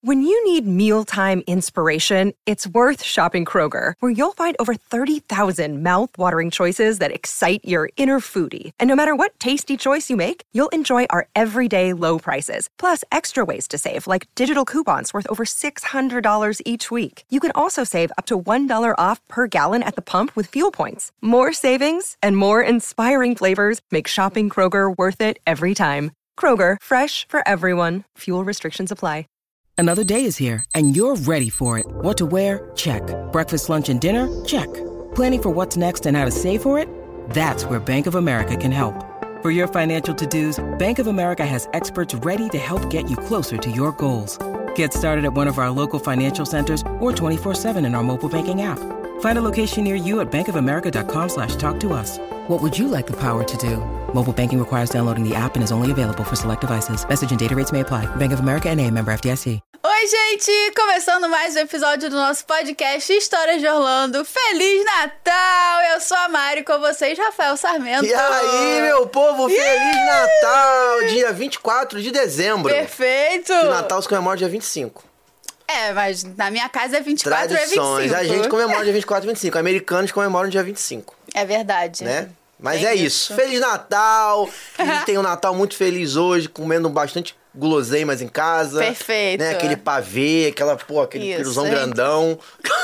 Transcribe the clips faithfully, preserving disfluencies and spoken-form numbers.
When you need mealtime inspiration, it's worth shopping Kroger, where you'll find over thirty thousand mouth-watering choices that excite your inner foodie. And no matter what tasty choice you make, you'll enjoy our everyday low prices, plus extra ways to save, like digital coupons worth over six hundred dollars each week. You can also save up to one dollar off per gallon at the pump with fuel points. More savings and more inspiring flavors make shopping Kroger worth it every time. Kroger, fresh for everyone. Fuel restrictions apply. Another day is here, and you're ready for it. What to wear? Check. Breakfast, lunch, and dinner? Check. Planning for what's next and how to save for it? That's where Bank of America can help. For your financial to-dos, Bank of America has experts ready to help get you closer to your goals. Get started at one of our local financial centers or twenty-four seven in our mobile banking app. Find a location near you at bankofamerica.com slash talk to us. What would you like the power to do? Mobile banking requires downloading the app and is only available for select devices. Message and data rates may apply. Bank of America N A, member F D I C. Oi, gente! Começando mais um episódio do nosso podcast Histórias de Orlando. Feliz Natal! Eu sou a Mari, com vocês, Rafael Sarmento. E aí, meu povo, Feliz yeah! Natal! Dia vinte e quatro de dezembro. Perfeito! Que Natal se comemora dia vinte e cinco. É, mas na minha casa é vinte e quatro Tradições. e vinte e cinco. A gente comemora dia vinte e quatro e vinte e cinco. Americanos comemoram dia vinte e cinco. É verdade. Né? Mas Tem é isso. isso. Feliz Natal! A gente tem um Natal muito feliz hoje, comendo bastante guloseimas em casa. Perfeito. Né? Aquele pavê, aquela, pô, aquele piruzão grandão.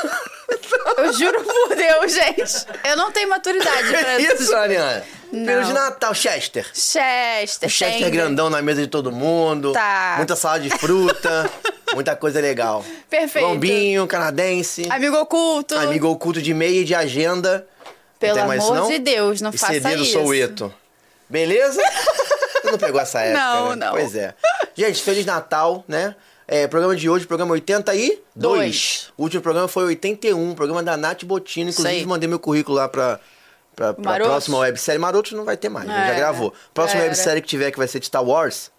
Eu juro por Deus, gente. Eu não tenho maturidade pra isso. Isso, Ariana. Não. Peru de Natal, Chester. Chester. O Chester tem... grandão na mesa de todo mundo. Tá. Muita salada de fruta. Muita coisa legal. Perfeito. Lombinho, canadense. Amigo oculto. Amigo oculto de meia e de agenda. Pelo mais amor isso, não? de Deus, não e faça C D do isso. Soueto. Beleza? Você não pegou essa época, Não, né? não. Pois é. Gente, Feliz Natal, né? É, programa de hoje, programa oitenta e dois. Dois. O último programa foi oitenta e um, programa da Nath Botino. Inclusive, mandei meu currículo lá pra, pra, pra Marotos? próxima websérie. Marotos não vai ter mais, né? Já É, gravou. Próxima era. websérie que tiver, que vai ser de Star Wars,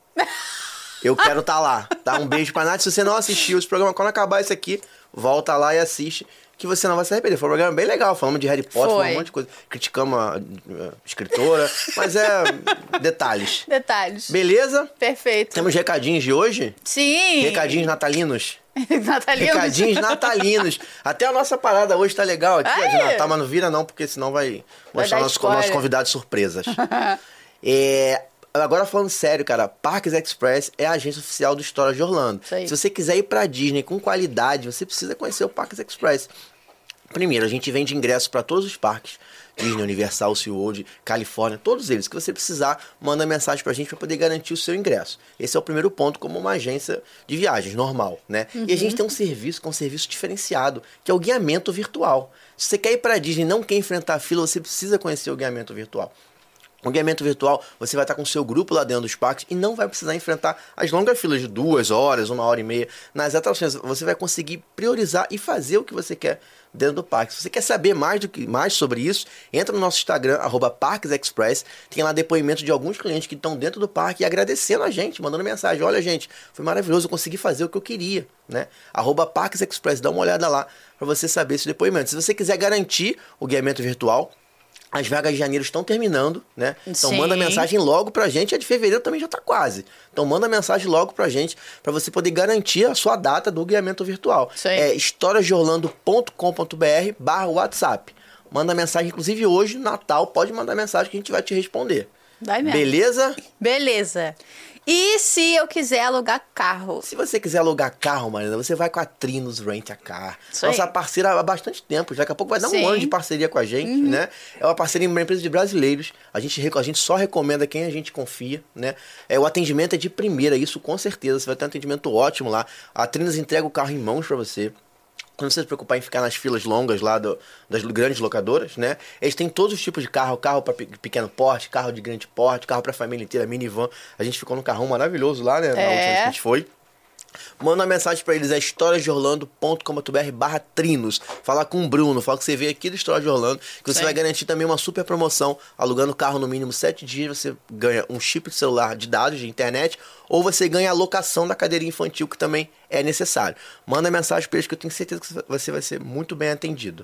eu quero estar tá lá, tá? Um beijo pra Nath. Se você não assistiu esse programa, quando acabar isso aqui, volta lá e assiste, que você não vai se arrepender. Foi um programa bem legal, falamos de Harry Potter, Foi. falamos um monte de coisa. Criticamos a, a escritora, mas é detalhes. Detalhes. Beleza? Perfeito. Temos recadinhos de hoje? Sim. Recadinhos natalinos. Natalinos. Recadinhos natalinos. Até a nossa parada hoje tá legal aqui, ó, de Aí. Natal, mas não vira não, porque senão vai mostrar dar nossos, spoiler. nossos convidados surpresas. é... Agora falando sério, cara, Parques Express é a agência oficial do História de Orlando. Isso aí. Se você quiser ir pra Disney com qualidade, você precisa conhecer o Parques Express. Primeiro, a gente vende ingressos para todos os parques. Disney, Universal, SeaWorld, Califórnia, todos eles. Que você precisar, manda mensagem pra gente para poder garantir o seu ingresso. Esse é o primeiro ponto, como uma agência de viagens normal, né? Uhum. E a gente tem um serviço, que é um serviço diferenciado, que é o guiamento virtual. Se você quer ir pra Disney e não quer enfrentar a fila, você precisa conhecer o guiamento virtual. O guiamento virtual, você vai estar com o seu grupo lá dentro dos parques e não vai precisar enfrentar as longas filas de duas horas, uma hora e meia nas atrações. Você vai conseguir priorizar e fazer o que você quer dentro do parque. Se você quer saber mais, do que, mais sobre isso, entra no nosso Instagram, arroba Parques Express. Tem lá depoimento de alguns clientes que estão dentro do parque e agradecendo a gente, mandando mensagem. Olha, gente, foi maravilhoso, eu consegui fazer o que eu queria, né? Arroba Parques Express, dá uma olhada lá para você saber esse depoimento. Se você quiser garantir o guiamento virtual, as vagas de janeiro estão terminando, né? Então Sim. manda mensagem logo pra gente. A de fevereiro também já tá quase. Então manda mensagem logo pra gente, pra você poder garantir a sua data do guiamento virtual. Sim. É historiasdeorlando ponto com ponto br barra WhatsApp. Manda mensagem, inclusive hoje, Natal, pode mandar mensagem que a gente vai te responder. Vai mesmo. Beleza? Beleza. E se eu quiser alugar carro? Se você quiser alugar carro, Marina, você vai com a Trinos Rent a Car. Isso aí. Nossa parceira há bastante tempo. Daqui a pouco vai dar Sim. um ano de parceria com a gente, Uhum. né? É uma parceria em uma empresa de brasileiros. A gente, a gente só recomenda quem a gente confia, né? É, o atendimento é de primeira, isso com certeza. Você vai ter um atendimento ótimo lá. A Trinos entrega o carro em mãos pra você. Não precisa se preocupar em ficar nas filas longas lá do, das grandes locadoras, né? Eles têm todos os tipos de carro, carro para pequeno porte, carro de grande porte, carro para família inteira, minivan. A gente ficou num carrão maravilhoso lá, né? Na É. última vez que a gente foi. Manda uma mensagem pra eles, é historiasdeorlando ponto com ponto br barra trinos. Fala com o Bruno, fala que você veio aqui do História de Orlando, que você Sim. vai garantir também uma super promoção. Alugando carro no mínimo sete dias, você ganha um chip de celular de dados de internet, ou você ganha a locação da cadeirinha infantil, que também é necessário. Manda mensagem pra eles que eu tenho certeza que você vai ser muito bem atendido.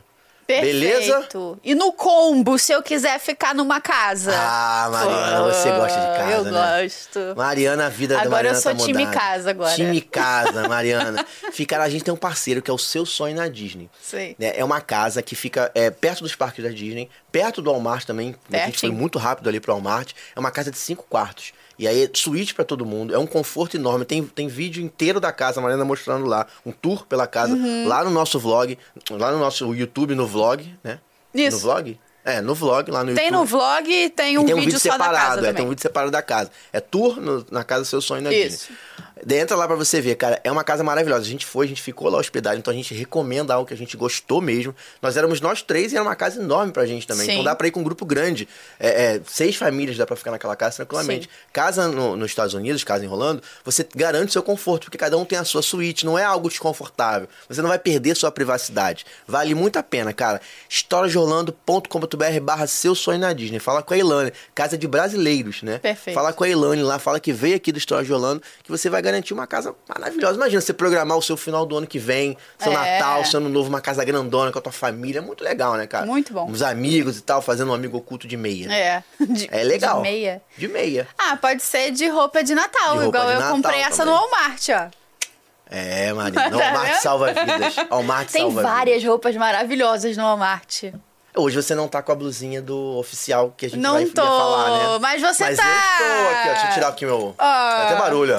Perfeito. Beleza? E no combo, se eu quiser ficar numa casa? Ah, Mariana, Pô, você gosta de casa, eu né? gosto. Mariana, a vida agora da Mariana eu sou tá time mudada. casa agora. Time casa, Mariana. Fica, a gente tem um parceiro que é o Seu Sonho na Disney. Sim. É uma casa que fica é, perto dos parques da Disney, perto do Walmart também. A gente foi muito rápido ali pro Walmart. É uma casa de cinco quartos. E aí, suíte pra todo mundo. É um conforto enorme. Tem, tem vídeo inteiro da casa, a Mariana mostrando lá. Um tour pela casa, uhum. lá no nosso vlog. Lá no nosso YouTube, no vlog, né? Isso. No vlog? É, no vlog, lá no tem YouTube. Tem no vlog e tem um, e tem um vídeo, vídeo só separado, da casa é, também. tem um vídeo separado da casa. É tour no, na casa do Seu Sonho na Isso. Disney. Entra lá pra você ver, cara, é uma casa maravilhosa. A gente foi, a gente ficou lá hospedado, então a gente recomenda algo que a gente gostou mesmo. Nós éramos nós três e era uma casa enorme pra gente também. Sim. Então dá pra ir com um grupo grande. É, é, seis famílias dá pra ficar naquela casa tranquilamente. Sim. Casa no, nos Estados Unidos, casa em Orlando, você garante seu conforto, porque cada um tem a sua suíte, não é algo desconfortável. Você não vai perder sua privacidade. Vale muito a pena, cara. histórias de orlando ponto com ponto b r barra Seu Sonho na Disney. Fala com a Ilane, casa de brasileiros, né? Perfeito. Fala com a Ilane lá, fala que veio aqui do Histórias de Orlando, que você vai garantir uma casa maravilhosa. Imagina você programar o seu final do ano que vem, seu é. Natal, seu ano novo, uma casa grandona com a tua família. É muito legal, né, cara? Muito bom. Os amigos e tal, fazendo um amigo oculto de meia. É. De, é legal. De meia? De meia. Ah, pode ser de roupa de Natal, de roupa igual de eu Natal comprei essa também. No Walmart, ó. É, Marina. No Walmart salva vidas. Walmart Tem salva várias vidas. roupas maravilhosas no Walmart. Hoje você não tá com a blusinha do oficial que a gente não vai tô, falar, né? Mas você mas tá. Mas eu estou aqui, ó. Deixa eu tirar aqui meu... Ah. Vai ter barulho, ó.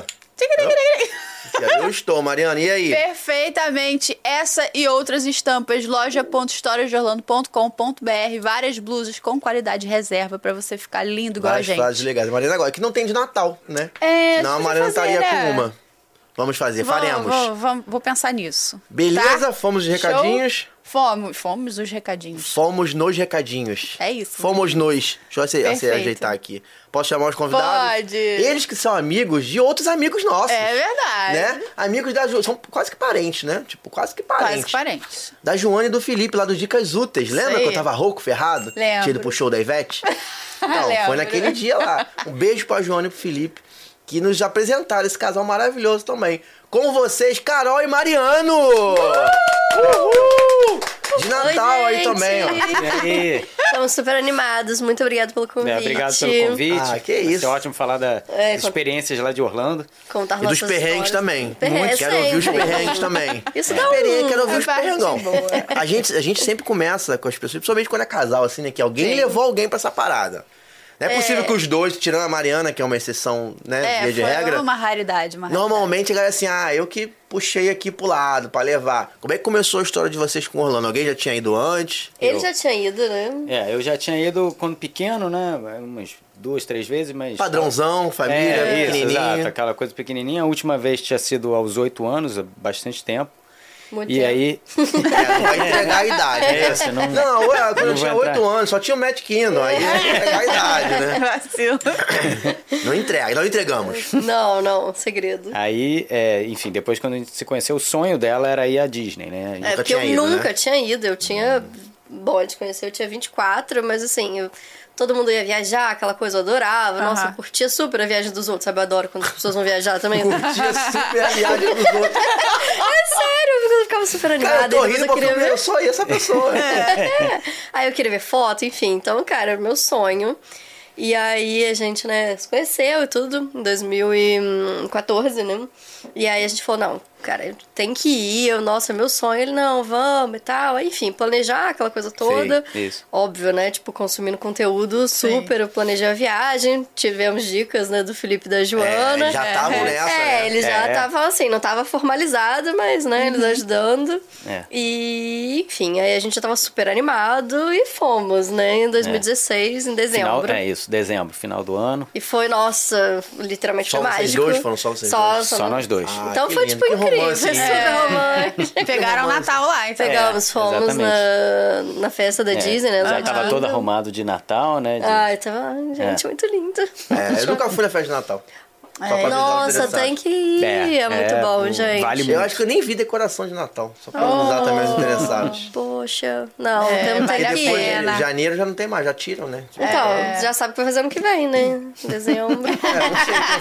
Eu estou, Mariana, e aí? Perfeitamente. Essa e outras estampas, loja ponto histórias de orlando ponto com ponto b r. Várias blusas com qualidade reserva pra você ficar lindo igual várias a gente. Várias frases legais. Mariana, agora, que não tem de Natal, né? É, não, a Mariana fazer, estaria né? com uma. Vamos fazer, vou, faremos. Vou, vou, vou pensar nisso. Beleza? Tá? Fomos os recadinhos. Show? Fomos, fomos os recadinhos. Fomos nos recadinhos. É isso. Fomos nos. Deixa eu você ajeitar aqui. Posso chamar os convidados? Pode. Eles que são amigos de outros amigos nossos. É verdade. Né? Amigos da Ju... São quase que parentes, né? Tipo, quase que parentes. Quase que parentes. Da Joana e do Felipe, lá do Dicas Úteis. Lembra Sei. que eu tava rouco, ferrado? Lembro. Tinha ido pro show da Ivete? Então, Lembro. foi naquele dia lá. Um beijo pra Joana e pro Felipe, que nos apresentaram esse casal maravilhoso também. Com vocês, Carol e Mariano! Uhul! De Natal. Oi, aí também, ó. E aí? Estamos super animados. Muito obrigado pelo convite. É, obrigado pelo convite. Ah, que isso. É ótimo falar da, É, das experiências lá de Orlando. Contar E dos nossas perrengues histórias. também. Perrengues Quero ouvir os sempre. perrengues também. Isso É. dá um... Perrengue, quero ouvir uma os parte perrengão. boa. A gente, a gente sempre começa com as pessoas, principalmente quando é casal, assim, né? Que alguém Sim. levou alguém pra essa parada. Não é, É. possível que os dois, tirando a Mariana, que é uma exceção, né, É, via de foi regra. uma raridade, uma raridade. Normalmente a galera assim, ah, eu que puxei aqui pro lado pra levar. Como é que começou a história de vocês com o Orlando? Alguém já tinha ido antes? Ele Eu- já tinha ido, né? É, eu já tinha ido quando pequeno, né? Umas duas, três vezes, mas... Padrãozão, família, É, isso, pequenininha. exato. Aquela coisa pequenininha. A última vez tinha sido aos oito anos, há bastante tempo. Muito E tempo. aí... É, não vai entregar a idade. É, né? você não- Não, ué, quando eu não tinha vai oito entrar. anos, só tinha o Matt Kino. Aí ia entregar a idade, né? Vacilo. Não entrega, não entregamos. Não, não, segredo. Aí, é, enfim, depois quando a gente se conheceu, o sonho dela era ir à Disney, né? É, nunca porque eu tinha ido, nunca né? tinha ido. Eu tinha... Bom, a gente conheceu, eu tinha vinte e quatro, mas assim, eu... todo mundo ia viajar, aquela coisa eu adorava. Nossa, Aham. eu curtia super a viagem dos outros, sabe? Eu adoro quando as pessoas vão viajar também. Curtia super a viagem dos outros. É sério, eu ficava super animada. Cara, eu tô e depois rindo eu porque queria ver... eu sou essa pessoa. É. Aí eu queria ver foto, enfim. Então, cara, era meu sonho. E aí a gente, né, se conheceu e tudo, em dois mil e quatorze, né? E aí a gente falou, não, cara, tem que ir. Eu, nossa, meu sonho. Ele, não, vamos e tal. Enfim, planejar aquela coisa toda. Sim, isso. Óbvio, né? Tipo, consumindo conteúdo super. Eu planejei a viagem. Tivemos dicas, né, do Felipe e da Joana. É, já estavam nessa, É, né? eles já É. estavam assim, não tava formalizado, mas, né, eles ajudando. É. E, enfim, aí a gente já tava super animado e fomos, né, em dois mil e dezesseis, em Final, dezembro. é isso, dezembro, final do ano. E foi, nossa, literalmente Só foi vocês mágico. dois? Foram só vocês só, dois? Só nós dois. Ah, Então que foi, lindo. tipo, Que incrível. romance, Foi né? super romântico. Pegaram o romance. Natal lá, então. Pegamos, É, fomos na, na festa da É, Disney, né? já do tava Orlando. todo arrumado de Natal, né? de- Ai, tava, ai, gente, É. muito lindo. É, eu nunca fui na festa de Natal. Só pra avisar os Nossa, interessados. tem que ir. É, É, muito é, bom, um- gente. vale Eu muito. acho que eu nem vi decoração de Natal. Só pra avisar também os interessados. Poxa. poxa, não, É, temos vale que a ir. Depois, pena. em janeiro já não tem mais, já tiram, né? Então, É. já sabe o que vai fazer ano que vem, né? Dezembro. É, não sei o que eu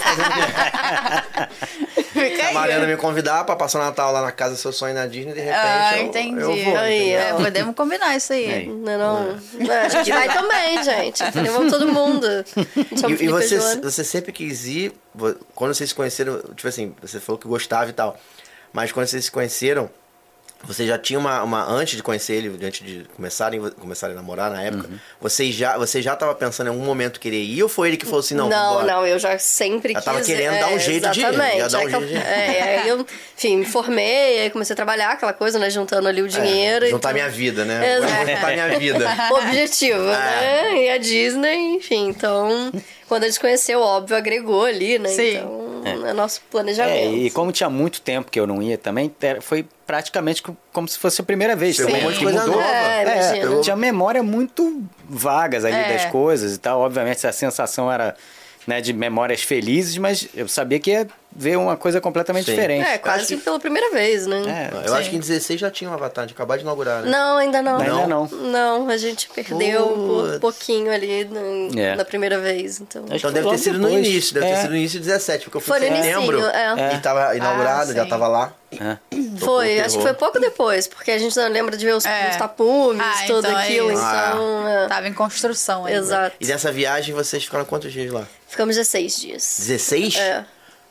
vou fazer. Fica A aí. Mariana me convidar pra passar o Natal lá na casa Seu Sonho na Disney, de repente Ah, eu, entendi. eu vou. Aí, entendeu? É, podemos combinar isso aí. Aí. Não, não. É, a gente vai também, gente. Vamos todo mundo. Chama E, e Felipe você, Joana. você sempre quis ir, vo- quando vocês se conheceram, tipo assim, você falou que gostava e tal, mas quando vocês se conheceram, você já tinha uma, uma antes de conhecer ele, antes de começarem, começarem a namorar na época, você já você já tava pensando em algum momento querer ir ou foi ele que falou assim, não, Não, vambora? não, eu já sempre Já quis... tava querendo dar um jeito de ir, exatamente, já dar um é que eu- jeito de ir. É, aí eu, enfim, me formei, aí comecei a trabalhar, aquela coisa, né, juntando ali o dinheiro. É, e juntar tudo. minha vida, né? Exato. Vou juntar minha vida. O objetivo, né? E a Disney, enfim, então... Quando a gente conheceu, óbvio, agregou ali, né? Sim. Então, é nosso planejamento. É, e como tinha muito tempo que eu não ia também, ter- foi praticamente co- como se fosse a primeira vez. Pegou também, um monte de que coisa mudou. nova. É, imagina. eu tinha memória muito vagas ali É. das coisas e tal. Obviamente a sensação era, né, de memórias felizes, mas eu sabia que ia ver uma coisa completamente Sim. diferente. É, quase acho que- pela primeira vez, né? É, Eu Sim. acho que em dezesseis já tinha um Avatar, de acabar de inaugurar, né? Não, ainda não. Ainda não. Não, a gente perdeu um Putz. pouquinho ali na, É. na primeira vez, então... Acho Então que deve ter logo sido no depois. início, deve É. ter sido no início de dezessete, porque eu fui Foi em no setembro inicinho, é. e tava inaugurado, Ah, já sim. tava lá. É. Foi, Tocou acho que terror. foi pouco depois, porque a gente não lembra de ver os, É. os tapumes, Ah, tudo então é aquilo, isso. então... é. Tava em construção ainda. Exato. E nessa viagem vocês ficaram quantos dias lá? Ficamos dezesseis dias. dezesseis? É.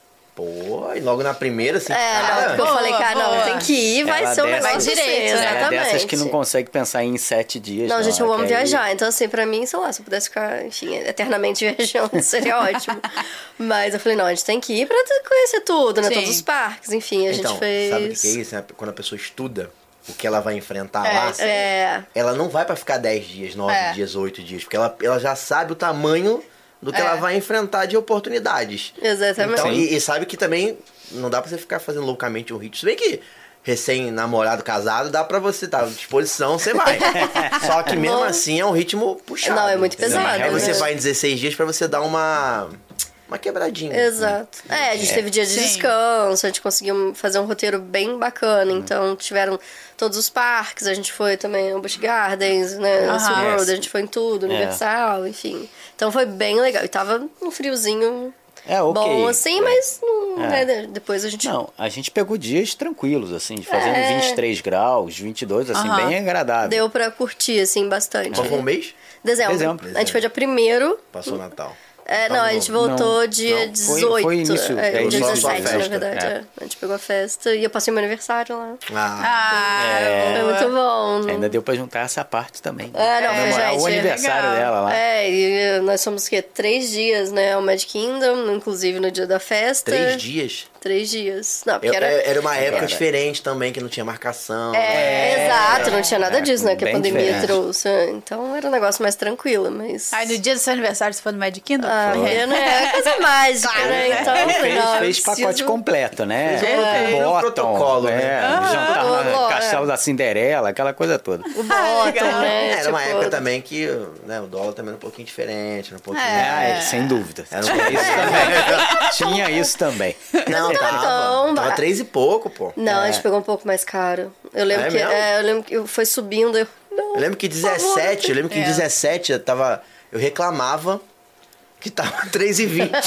Pô, e logo na primeira, assim, É, não, cara... porque eu Boa, falei, cara, não, boa. tem que ir, vai Ela ser um dessa- negócio Vai direito, assim, né? É exatamente. dessas que não consegue pensar em sete dias. Não, gente, eu amo quer ir- viajar. Então, assim, pra mim, sei lá, se eu pudesse ficar, enfim, eternamente viajando, seria ótimo. Mas eu falei, não, a gente tem que ir pra conhecer tudo, né? Sim. Todos os parques, enfim, a Então, gente fez... sabe o que que é isso? né? Quando a pessoa estuda o que ela vai enfrentar É, lá, isso É, ela não vai pra ficar dez dias, nove É. dias, oito dias, porque ela, ela já sabe o tamanho do que É. ela vai enfrentar de oportunidades. exatamente. Então, e, e sabe que também não dá pra você ficar fazendo loucamente um ritmo. Se bem que recém-namorado, casado, dá pra você estar à disposição, você vai. Só que mesmo Não. assim é um ritmo puxado. Não, é muito entendeu? pesado, Aí você né? vai em dezesseis dias pra você dar uma, uma quebradinha. Exato. É, a gente teve dia de Sim. descanso, a gente conseguiu fazer um roteiro bem bacana. Então, tiveram todos os parques, a gente foi também ao Busch Gardens, né? Aham. SeaWorld, a gente foi em tudo, Universal, enfim. Então, foi bem legal. E tava um friozinho É, ok. bom assim, mas não, É. né, depois a gente... Não, a gente pegou dias tranquilos, assim, de fazendo É. vinte e três graus, vinte e dois, assim, Aham. bem agradável. Deu pra curtir, assim, bastante. Qual foi o mês? Dezembro. Dezembro. A gente foi dia primeiro. Passou o Natal. É, Tava não, a novo. gente voltou Não, dia não, foi- dezoito. foi início, é, é, dia início da dezessete, na festa. verdade. É. é. A gente pegou a festa e eu passei meu aniversário lá. Ah, Ah, É. Foi muito bom. Ainda deu pra juntar essa parte também. É, não, foi, Comemorar gente, o aniversário legal. dela lá. É, e nós fomos, o quê? Três dias, né, ao Magic Kingdom, inclusive no dia da festa. três dias? Três dias. Não, porque Eu- era... era uma época era- diferente também, que não tinha marcação. É, exato, não tinha nada é, disso, né, que a bem pandemia diferente. trouxe. Então era um negócio mais tranquilo, mas... Aí no dia do seu aniversário você foi no Magic Kingdom? Ah, É. né, é coisa mágica, né, então... Ele fez, não, fez preciso- pacote completo, né? Fez o Bottom, protocolo, é, né? jantar Ah, no é. Castelo da Cinderela, aquela coisa toda. O bottom, legal. né, Era uma tipo, época também que né, o dólar também era um pouquinho diferente, era um pouquinho... É, é, sem dúvida. Era um Tinha pouquinho... isso também. Tinha isso também. Não, tava. tão Tava barato. três e pouco, pô. Não, a É. gente pegou um pouco mais caro. Eu lembro É que mesmo? é, eu lembro que foi subindo. Eu, não, Eu lembro que por favor. dezessete, eu lembro que É. dezessete eu tava... Eu reclamava que tava três e vinte.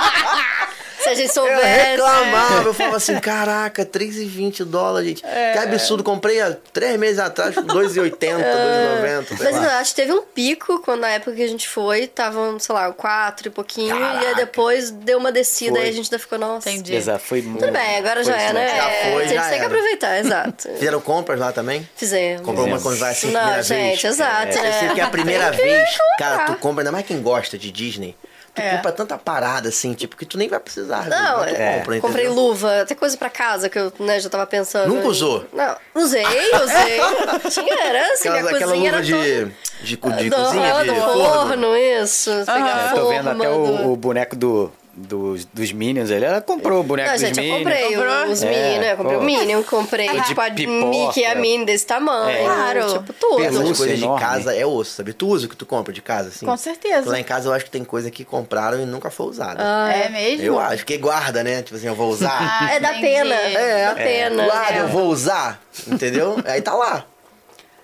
Se a gente Eu soubesse. reclamava, eu falava assim, caraca, três e vinte dólares, gente. Que absurdo, comprei há três meses atrás por dois e oitenta, dois e noventa, sei Mas lá. eu acho que teve um pico quando na época que a gente foi, estavam, sei lá, quatro e pouquinho, e Caraca. aí depois deu uma descida Foi. e a gente ainda ficou, nossa. Entendi. Exato, foi muito. Tudo bem, agora já foi é, né? isso, Já É, foi, a gente já tem que era. aproveitar, exato. Fizeram compras lá também? Fizemos. Comprou uma Fizemos. quando vai assim, Não, primeira gente, vez. exato, É, né? eu sei que é a primeira Tem que vez, cara, comprar. tu compra, ainda mais quem gosta de Disney, tu É. compra tanta parada assim, tipo, que tu nem vai precisar. Não, mas tu é, compra, comprei entendeu? luva, até coisa pra casa que eu né, já tava pensando. Nunca em- usou? Não, usei, usei. Tinha, era assim, Aquela, minha aquela cozinha luva era de, toda... de, cu- de do, cozinha, de do forno. forno, isso. Pegar É, tô vendo forma até o, do- o boneco do, dos, dos Minions ali. Ela comprou o boneco Não, dos gente, eu Minions. comprei Comprou? os É, Minions, né? Eu comprei pô. o Minion, comprei De tipo a pipoca. Mickey e a Minnie desse tamanho. É. Claro. Tipo, tudo. Essas Pelúcia coisas de enorme. casa é osso, sabe? Tu usa o que tu compra de casa, assim? Com certeza. Lá em casa eu acho que tem coisa que compraram e nunca foi usada. É mesmo? Eu acho, que guarda, né? Tipo assim, eu vou usar. Ah, É da entendi. pena. É, da pena. Guarda, É. eu vou usar, entendeu? Aí tá lá.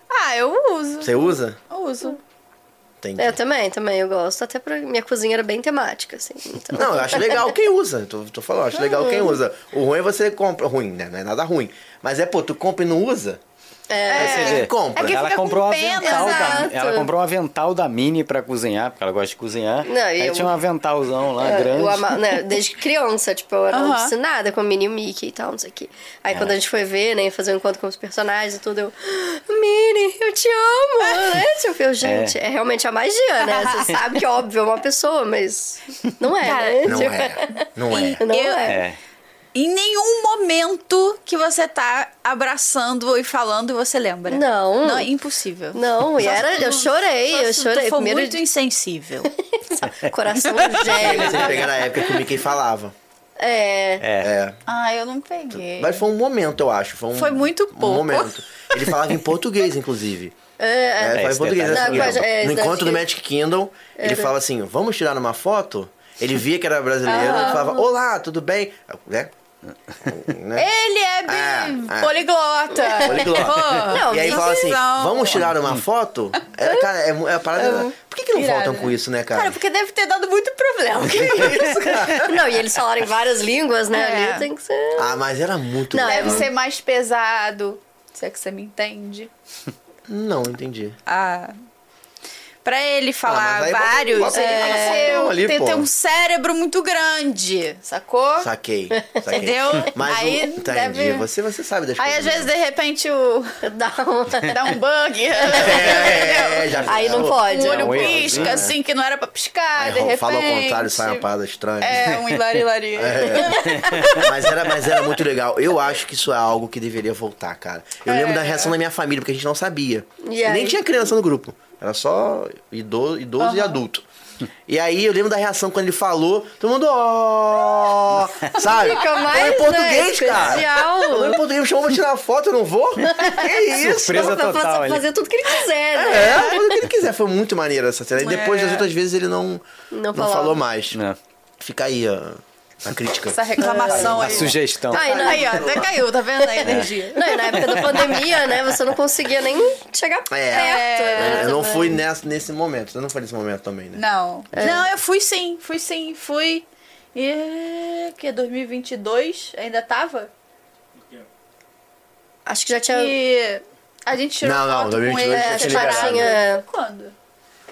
Ah, eu uso. Você usa? Eu uso. Entendi. Eu também, também, eu gosto. Até pra minha cozinha era bem temática, assim. Então... Não, eu acho legal quem usa. Tô, tô falando, acho legal quem usa. O ruim é você compra. Ruim, né? Não é nada ruim. Mas é, pô, tu compra e não usa? É. Aí você vê, compra. É que ela fica comprou com um pena, avental da, exato. ela comprou um avental da Mini pra cozinhar, porque ela gosta de cozinhar. Não, e Aí eu- tinha um aventalzão lá, É, grande. eu ama- né, desde criança, tipo, eu era Aham. alucinada com o Minnie e o Mickey e tal, não sei o quê. Aí quando a gente foi ver, né, fazer um encontro com os personagens e tudo, eu... Minnie, eu te amo, né? Tipo, eu, gente, é. realmente a magia, né? Você sabe que, óbvio, é uma pessoa, mas não é, Cara, né? Não Tipo, é. Não é. Não Eu- é. É. Em nenhum momento que você tá abraçando e falando, você lembra. Não. Não, é impossível. Não, e Só era, se tu- eu chorei, só eu se chorei. Tu for Primeiro muito insensível. coração Você gêmeo. pegar na época que o Mickey falava. É. É. É. Ah, eu não peguei. Mas foi um momento, eu acho. Foi, um, Foi muito pouco. Um momento. Ele falava em português, inclusive. É, É, ele falava em esse português. detalhe. assim, Não, mas, é, no esse encontro do daqui- Magic Kingdom, ele fala assim, vamos tirar uma foto? Ele via que era brasileiro, ele falava, olá, tudo bem? Né? Né? Ele é bi- Ah, ah. poliglota. Poliglota. Pô, Não, E aí fala assim, visão. vamos tirar uma foto? É, cara, é, é a parada... Por que, que não Irado, voltam né? com isso, né, cara? Cara, porque deve ter dado muito problema. Que isso, cara? Não, e eles falaram em várias línguas, né? É. Ali tem que ser. Ah, mas era muito Não, legal. Deve ser mais pesado. Se é que você me entende. Não, entendi. Ah. Pra ele falar mas aí bota- vários, bota é, ele na foto ali, tem que pô. ter um cérebro muito grande, sacou? Saquei, saquei. Entendeu? Mas Aí o, entendi, deve- você, você sabe das Aí, coisas. às vezes, né? de repente, o... Dá um... dá um bug. É, é, já Aí não pensou? pode. O olho um erro, pisca, né? assim, que não era pra piscar, Aí de repente. fala ao contrário, sai uma parada estranha. É, um hilari-lari. É. Mas, era, mas era muito legal. Eu acho que isso é algo que deveria voltar, cara. Eu lembro da reação da minha família, porque a gente não sabia. E aí? Nem tinha criança no grupo. Era só idoso, idoso e adulto. E aí eu lembro da reação quando ele falou, todo mundo, ó, sabe? Fica mais, Falou em português, né, cara. especial. Falou em português, me chamou pra tirar foto, eu não vou? Que isso? Surpresa Pra total fazer, ali. fazer tudo que ele quiser, né? É, fazer o que ele quiser. Foi muito maneiro essa cena. E depois É. das outras vezes ele não, Não não, falava. falou mais. Não. Fica aí a, a crítica. Essa reclamação A aí. sugestão. Aí, na, Aí, ó, até caiu, tá vendo a energia? não, e na época da pandemia, né? Você não conseguia nem chegar perto, né? Eu não fui nessa, nesse momento. Você não foi nesse momento também, né? Não. Não, eu fui sim, fui sim, fui. E que dois mil e vinte e dois ainda tava? Acho que já tinha... E a gente tirou Não, não, foto dois mil e com vinte e dois ele já tinha separado. liberado. Quando?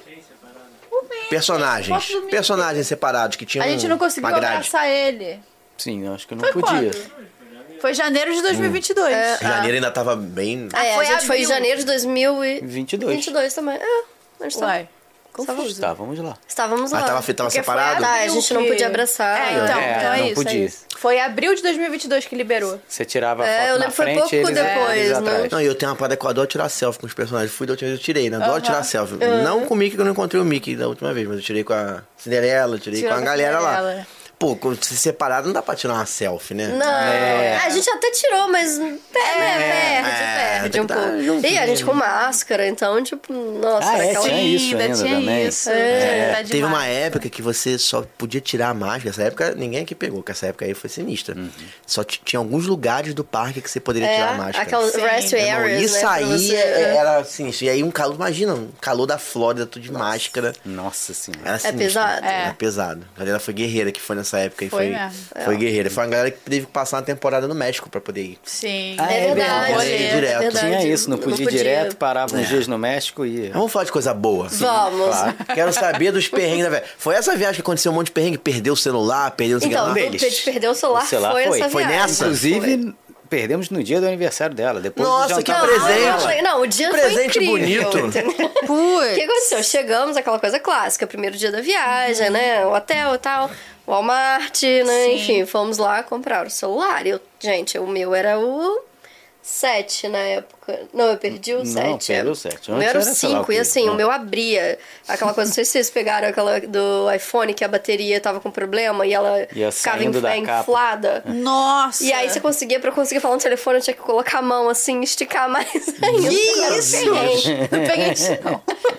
O Mickey, Personagens. foto do Mickey. Personagens separados que tinham A gente não conseguiu uma grade. abraçar ele. Sim, eu acho que não Foi podia. quando? Foi janeiro de dois mil e vinte e dois. É. Janeiro ainda tava bem... É, foi a gente foi em abril. janeiro de dois mil e vinte e dois. vinte e dois também. É, a gente tava- Uai, confuso. Tá, vamos lá. estávamos lá. Mas tava, tava Porque foi separado? Ah, a gente não que- podia abraçar. É, então, É, então é não isso, podia. é isso. Foi abril de dois mil e vinte e dois que liberou. Você tirava a É, foto eu na lembro que foi frente pouco eles, depois, eles né? atrás. Não, e eu tenho uma parada que eu adoro tirar selfie com os personagens. Fui da última vez, eu tirei, né? Adoro tirar selfie. Não com o Mickey, que eu não encontrei o Mickey da última vez, mas eu tirei com a Cinderela, tirei Tirou com a com a galera Cinderela. lá. Pô, quando se separado não dá pra tirar uma selfie, né? Não, É. a gente até tirou, mas perde, É, perde, tem perde que um tá pouco. junto E a gente mesmo. com máscara, então, tipo, nossa, Ah, era é, aquela... tinha isso ainda tinha também. isso. É, Tá teve demais. uma época que você só podia tirar a máscara. Essa época ninguém aqui pegou, que essa época aí foi sinistra. Só t- tinha alguns lugares do parque que você poderia É, tirar a máscara. aquelas Sim. rest Meu irmão, areas, isso né, pra aí você- é- era sinistro. E aí um calor, imagina, um calor da Flórida, tudo de máscara. Nossa senhora. Era sinistro. pesado? Era É. pesado. A galera foi guerreira que foi nessa época. E Foi foi, mesmo. foi guerreira. Foi uma galera que teve que passar uma temporada no México pra poder ir. Sim. Ah, É verdade, Rolê é direto. verdade. Tinha isso, não podia ir direto, parava uns É. dias no México e ia. Vamos falar de coisa boa. Vamos. Claro. Quero saber dos perrengues da velha. Foi essa viagem que aconteceu um monte de perrengue? Perdeu o celular, perdeu não sei o que Então, lá? o deles. de perder o celular, O celular foi, foi. essa Foi viagem. nessa? Inclusive, perdemos no dia do aniversário dela. Depois Nossa, do que jantar. presente. Não, não, o dia Que foi presente incrível, bonito. entendeu? Putz. O que aconteceu? Chegamos, aquela coisa clássica, primeiro dia da viagem, né? O hotel e tal, Walmart, né? Sim. Enfim, fomos lá comprar o celular. E eu, gente, o meu era o sete na época. Não, eu perdi o Não, sete. perdeu o sete. O meu Antes era o era, sei lá o cinco. E quê. assim, Não. o meu abria. Aquela coisa, não sei se vocês pegaram aquela do iPhone que a bateria tava com problema e ela Ia ficava saindo da capa. inflada. Nossa. E aí você conseguia, pra eu conseguir falar no telefone, eu tinha que colocar a mão assim, esticar mais ainda. Que Era isso? perrengue. Não peguei isso, não.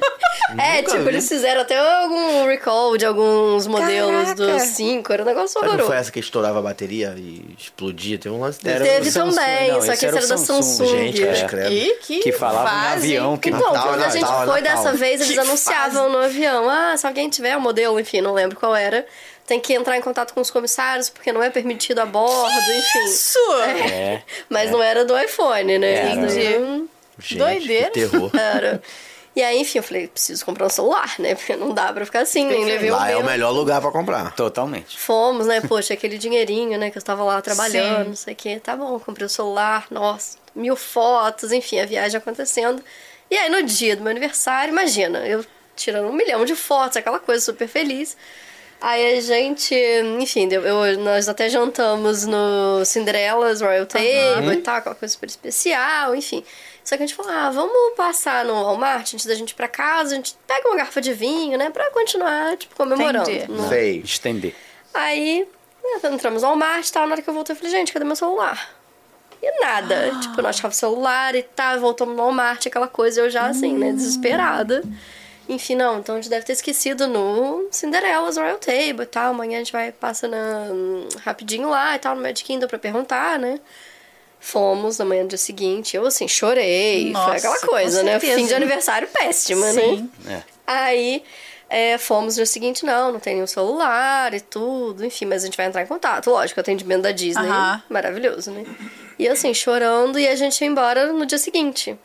É, tipo, vi. eles fizeram até algum recall de alguns modelos Caraca. do cinco, era um negócio Será que não horroroso. foi essa que estourava a bateria e explodia? Teve um lance desse. Era Teve o Samsung, também, não, só esse que esse era era o da Samsung, Samsung. gente, É. credo. E que, Que falava em fase. avião, que Então, Natal, quando a gente Natal, foi Natal. dessa vez, eles Que anunciavam no avião. Ah, se alguém tiver um modelo, enfim, não lembro qual era, tem que entrar em contato com os comissários, porque não é permitido a bordo, enfim. Isso! É. Mas não era do iPhone, né? Era. Isso daí Gente, Doideira. que terror. era. E aí, enfim, eu falei, preciso comprar um celular, né? Porque não dá pra ficar assim, nem levei Lá é o meu. melhor lugar pra comprar. Totalmente. Fomos, né? Poxa, aquele dinheirinho, né? Que eu estava lá trabalhando, Sim. não sei o quê. Tá bom, comprei o celular, nossa, mil fotos, enfim, a viagem acontecendo. E aí, no dia do meu aniversário, imagina, eu tirando um milhão de fotos, aquela coisa super feliz. Aí a gente, enfim, eu, eu- nós até jantamos no Cinderella's Royal Table e tal, aquela coisa super especial, enfim. Só que a gente falou, ah, vamos passar no Walmart antes da gente ir pra casa, a gente pega uma garrafa de vinho, né, pra continuar, tipo, comemorando. Entendi. No- Fez. Estender. Aí, né, entramos no Walmart e tal, na hora que eu voltei, eu falei, gente, cadê meu celular? E nada, tipo, nós achava o celular e tal, voltamos no Walmart, aquela coisa, eu já assim, né, desesperada. Enfim, não, então a gente deve ter esquecido no Cinderella's Royal Table e tal, amanhã a gente vai, passa na, rapidinho lá e tal, no Magic Kingdom pra perguntar, né. Fomos na manhã do dia seguinte, eu assim, chorei, Nossa, foi aquela com coisa, né, certeza. fim de aniversário péssima, Sim. né. É. Aí, é, fomos no dia seguinte, não, não tem nenhum celular e tudo, enfim, mas a gente vai entrar em contato. Lógico, atendimento da Disney, Aham. maravilhoso, né? E assim, chorando, e a gente ia embora no dia seguinte.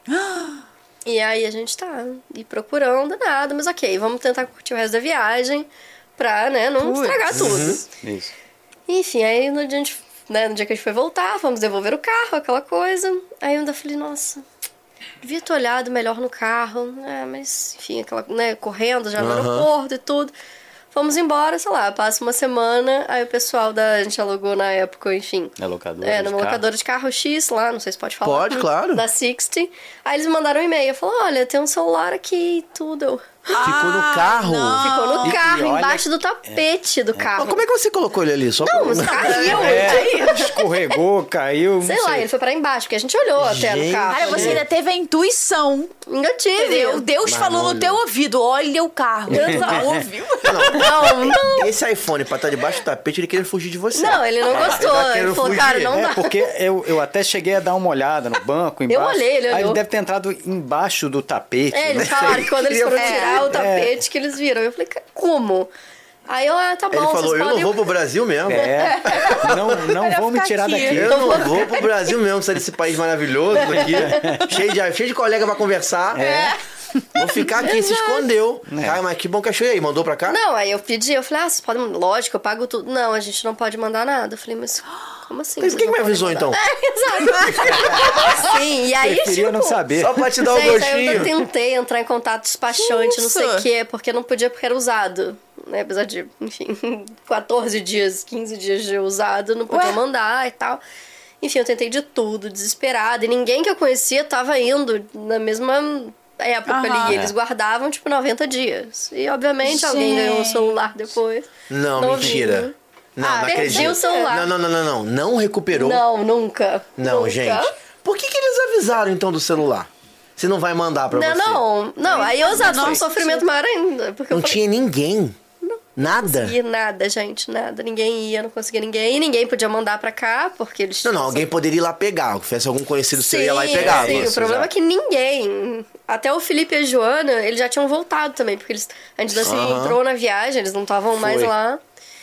E aí a gente tá e procurando, nada, mas ok, vamos tentar curtir o resto da viagem pra, né, não Putz. estragar tudo. Isso. Enfim, aí no dia, a gente, né, no dia que a gente foi voltar, fomos devolver o carro, aquela coisa. Aí eu ainda falei, nossa, devia ter olhado melhor no carro, né, mas enfim, aquela, né, correndo já no Aham. aeroporto e tudo. Fomos embora, sei lá, passa uma semana, aí o pessoal da... A gente alugou na época, enfim. Na locadora É, de numa carro. locadora de carro X lá, não sei se pode falar. Pode, claro. Da sixty. Aí eles me mandaram um e-mail, falaram, olha, tem um celular aqui e tudo. Eu, Ficou no carro. não. Ficou no E- carro, e olha- embaixo do tapete do carro. Mas como é que você colocou ele ali? Só Não, pra... mas caiu. É, escorregou, caiu. Sei não lá, ele foi pra embaixo, porque a gente olhou até no Gente. carro. Cara, você né? ainda teve a intuição. Ainda tive. Entendeu? Deus Mas falou não no teu olhou. ouvido, olha o carro. Exato. Ouviu? Não, não. Esse iPhone pra estar debaixo do tapete, ele queria fugir de você. Não, ele não gostou. tá Ele querendo falou, fugir. cara, não É, dá. porque eu, eu até cheguei a dar uma olhada no banco, embaixo. olhei, ele Aí olhou. ele deve ter entrado embaixo do tapete. É, não eles sei. falaram que quando eles Queria foram fugir. tirar o tapete, que eles viram. Eu falei, "Cara, como? Aí eu, ah, tá bom, Ele falou, vocês eu podem... não vou pro Brasil mesmo. É, não, não Melhor vou me ficar tirar aqui. daqui. Eu não vou pro Brasil mesmo, sair desse país maravilhoso aqui. cheio, de, cheio de colega pra conversar. É. Vou ficar aqui, se escondeu. Cara, mas que bom que achou. E aí, mandou pra cá? Não, aí eu pedi, eu falei, ah, vocês podem... Lógico, eu pago tudo. Não, a gente não pode mandar nada. Eu falei, mas como assim? Mas vocês quem não me podem avisou, mandar? então? É, exato. Como assim? E aí, Preferia tipo... não saber. Só pra te dar o Gente, aí eu gostinho. ainda tentei entrar em contato despachante, não sei o Isso. quê, porque não podia porque era usado. Né? Apesar de, enfim, quatorze dias, quinze dias de usado, não podia Ué? mandar e tal. Enfim, eu tentei de tudo, desesperada. E ninguém que eu conhecia tava indo na mesma época Aham. ali. Eles guardavam, tipo, noventa dias. E, obviamente, alguém ganhou um Gente. celular depois. Não, Não mentira. vi. Não, Ah, não perdi acredito. o celular. Não, não, não, não, não. Não recuperou. Não, nunca. Não, Nunca. gente. Por que, que eles avisaram, então, do celular? Se não vai mandar pra Não, você. não. Não, aí eu usava um Nossa. sofrimento maior ainda. Porque eu Não falei, tinha ninguém. Nada. ia nada, gente, nada. Ninguém ia, não conseguia ninguém. E ninguém podia mandar pra cá, porque eles... Não, não, alguém poderia ir lá pegar. Se tivesse algum conhecido seu, ia lá e Sim, pegava. sim, o Isso, problema é exato. que ninguém... Até o Felipe e a Joana, eles já tinham voltado também, porque eles, a gente assim, Aham. entrou na viagem, eles não estavam mais Foi. lá.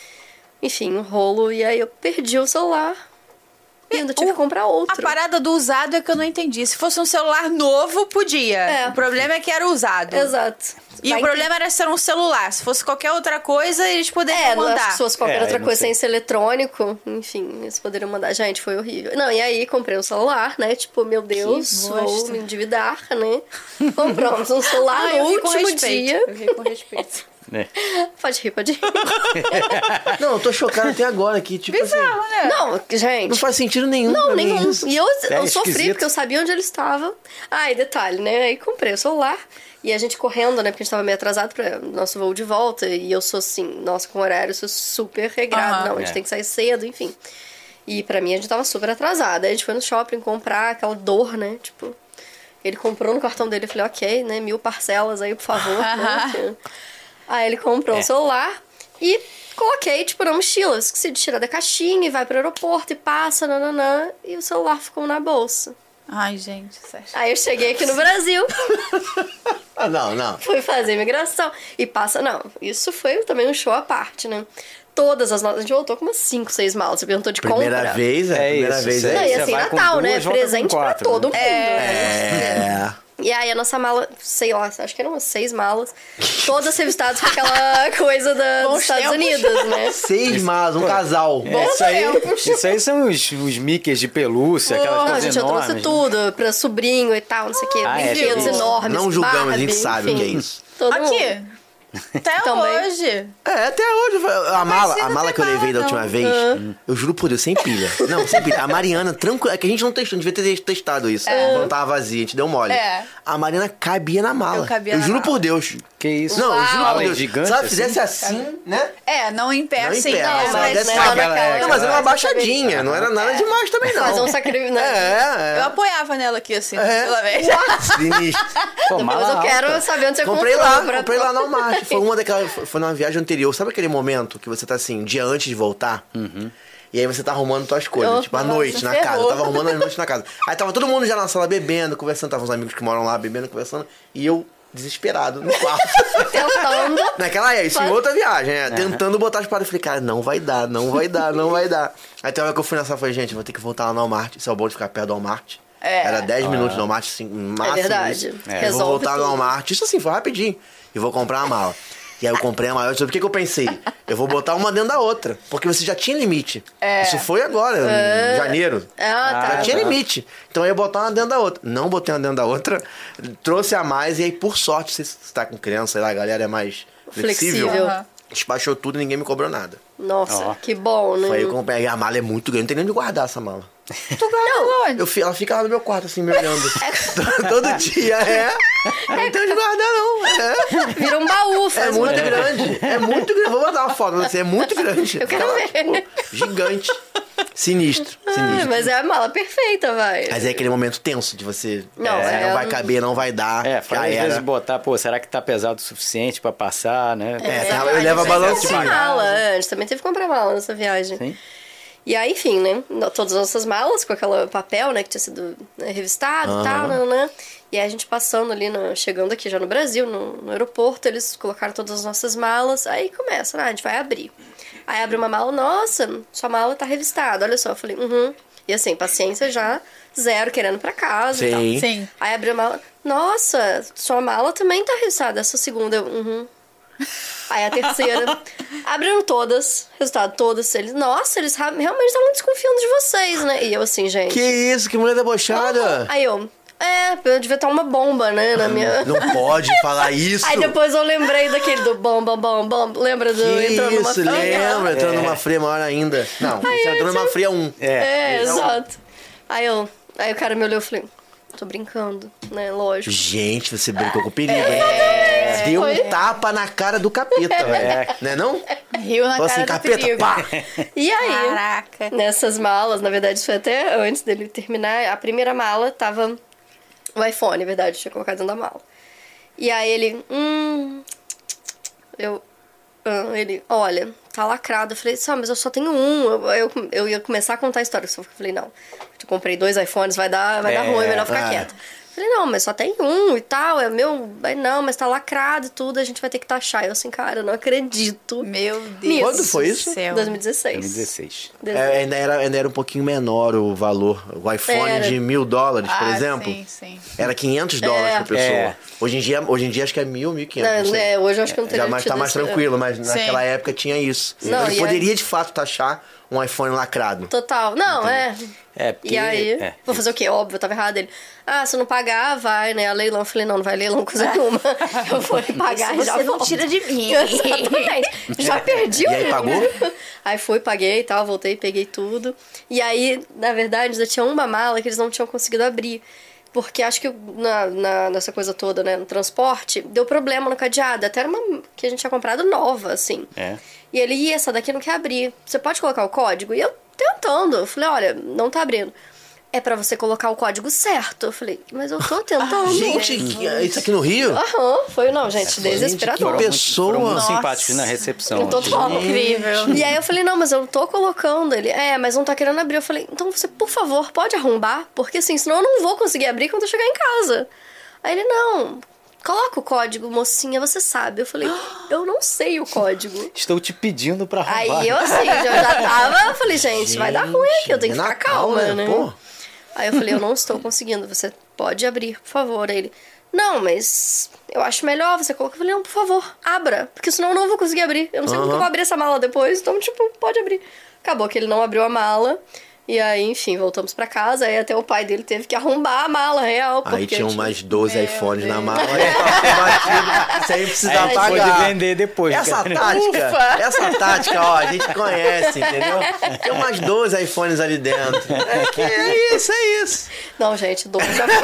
Enfim, um rolo. E aí eu perdi o celular. E ainda tive que comprar A outro. parada do usado é que eu não entendi. Se fosse um celular novo, podia. É. O problema é que era usado. Exato. E Vai o problema era ser um celular. Se fosse qualquer outra coisa, eles poderiam É, não acho mandar. que se fosse qualquer É, outra eu não coisa sei. sem ser eletrônico, enfim, eles poderiam mandar. Gente, foi horrível. Não, e aí comprei um celular, né? Tipo, meu Deus, vou bosta. me endividar, né? Compramos um celular Ah, eu no ri com último respeito. dia. Eu ri com respeito. É. Pode rir, pode rir. Não, eu tô chocado até agora aqui. Tipo Bizarro, assim, né? Não, gente. não faz sentido nenhum. Não, pra mim nenhum. isso. E eu, É eu sofri, esquisito. porque eu sabia onde ele estava. Ah, e detalhe, né? Aí comprei o celular. E a gente correndo, né? Porque a gente tava meio atrasado pra nosso voo de volta. E eu sou assim, nossa, com horário, eu sou super regrada. Aham. Não, a gente É. tem que sair cedo, enfim. E pra mim, a gente tava super atrasada. Aí a gente foi no shopping comprar aquela dor, né? Tipo... Ele comprou no cartão dele, eu falei, ok, né? Mil parcelas aí, por favor. né? Aí ele comprou um celular e coloquei, tipo, na mochila. Esqueci de tirar da caixinha e vai pro aeroporto e passa, nananã. E o celular ficou na bolsa. Ai, gente, sério. Aí eu cheguei aqui no Brasil. Ah, não, não. Fui fazer imigração. E passa, não. Isso foi também um show à parte, né? Todas as malas. A gente voltou com umas cinco, seis malas. Você perguntou de Primeira compra. vez, é. É primeira isso, vez você- é. Não, e Você assim, vai com Natal, duas, né? volta com Presente quatro, pra todo né? mundo. É. E aí a nossa mala, sei lá, acho que eram umas seis malas. Todas revistadas com aquela coisa da, dos Bons Estados tempos. Unidos, né? Seis malas, um casal. É, isso, aí, isso aí são os, os Mickeys de pelúcia, aquelas Não, coisas gente, eu enormes. trouxe tudo pra sobrinho e tal, não sei o quê. Ah, é, Brinquedos tudo. enormes. Não julgamos, a gente Barbie, sabe o que é enfim. isso. Todo mundo. Aqui. Até Também. hoje. É, até hoje. A mala, precisa a mala ter que eu levei da mala, última não. vez, eu juro por Deus, sem pilha. Não, sem pilha. A Mariana, tranquila. É que a gente não testou, não devia ter testado isso. Quando tava vazia, a gente deu mole. É. A Mariana cabia na mala. Eu cabia na juro mala. por Deus. Que isso? Não, eu juro Mala por Deus. gigante, Se ela assim? fizesse assim, né? É, não em pé, Não em assim. pé, Não, mas ela mas desce né, na- naquela- Não, mas era uma Aquela- baixadinha, não era nada demais também, não. Fazer um sacrifício. Né? É, Eu é. apoiava nela aqui, assim, É. pela vez. Sinistro. Pô, Depois mala eu alta. quero saber onde você Comprei comprou. lá, pra- comprei lá na Walmart. Foi uma daquelas. Foi numa viagem anterior. Sabe aquele momento que você tá assim, um dia antes de voltar? E aí você tá arrumando tuas coisas, Oh, tipo, à nossa, noite na ferrou. casa. Eu tava arrumando à noite na casa. Aí tava todo mundo já na sala bebendo, conversando. Tava uns amigos que moram lá bebendo, conversando. E eu, desesperado, no quarto. Tentando. Naquela é, isso em outra viagem, é. Tentando botar as paradas. Eu falei, cara, não vai dar, não vai dar, não vai dar. Aí tem uma hora que eu fui nessa, eu falei, gente, vou ter que voltar lá no Walmart. Isso é o bom de ficar perto do Walmart. É. Era dez minutos no Walmart, assim, máximo. verdade. isso. É. Eu Resolve vou voltar no tudo. Walmart. Isso assim, foi rapidinho. E vou comprar uma mala. E aí eu comprei a mala. Por que, que eu pensei? Eu vou botar uma dentro da outra. Porque você já tinha limite. É. Isso foi agora, em janeiro. Ah, tá. Já tinha tá. limite. Então eu ia botar uma dentro da outra. Não botei uma dentro da outra. Trouxe a mais. E aí, por sorte, você está com criança, sei lá, a galera é mais flexível. Flexível. Aham. Despachou tudo e ninguém me cobrou nada. Nossa, Ó. que bom, né? Foi aí eu comprei. A mala é muito grande. Não tem nem onde guardar essa mala. Tu guardou onde? Eu, fi- ela fica lá no meu quarto, assim, me olhando. Todo dia, é. Não tem onde guardar, não. É, Vira um baú, é faz muito uma... grande. É muito grande. Vou mandar uma foto pra você. É muito grande. Eu quero Fica lá, ver. tipo, gigante. Sinistro. Ah, Sinistro. mas é a mala perfeita, vai. Mas é aquele momento tenso de você. Não, é, é, não vai um- caber, não vai dar. É, já fora às era. vezes botar, pô, será que tá pesado o suficiente pra passar, né? É, tá, a eu levo a gente teve que balancinha. comprar mala, é, a gente também teve que comprar mala nessa viagem. Sim. E aí, enfim, né? no- Todas as nossas malas com aquele papel, né? Que tinha sido né, revistado e tal, né, né? E aí a gente passando ali, no- chegando aqui já no Brasil, no, no aeroporto, eles colocaram todas as nossas malas. Aí começa, né? A gente vai abrir. Aí abre uma mala, nossa, sua mala tá revistada, olha só. Eu falei, uhum. E assim, paciência já zero, querendo ir pra casa e tal. Sim. Sim. Aí abriu a mala, nossa, sua mala também tá revistada, essa segunda, eu, uhum. Aí a terceira, abriram todas, resultado, todas, eles, nossa, eles ra- realmente estavam desconfiando de vocês, né? E eu assim, gente... Que isso, que mulher debochada. Aí eu, é, eu devia estar uma bomba, né, na minha... Não pode falar isso. Aí depois eu lembrei daquele do bom, bom, bom, bom, lembra do Que entrando numa isso, fria? lembra? Entrando numa fria maior ainda. Não, você entrou numa fria um. É, Então- exato. Aí eu, aí o cara me olhou e falei, tô brincando, né, lógico. Gente, você brincou com o perigo, hein? Deu Foi. um tapa na cara do capeta, velho. Né não? Riu na Falou cara assim, do capeta, perigo. pá! E aí, Caraca. nessas malas, na verdade, isso foi até antes dele terminar. A primeira mala tava o iPhone, na verdade, eu tinha colocado dentro da mala. E aí ele, hum. Eu. ah, ele, olha, tá lacrado. Eu falei, só, mas eu só tenho um. Eu, eu, eu ia começar a contar a história. Só que eu falei, não, eu comprei dois iPhones, vai dar, vai dar É, ruim, melhor ficar é. quieto. Falei, não, mas só tem um e tal, é meu. Aí, não, mas tá lacrado e tudo, a gente vai ter que taxar. Eu assim, cara, eu não acredito. Meu Deus. Quando foi do isso? céu. dois mil e dezesseis. dois mil e dezesseis. É, ainda, era, ainda era um pouquinho menor o valor. O iPhone Era. de mil dólares, por Ah, exemplo. sim, sim. Era quinhentos dólares É. por pessoa. É. Hoje, em dia, hoje em dia acho que é mil, mil e quinhentos. Não, não sei. é, hoje eu acho que eu não teria Já mais, tá tido mais isso, é. tranquilo, mas Sim. naquela época tinha isso. Não, Ele e poderia, de fato, taxar um iPhone lacrado. Total. Não, é. É, porque... E aí, é, vou fazer o quê? Óbvio, eu tava errado. Ele, ah, se não pagar, vai, né? A leilão. Eu falei, não, não vai leilão coisa nenhuma. Eu vou pagar e já Você não volto. tira de mim. Exatamente. Já perdi o E aí, pagou? Aí fui, paguei e tal, voltei, peguei tudo. E aí, na verdade, ainda tinha uma mala que eles não tinham conseguido abrir. Porque acho que na, na, nessa coisa toda, né, no transporte, deu problema no cadeado. Até era uma que a gente tinha comprado nova, assim. É. E ele, e essa daqui não quer abrir. Você pode colocar o código? E eu tentando. Eu falei, olha, não tá abrindo. é pra você colocar o código certo. Eu falei, mas eu tô tentando. Ah, gente, isso aqui no Rio? Aham, foi não, gente, Gente, desesperador. que pessoa. Foram muito Nossa. simpáticos na recepção. Eu tô top. Incrível. E aí eu falei, não, mas eu tô colocando ele. É, mas não tá querendo abrir. Eu falei, então você, por favor, pode arrombar? Porque assim, senão eu não vou conseguir abrir quando eu chegar em casa. Aí ele, não, coloca o código, mocinha, você sabe. Eu falei, eu não sei o código. Estou te pedindo pra roubar. Aí eu assim, eu já tava, eu falei, gente, vai dar ruim aqui, eu tenho que na ficar calma, calma, né? pô. Aí eu falei, eu não estou conseguindo, você pode abrir, por favor. Aí ele, não, mas eu acho melhor você colocar. Eu falei, não, por favor, abra, porque senão eu não vou conseguir abrir. Eu não sei como que eu vou abrir essa mala depois, então, tipo, pode abrir. Acabou que ele não abriu a mala. E aí, enfim, voltamos pra casa. Aí até o pai dele teve que arrombar a mala real. Aí tinham tipo, mais doze Meu iPhones Deus. na mala. Aí tava batido, sem precisar Aí pagar. pode vender depois, Essa cara. tática, Ufa. essa tática, ó, a gente conhece, entendeu? Tem umas doze iPhones ali dentro. É, que é isso, é isso. Não, gente, doze já foi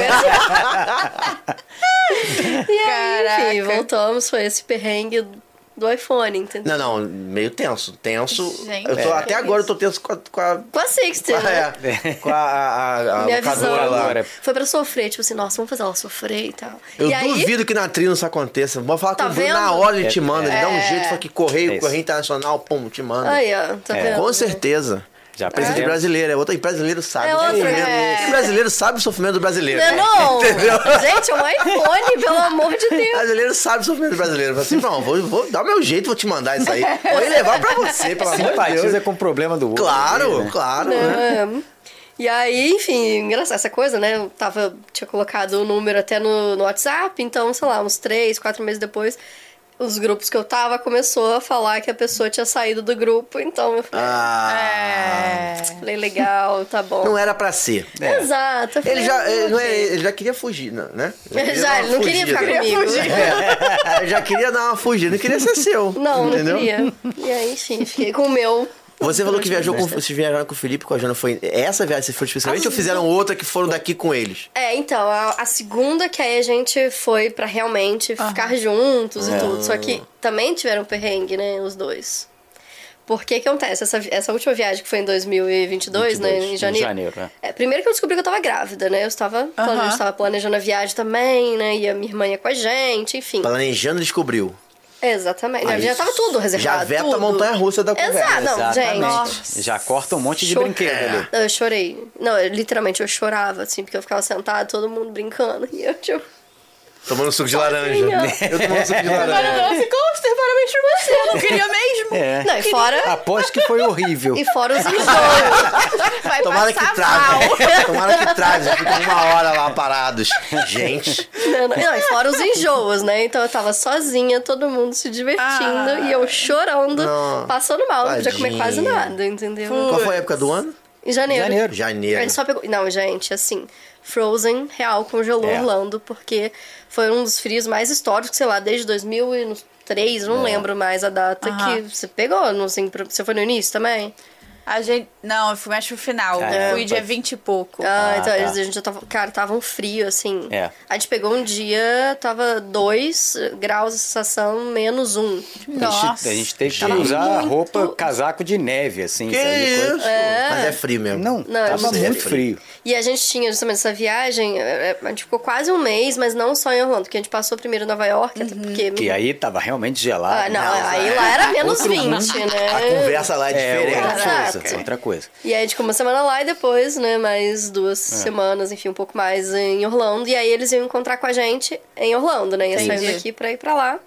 assim. E aí, enfim, Caraca. voltamos. Foi esse perrengue do iPhone, entendeu? Não, não, meio tenso. Tenso. Gente, eu tô, é. até agora eu tô tenso com a. Com a, Com a sixty, com a, né? é, com a, a, a Me locadora avisando. lá. Agora. Foi pra sofrer, tipo assim, nossa, vamos fazer ela sofrer e tal. Eu e aí, duvido que na Trino isso aconteça. Vou falar Tá com o Bruno, vendo? na hora ele te manda. Ele dá um É. jeito, fala que correio, É isso. correio internacional, pum, te manda. Aí, ó, tá É. vendo? Com certeza. Já Preço de aprendemos. brasileiro, é outra. E brasileiro sabe. É o outra, sofrimento. é. E brasileiro sabe o sofrimento do brasileiro. Não, não. Gente, é um iPhone, pelo amor de O Deus. brasileiro sabe o sofrimento do brasileiro. Fala assim, não, vou, vou dar o meu jeito, vou te mandar isso aí. Vou ir levar pra você, pelo amor de Simpatiza Deus. com o problema do outro. Claro, né? claro. Né? É. E aí, enfim, engraçado essa coisa, né? Eu tava, tinha colocado o número até no, no WhatsApp, então, sei lá, uns três, quatro meses depois, os grupos que eu tava começou a falar que a pessoa tinha saído do grupo, então eu falei, Ah, É. falei legal, tá bom. não era pra ser. Exato. eu falei, Ele já, ah, ele, não é- ok. ele já queria fugir, né? né? Já, dar ele uma não queria fugida. ficar comigo. É, ele já queria dar uma fugida, não queria ser seu. Não, entendeu? não queria. E aí, enfim, fiquei com o meu. Você falou que viajou com, vocês viajaram com o Felipe e com a Jana. Foi essa viagem que vocês foram especificamente ou fizeram outra que foram daqui com eles? É, então, a, a segunda que aí a gente foi pra realmente ficar juntos e tudo. Só que também tiveram perrengue, né, os dois. Porque que acontece? Essa, essa última viagem que foi em dois mil e vinte e dois, né, em Em janeiro. janeiro, é. É, primeiro que eu descobri que eu tava grávida, né? Eu estava, Aham. eu estava planejando a viagem também, né? E a minha irmã ia com a gente, enfim. Planejando descobriu. Exatamente. Aí já tava tudo reservado. Já veta tudo. a montanha-russa da conversa. Exato, não, Exatamente. gente. Nossa. Já corta um monte de Cho- brinquedo ali. Eu chorei. Não, eu, literalmente eu chorava, assim, porque eu ficava sentada, todo mundo brincando. E eu, tipo. Tomando suco de laranja. Sozinha. Eu tomando suco de Agora laranja. não, ficou super parabéns pra você. Eu não queria mesmo. É. Não, e fora. Aposto que foi horrível. E fora os enjoos. Vai Tomara que passar mal. trave. Tomara que trave. Ficam uma hora lá parados. Gente. Não, não, e fora os enjoos, né? Então eu tava sozinha, todo mundo se divertindo Ah. e eu chorando, Não. passando mal, não podia comer Tadinha. quase nada, entendeu? Qual foi a época do ano? Em janeiro. Janeiro. A Janeiro. gente só pegou. Não, gente, assim, Frozen real congelou É. Orlando, porque foi um dos frios mais históricos, sei lá, desde dois mil e três, É. não lembro mais a data Aham. que você pegou. Não sei, você foi no início também? A gente... Não, eu fui mais pro final. Ah, é? Fui dia vinte e pouco. Ah, Ah, então tá. a gente já tava. Cara, tava um frio, assim. É. A gente pegou um dia, tava dois graus a sensação, menos um. Nossa. A gente teve que Tava usar muito- roupa, casaco de neve, assim. Que sabe? isso? É. Mas é frio mesmo. Não, Não, é tava muito muito frio. frio. E a gente tinha justamente essa viagem, é, a gente ficou quase um mês, mas não só em Orlando, porque a gente passou primeiro em Nova York, até porque. Que aí tava realmente gelado. Ah, não, Não, aí é. lá era menos Outro vinte, mundo. né? A conversa lá é É, diferente. outra Exato. coisa, outra coisa. E aí a gente ficou uma semana lá e depois, né, mais duas É. semanas, enfim, um pouco mais em Orlando. E aí eles iam encontrar com a gente em Orlando, né? Ia Entendi. sair daqui pra ir pra lá.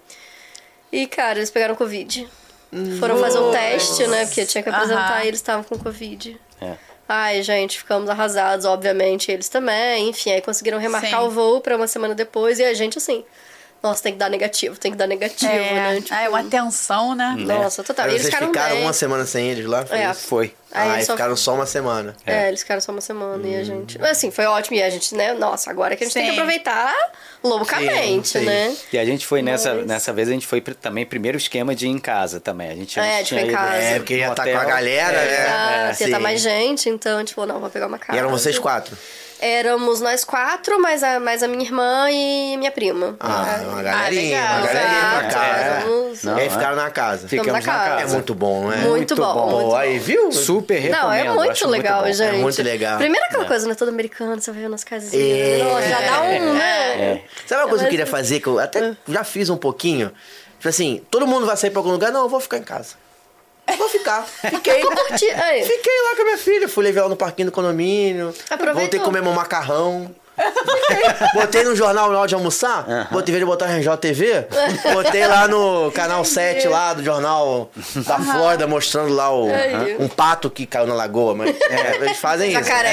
E, cara, eles pegaram Covid. Foram fazer um teste, né? Porque tinha que apresentar Aham. e eles estavam com Covid. É. Ai, gente, ficamos arrasados, obviamente, eles também. Enfim, aí conseguiram remarcar Sim. o voo pra uma semana depois. E a gente, assim, nossa, tem que dar negativo, tem que dar negativo, É, né? Tipo, ah, é uma tensão, né? Nossa, total. Aí E eles vocês ficaram ficaram bem. uma semana sem eles lá? Foi É. isso? Foi. Aí Ah, eles e só- ficaram só uma semana. É, eles ficaram só uma semana e a gente... Assim, foi ótimo. E a gente, né? Nossa, agora que a gente tem que Sim. aproveitar loucamente, Sim, sim. né? E a gente foi nessa, Mas- nessa vez, a gente foi pr- também primeiro esquema de ir em casa também. A gente É, de tinha ficar em ido casa. É, porque no ia estar com hotel. a galera, É, né? Ah, é, ia sim. tá mais gente, então a gente falou, não, vou pegar uma casa. E eram vocês quatro. Éramos nós quatro, mais a, mais a minha irmã e minha prima. Ah, uma galerinha, legal. uma galerinha pra Exato, casa. vamos- Não, e aí é. ficaram na casa. Ficamos na na casa. casa. É muito bom, não é? Muito bom, bom. muito Pô, aí, viu? Super recomendo. Não, é muito acho legal, bom. gente. É muito legal. Primeiro aquela coisa, né? Todo americano, você vai ver nas casinhas. É. Nossa, já dá um, né? Sabe uma coisa que eu queria Mas- fazer, que eu até já fiz um pouquinho? Tipo assim, todo mundo vai sair pra algum lugar? Não, eu vou ficar em casa. Eu vou ficar. Fiquei. Curti- aí. Fiquei lá com a minha filha. Fui levar ela no parquinho do condomínio. Aproveitou. Voltei a comer meu macarrão. Fiquei. Botei no jornal na hora de almoçar. Botei, em vez de botar R J T V, botei lá no canal sete lá do jornal da Flórida, mostrando lá o, Aí. um pato que caiu na lagoa. Mas é, eles fazem isso. Jacaré.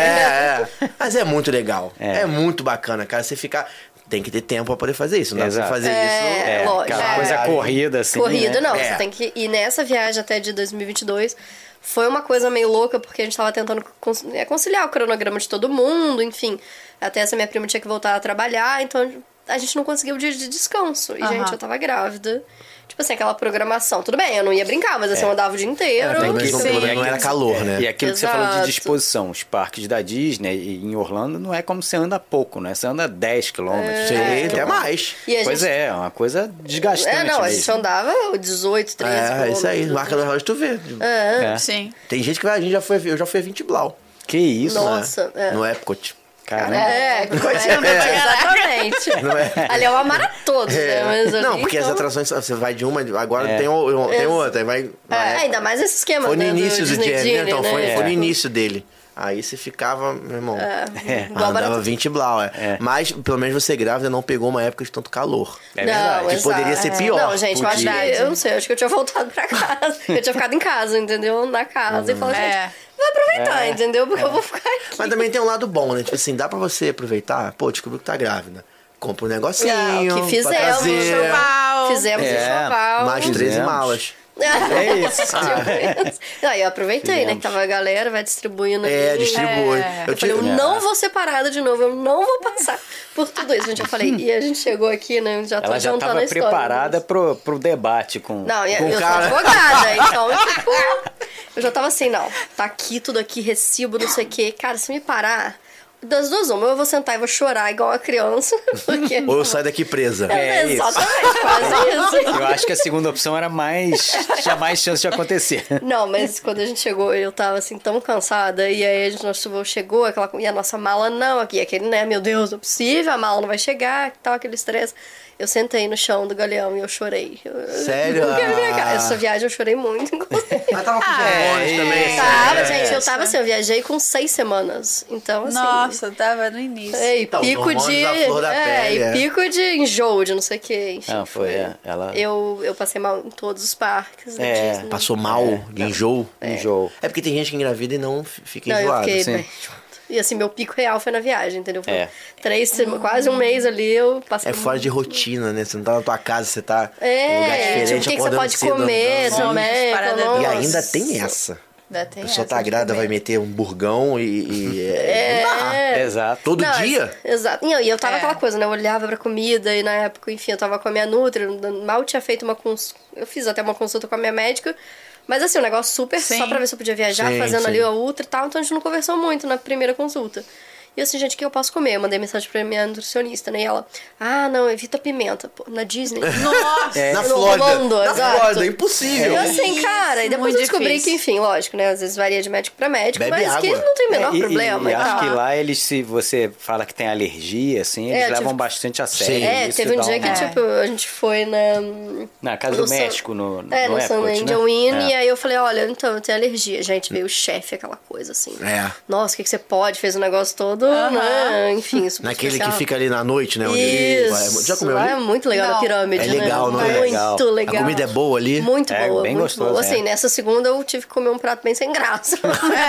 É, é. Mas é muito legal. É. muito bacana, cara. Você ficar... Tem que ter tempo pra poder fazer isso. Não dá pra Exato. você fazer É, isso... É, lógico. aquela É. coisa corrida, assim. Corrida, né? não. É. Você tem que... E nessa viagem até de dois mil e vinte e dois, foi uma coisa meio louca, porque a gente tava tentando cons- é, conciliar o cronograma de todo mundo, enfim. Até essa minha prima tinha que voltar a trabalhar, então a gente não conseguiu o dia de descanso. E, Aham. gente, eu tava grávida. Tipo assim, aquela programação. Tudo bem, eu não ia brincar, mas assim, eu andava o dia inteiro. Pelo menos Tipo, não, pelo menos não era calor, né? E aquilo que você falou de Exato. disposição, os parques da Disney e em Orlando não é como você anda pouco, né? Você anda dez quilômetros. Sim, quinze até quilômetros. É. mais. E a Pois gente... é, é uma coisa desgastante É, não, a gente mesmo. andava dezoito, treze É, isso aí. quilômetros. Marca do relógio, tu vê. É. É. Sim. Tem gente que vai... A gente já foi... Eu já fui a vinte blau. Que isso, Nossa, né? é. No Epcot. Caramba. É, É. exatamente. Não é? Ali é uma maratona, né? Mas ali, Não, porque as então- atrações... Você vai de uma... Agora É. tem, o- tem Ex- outra. Aí vai... É, vai- ainda mais esse esquema, Foi no né, início do Disney dia, Genie, né? Então, foi, né? foi no início dele. Aí você ficava, meu irmão... É. Igual Andava maratona. vinte blau, é. É. Mas, pelo menos você grávida não pegou uma época de tanto calor. É Não, verdade. Que exato. poderia ser pior. Não, gente, eu acho que... Podia. Eu não sei, eu acho que eu tinha voltado pra casa. Eu tinha ficado em casa, entendeu? Na casa. E falado, gente, É. vai aproveitar, É. entendeu? Porque eu vou ficar aqui. Mas também tem um lado bom, né? Tipo assim, dá pra você aproveitar. Pô, descobriu que tá grávida. Compra um negocinho. Não, que pra fizemos trazer. enxoval. Fizemos É, enxoval. Mais treze Fizemos. malas. É isso. Tipo isso. Não, e eu aproveitei, né? Fizemos. Que tava a galera, vai distribuindo. É, aqui. distribui. É. Eu falei, eu tive- não vou ser parada de novo, eu não vou passar por tudo isso. Gente, eu falei, e a gente chegou aqui, né? Já tô Ela já juntando estava a história. preparada pro, pro debate com... Não, e com eu o sou cara. advogada, então, tipo, eu já tava assim, não, tá aqui, tudo aqui, recibo, não sei o quê. Cara, se me parar, das duas uma, eu vou sentar e vou chorar igual uma criança, porque... Ou eu saio daqui presa. É isso. Exatamente, quase isso. Eu acho que a segunda opção era mais... tinha mais chance de acontecer. Não, mas quando a gente chegou, eu tava assim, tão cansada. E aí a gente, nosso voo chegou, aquela, e a nossa mala não, aqui, aquele, né? Meu Deus, não é possível, a mala não vai chegar, tal, aquele estresse. Eu sentei no chão do galeão e eu chorei. Eu- Sério? Porque a minha cara- Ah. Essa viagem eu chorei muito, inclusive. Mas tava com os é, hormônios também. Tava, É. gente, eu tava assim, eu viajei com seis semanas. Então, assim. Nossa, tava no início. É, e Então, os pico hormônios de. à flor da É, pele, e é. pico de enjoo, de não sei o que. Enfim, Não, foi, é, ela- Eu, eu passei mal em todos os parques da É, Disney. Passou mal, de enjoo. Enjoo. É porque tem gente que engravida e não f- fica Não, eu enjoada. fiquei sim. bem junto. E assim, meu pico real foi na viagem, entendeu? Foi É. três, sema- quase um mês ali, eu passei. É fora de rotina, né? Você não tá na tua casa, você tá É, em um lugar diferente, tipo, o que, que você acordando pode cedo, comer andando. também. Parada pô, doida. E nossa. ainda tem essa. Ainda tem A pessoa essa tá de grávida, comer. vai meter um burgão e... e é, não dá. É. Exato. Todo Não, dia? ex- Exato. E eu, e eu tava É. aquela coisa, né? Eu olhava pra comida e na época, enfim, eu tava com a minha Nutri, eu mal tinha feito uma consulta. Eu fiz até uma consulta com a minha médica. Mas assim, um negócio super Sim. só pra ver se eu podia viajar, Sim, fazendo sim. ali a ultra e tal. Então a gente não conversou muito na primeira consulta. E eu assim, gente, o que eu posso comer? Eu mandei mensagem pra minha nutricionista, né? E ela, ah, não, evita pimenta. Pô, na Disney. Nossa! É. Na No Flórida. Orlando, na exato. Flórida, impossível. E eu assim, cara, e depois Muito eu descobri difícil. que, enfim, lógico, né? Às vezes varia de médico pra médico, Bebe mas que água. não tem o menor É, e- problema. E, e acho tal. que lá eles, se você fala que tem alergia, assim, eles É, levam tipo- bastante a sério. Sim. É, Isso teve um dá dia que, É. tipo, a gente foi na... Na Casa no do San- México, no, no É, no San Epcot, Angel né? Inn, É. e aí eu falei, olha, então, eu tenho alergia. Gente, veio o chefe, aquela coisa assim. É. Nossa, o que, que você pode? Fez o negócio todo, né? Enfim, super Naquele especial. que fica ali na noite, né? Onde Isso. Já comeu Lá ali? é muito legal Não. na pirâmide, É né? legal, não é? Muito Legal. legal. A comida é boa ali? Muito É, boa, bem muito gostoso, boa. é. Assim, nessa segunda eu tive que comer um prato bem sem graça.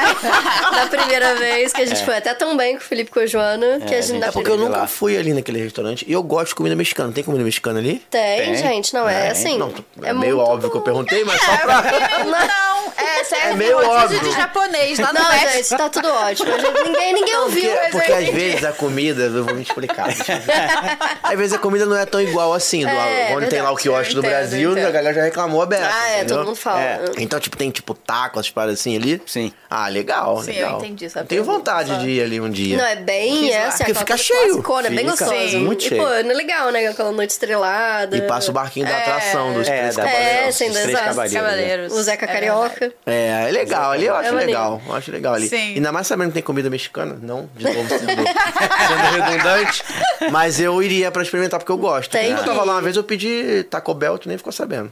Na primeira vez que a gente foi até tão bem com o Felipe e com a Joana, que a a gente... gente na É porque eu primeira- nunca lá. fui ali naquele restaurante e eu gosto de comida mexicana. Tem comida mexicana ali? Tem, Tem. gente, não é, Tem. assim... Não, é, é meio muito óbvio que eu bom. perguntei, mas só pra... Não, É, serve É meio rodízio óbvio. de japonês lá no Não, México. gente, tá tudo ótimo. Gente, ninguém ninguém ouviu. Porque, mas porque eu às entendi. vezes a comida, eu vou me explicar. Às vezes a comida não é tão igual assim. Do, É, onde tem lá o verdade, quiosque do eu entendo, Brasil, entendo. a galera já reclamou aberto. Ah, é, entendeu? todo mundo fala. É. Então, tipo, tem tipo taco, essas paradas assim ali? Sim. Ah, legal, Sim, legal. eu entendi essa Eu tenho pergunta, vontade só. de ir ali um dia. Não, é bem Quis lá. essa, Porque aquela fica coisa cheio. classicona, é bem Fica gostoso. muito e, cheio. pô, não é legal, né? Aquela noite estrelada. E passa o barquinho da atração dos É, três da- cavaleiros. É, sem Os três dúvida. cavaleiros. Cavaleiros. O Zeca É Carioca. É, é legal. Ali eu acho É maneiro. legal. Eu acho legal ali. Sim. Ainda mais sabendo que tem comida mexicana. Não, de novo sendo, sendo redundante. Mas eu iria pra experimentar porque eu gosto. Tem Quando eu que tava lá ir. uma vez, eu pedi Taco Bell, tu nem ficou sabendo.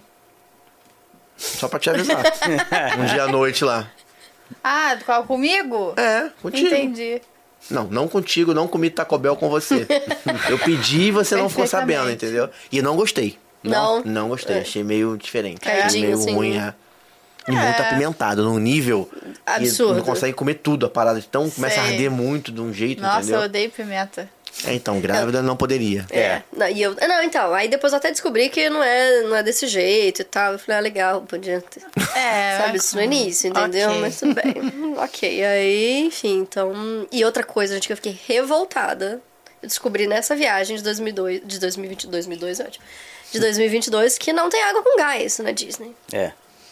Só pra te avisar. Um dia à noite lá. Ah, qual comigo? É, contigo. Entendi. Não, não contigo, não comi Taco Bell com você. Eu pedi e você não ficou sabendo, Perfeitamente. entendeu? E não gostei. Não? Não gostei, achei meio diferente. Cardinho, achei meio assim. ruim, é. E muito apimentado, num nível Absurdo. que não consegue comer tudo a parada. Então começa a Sei. arder muito de um jeito, Nossa, entendeu? eu odeio pimenta. É, então, grávida não poderia. É. Não, e eu, não, então, aí depois eu até descobri que não é, não é desse jeito e tal. Eu falei, ah, legal, podia ter. É. Sabe, isso no início, entendeu? Ok. Mas tudo bem. Ok, aí, enfim, então... E outra coisa, gente, que eu fiquei revoltada. Eu descobri nessa viagem de dois mil e dois, de dois mil e vinte, dois mil e dois, ótimo. De dois mil e vinte e dois, que não tem água com gás na Disney. É.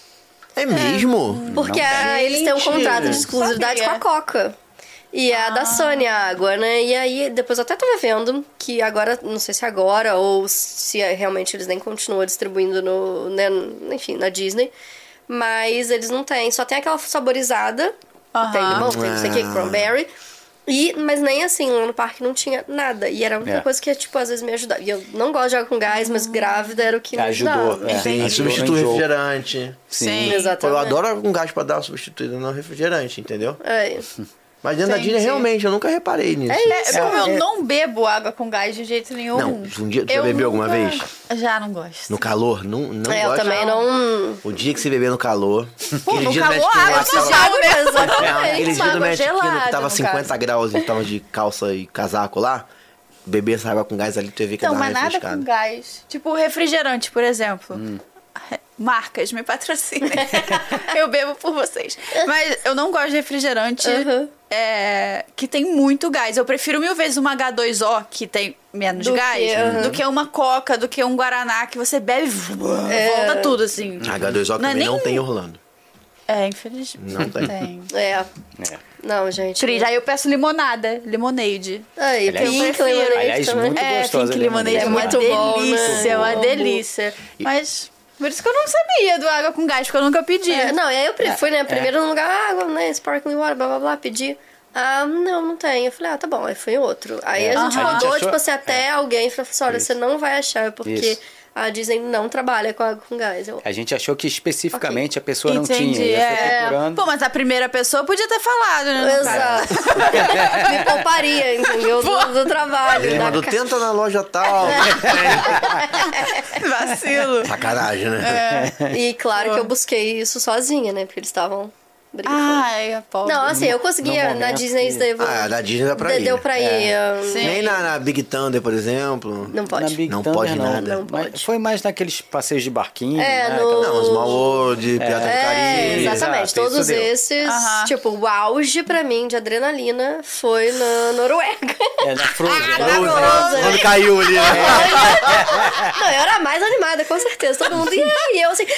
É mesmo? Porque Não a- eles têm um Mentira. contrato de exclusividade com Sabia. a Coca. E é a da Sony a água, né? E aí, depois eu até tava vendo que agora, não sei se agora ou se é- realmente eles nem continuam distribuindo no, né, enfim, na Disney. Mas eles não têm, só tem aquela saborizada. Aham. Tem limão, tem não sei o que, cranberry. E, mas nem assim, lá no parque não tinha nada. E era a única É. coisa que, tipo, às vezes me ajudava. E eu não gosto de água com gás, mas grávida era o que me Ajudou, ajudava. é. Sim, Ajudou substitui no enjoo. refrigerante. Sim. Pô, Exatamente. eu adoro um gás pra dar uma substituída no refrigerante, entendeu? É. Mas dentro da Entendi. Disney, realmente, eu nunca reparei nisso. É, como eu é. não bebo água com gás de jeito nenhum. Não, um dia tu já eu bebeu alguma nunca- vez? Já não gosto. No calor? Não, não É, eu gosto. também não... O dia que você beber no calor. Pô, no calor, Magic água Kingdom do tava- gelo mesmo. Não, aquele dia do água Magic Kingdom gelada, que tava no cinquenta caso. graus e tava de calça e casaco lá. Beber essa água com gás ali, tu ia ver que Então, dá uma mas nada refrescada. com gás. Tipo refrigerante, por exemplo. Marcas, me patrocinem. Eu bebo por vocês. Mas eu não gosto de refrigerante Uhum. é, que tem muito gás. Eu prefiro mil vezes uma H dois O que tem menos Do gás que, uhum. do que uma Coca, do que um Guaraná que você bebe e É. volta tudo assim. H dois O Não é também não nem- tem em Orlando. É, infelizmente. Não tem. Tem. É. É. Não, gente. Cris, aí eu peço limonada, lemonade. Aí, Aliás, pink prefiro. lemonade Aliás, também. muito É, gostosa Pink a Lemonade é É uma muito bom, né? delícia, é uma Amo. delícia. Mas por isso que eu não sabia do água com gás, porque eu nunca pedi. É, não, e aí eu pre- fui, né, primeiro no lugar, água, né, sparkling water, blá, blá, blá, pedi. Ah, não, não tem. Eu falei, ah, tá bom. Aí fui em outro. Aí É, a gente aham. a gente rodou, achou- tipo assim, até é. alguém falou assim, olha, Isso. você não vai achar, porque Isso. a Disney não trabalha com água com gás. Eu, A gente achou que especificamente a pessoa não Entendi, tinha. E aí foi é. procurando. Pô, mas a primeira pessoa podia ter falado, né? no caso? exato. Me pouparia, entendeu? Do, do trabalho. Ele da mandou, ca- tenta na loja tal. Vacilo. Sacanagem, né? E claro que eu busquei isso sozinha, né, porque eles estavam brincando. Ai, a pobre. Não, assim, eu conseguia, no na momento Disney isso daí eu vou- Ah, da Disney dá pra de- ir. Deu pra ir. É. um, Sim. Nem na, na Big Thunder, por exemplo. Não pode. Na Big Não Thunder, pode nada. Não Mas pode. foi mais naqueles passeios de barquinho. É, né? no- aquela- Não, Small World, Pirata do É, Caribe. exatamente. Exato, Todos isso deu. esses, Aham. tipo, o auge pra mim de adrenalina foi na Noruega. É, na Frozen. Ah, né? Frozen. Frozen. Quando caiu ali, né? Não, eu era a mais animada, com certeza. Todo mundo ia e eu assim.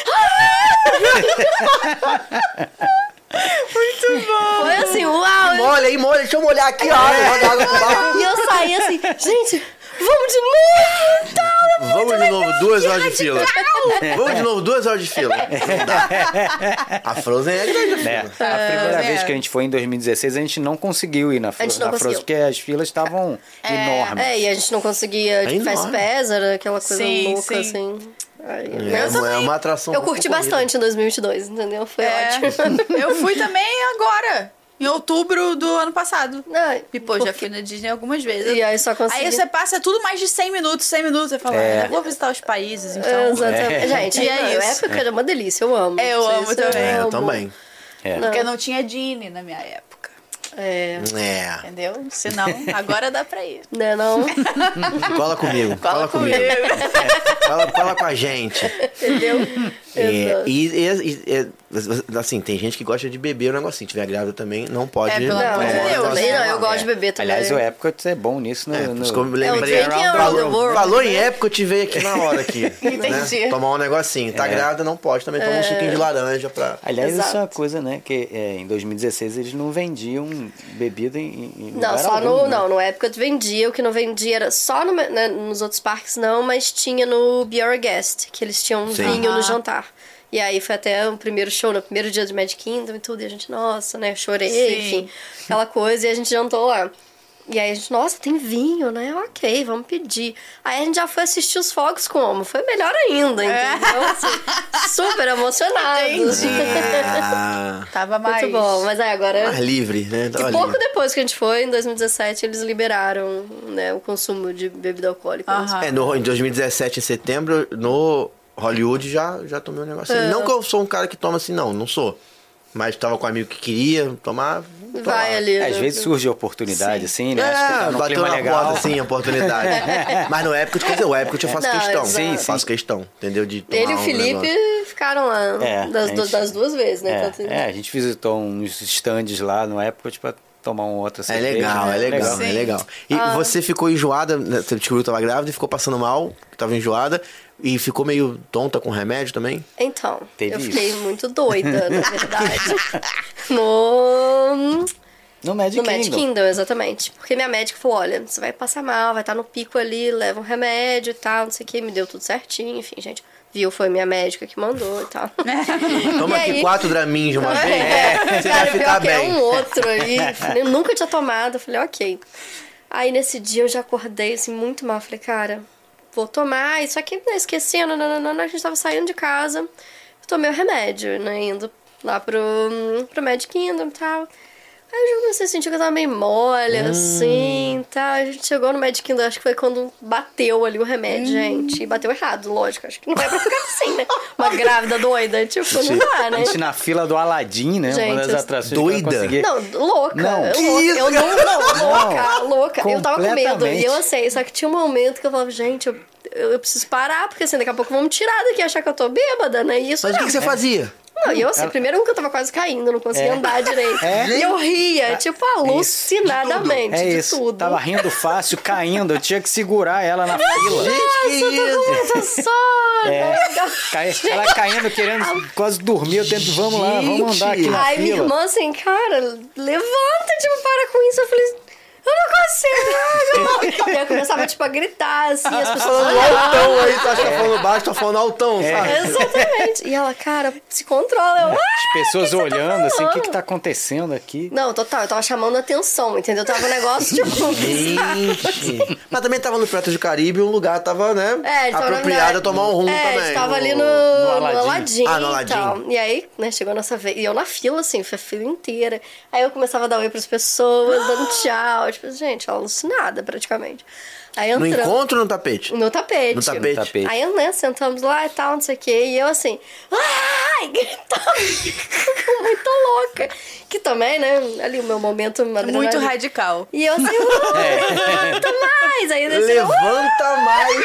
Muito bom! Foi assim, uau! Molha aí, molha. Deixa eu molhar aqui, ó. Joga água pro lado. E eu saí assim, gente, vamos de novo! Tal, Vamos de novo, duas horas de fila. Vamos de novo, duas horas de fila. Não dá. A Frozen é grande a É, fila. a primeira é. vez que a gente foi em dois mil e dezesseis, a gente não conseguiu ir na, Fro- gente não na Frozen, conseguiu. porque as filas estavam enormes. É, e a gente não conseguia, É tipo, Fast enorme. Pass, era aquela coisa Sim, louca, sim. assim. Ai, É, eu, é uma atração. eu curti concorrida. bastante em dois mil e vinte e dois, entendeu? Foi É. ótimo. Eu fui também agora, em outubro do ano passado. Ai, E, pô, já fui na Disney algumas vezes. E aí só consegui. Aí você passa tudo mais de cem minutos, cem minutos. Você fala, É. ah, eu vou visitar os países, então. Exatamente. É. Gente, E é não, isso. época era uma delícia, eu amo. Eu Isso- amo isso também. É, eu amo. também. É. Porque não tinha Disney na minha época. É, É. Entendeu? Senão, agora dá pra ir. né, não? Cola comigo. Cola, comigo. Cola, cola com a gente. Entendeu? É, Exato. e, e- e- Assim, tem gente que gosta de beber o negocinho. Se tiver grávida também, não pode. É, pelo Não, amor de é, Deus, eu também né? não, eu gosto É. de beber também. Aliás, o Epcot é bom nisso. No, É, no... por isso que eu me É, o lembrei. Drinking Around the Falou, World, falou em né? época, eu te veio aqui na hora aqui. Entendi. Né? Tomar um negocinho. Tá É. grávida, não pode. Também toma um suquinho de laranja pra... Aliás, Exato. isso é uma coisa, né? Que é, em dois mil e dezesseis eles não vendiam bebida em, em Não, lugar só algum, no. né? Não, no Epcot vendia. O que não vendia era só no, né, nos outros parques, não, mas tinha no Be Our Guest, que eles tinham um Sim. vinho Ah. no jantar. E aí foi até o primeiro show, no primeiro dia de Magic Kingdom e tudo. E a gente, nossa, né? Chorei, Sim. enfim, aquela coisa. E a gente jantou lá. E aí a gente, nossa, tem vinho, né? Ok, vamos pedir. Aí a gente já foi assistir os fogos como? Foi melhor ainda, entendeu? Assim, super emocionado. Entendi. Ah, Tava mais... Muito bom, mas aí agora. mais livre, né? E Tava pouco livre. depois que a gente foi, em dois mil e dezessete, eles liberaram, né, o consumo de bebida alcoólica. Aham. É, no, em dois mil e dezessete, em setembro, no Hollywood, já, já tomei um negocinho. É. Não que eu sou um cara que toma assim, não. Não sou. Mas tava com um amigo que queria tomar... Vai tomar. ali. É, às né? vezes surge a oportunidade, assim, né? Acho que É, tá num bateu clima na legal. porta, assim, a oportunidade. Mas no Epcot, quer dizer, o Epcot eu faço Não, questão. exato. Sim, Faço questão, entendeu? De tomar Ele e o um Felipe negócio. ficaram lá É, das, a du- gente- das duas vezes, né? É, Tanto- é, a gente visitou uns stands lá no Epcot pra tomar um outro É cerveja. legal, né? é legal, Sim. é legal. E você ficou enjoada, né, você descobriu que tava grávida e ficou passando mal, que tava enjoada, e ficou meio tonta com remédio também? Então, Teve eu fiquei isso. muito doida, na verdade. no... No Magic No Kingdom. Magic Kingdom, exatamente. Porque minha médica falou, olha, você vai passar mal, vai estar no pico ali, leva um remédio e tal, não sei o que, me deu tudo certinho, enfim, gente. Viu, foi minha médica que mandou e tal. Toma E aqui aí- quatro draminhos de uma vez, É, você cara, vai ficar pior que é bem. um outro ali. Eu nunca tinha tomado, eu falei, ok. Aí nesse dia eu já acordei assim, muito mal. Falei, cara, vou tomar. E só que né, esquecendo, nananana, a gente tava saindo de casa. Eu tomei o remédio, né? Indo lá pro, pro Magic Kingdom e tal. Aí eu já comecei a sentir que eu tava meio mole, Hum. assim, tá? A gente chegou no Magic Kingdom, acho que foi quando bateu ali o remédio, gente. E bateu errado, lógico. Acho que não é pra ficar assim, né? Uma grávida doida, tipo, não dá, A né? gente na fila do Aladdin, né? Gente, uma das atrações doida? que eu consegui. Não, louca. Não. Eu, Que louca. isso, eu não, não, louca, louca. Eu tava com medo. Completamente. E eu sei, só que tinha um momento que eu falava, gente, eu, eu, eu preciso parar, porque assim, daqui a pouco vão me tirar daqui e achar que eu tô bêbada, né? E isso Mas o que, não. que você fazia? Não, e eu assim, primeiro que eu tava quase caindo, não conseguia É. andar direito. É. E eu ria, tipo, alucinadamente, É de isso. tudo. Tava rindo fácil, caindo. Eu tinha que segurar ela na fila. Gente, que isso? Muita sono. É. Cai- Ela caindo, querendo quase dormir. Eu tento, vamos lá, vamos andar aqui na Aí minha fila. irmã assim, cara, levanta, tipo, para com isso. Eu falei, eu não consigo. E eu começava, tipo, a gritar, assim, as pessoas Falando olhavam. altão aí, tu acha que tá falando baixo, tá falando altão, É. sabe? Exatamente. E ela, cara, se controla. Eu, ah, As pessoas que que você tá olhando assim, o que que falando? tá acontecendo aqui? Não, total, eu tava chamando a atenção, entendeu? Tava um negócio, tipo... Gente. Mas também tava no Piratas do Caribe, um lugar tava, né? É, então, na apropriado verdade- a tomar um rumo é, também. a gente tava ali no, no no Aladdin. Aladdin, Ah, no e Aladdin. tal. E aí, né, chegou a nossa vez. E eu na fila, assim, foi a fila inteira. Aí eu começava a dar oi pras pessoas, dando tchau. Tipo, gente, alucinada praticamente. Aí No entramos. encontro ou no tapete? No tapete. No tapete. No tapete. Aí, né, sentamos lá e tal, não sei o quê. E eu assim, ai, gritando, muito louca. Que também, né, ali o meu momento... Muito adrenalina. radical. E eu assim, levanta mais. Aí eu desci, Levanta mais.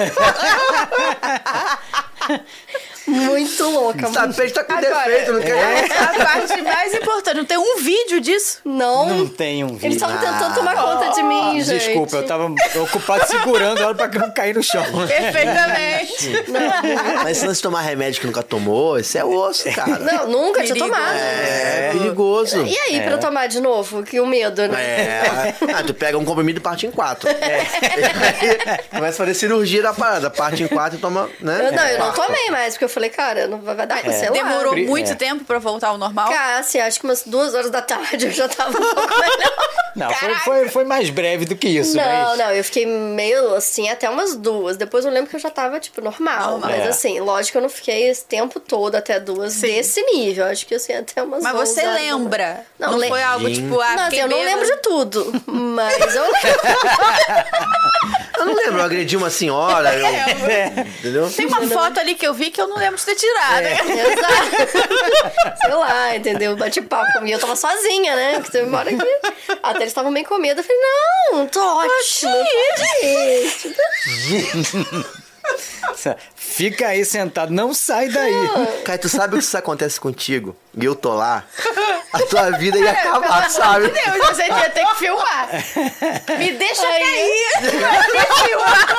muito louca. O tapete tá com Agora, defeito, não quer? a parte mais importante, não tem um vídeo disso? Não. Não tem um vídeo. Eles estavam tentando tomar conta de mim, gente. Desculpa, eu tava ocupado segurando ela pra não cair no chão. Perfeitamente. Mas se não se tomar remédio que nunca tomou, isso é osso, cara. Não, nunca tinha Perigo. tomado. É, perigoso. E aí, pra eu tomar de novo? Que o medo, né? É. Ah, tu pega um comprimido e parte em quatro. É. Começa a fazer cirurgia da parada, parte em quatro e toma, né? Eu, não, eu não Parto. tomei mais, porque eu falei, cara, não vai vai dar, sei lá. Demorou Pri- muito é. tempo pra voltar ao normal? Cara, assim, acho que umas duas horas da tarde eu já tava um pouco melhor. Não, foi, foi, foi mais breve do que isso, Não, mas... não, eu fiquei meio assim até umas duas. Depois eu lembro que eu já tava, tipo, normal. Normal. Mas É. assim, lógico que eu não fiquei esse tempo todo até duas Sim. desse nível. Acho que assim, até umas Mas onze você horas da lembra? manhã. Não, Não, lem- foi algo Gente. tipo, ah, Não, assim, fiquei eu não bêbada. lembro de tudo. Mas eu lembro. Eu não lembro, eu agredi uma senhora, eu... entendeu? Tem uma foto ali que eu vi que eu não lembro de ter tirado. né? Exato. Sei lá, entendeu? Bate papo comigo. Eu tava sozinha, né? Porque teve uma hora que. Até eles estavam meio com medo. Eu falei, não, tô ótimo. Tô Fica aí sentado, não sai daí. Cara, tu sabe o que isso acontece contigo? E eu tô lá, a tua vida ia acabar, sabe? Meu Deus, você ia ter que filmar. Me deixa cair. Me filmar.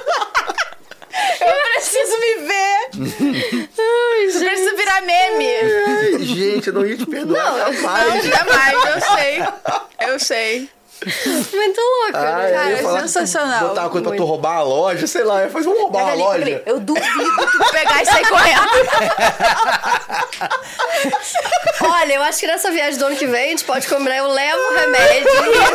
Eu preciso me ver. Ai, eu preciso virar meme. Ai, gente, eu não ia te perdoar Não, jamais. jamais, eu sei. Eu sei. Muito louco, Ai, né? Cara, eu ia é falar, sensacional. botar uma coisa pra tu Muito. roubar a loja, sei lá, eu ia fazer, vamos roubar Pega a ali, loja. pega ali. Eu duvido. Tu pegar e sair correndo. Olha, eu acho que nessa viagem do ano que vem a gente pode comprar, eu levo o remédio.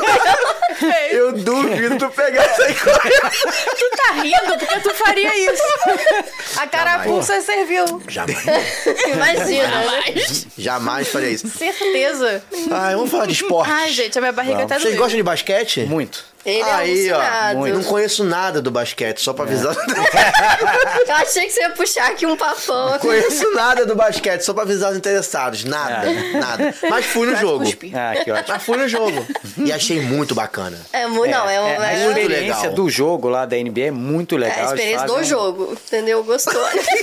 Eu duvido tu pegar isso aí correndo. Tu tá rindo porque tu faria isso. A carapuça serviu. Jamais. Imagina, né? Jamais faria isso. Certeza. Ai, vamos falar de esporte. Ai, gente, a minha barriga tá Vocês doendo. gostam de basquete? Muito. Ele Aí, é ó, alucinado. não conheço nada do basquete, só pra avisar. Eu achei que você ia puxar aqui um papão. Não conheço nada do basquete, só pra avisar os interessados. Nada, nada. Mas fui no jogo. Ah, que ótimo. Mas fui no jogo. E achei muito bacana. É muito, não, é, um, É, a é, muito experiência legal. do jogo lá da N B A é muito legal. é a experiência Eles do fazem um- jogo, entendeu? Gostou.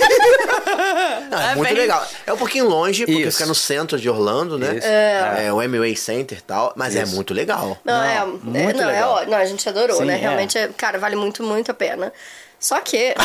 Não, é Ah, muito bem. legal. É um pouquinho longe, porque Isso. fica no centro de Orlando, né? Isso. É, o Amway Center e tal, mas é Isso. muito legal. Não, é, é, muito não, é legal. ó, não, a gente adorou, Sim, né? é. Realmente, é, cara, vale muito, muito a pena. Só que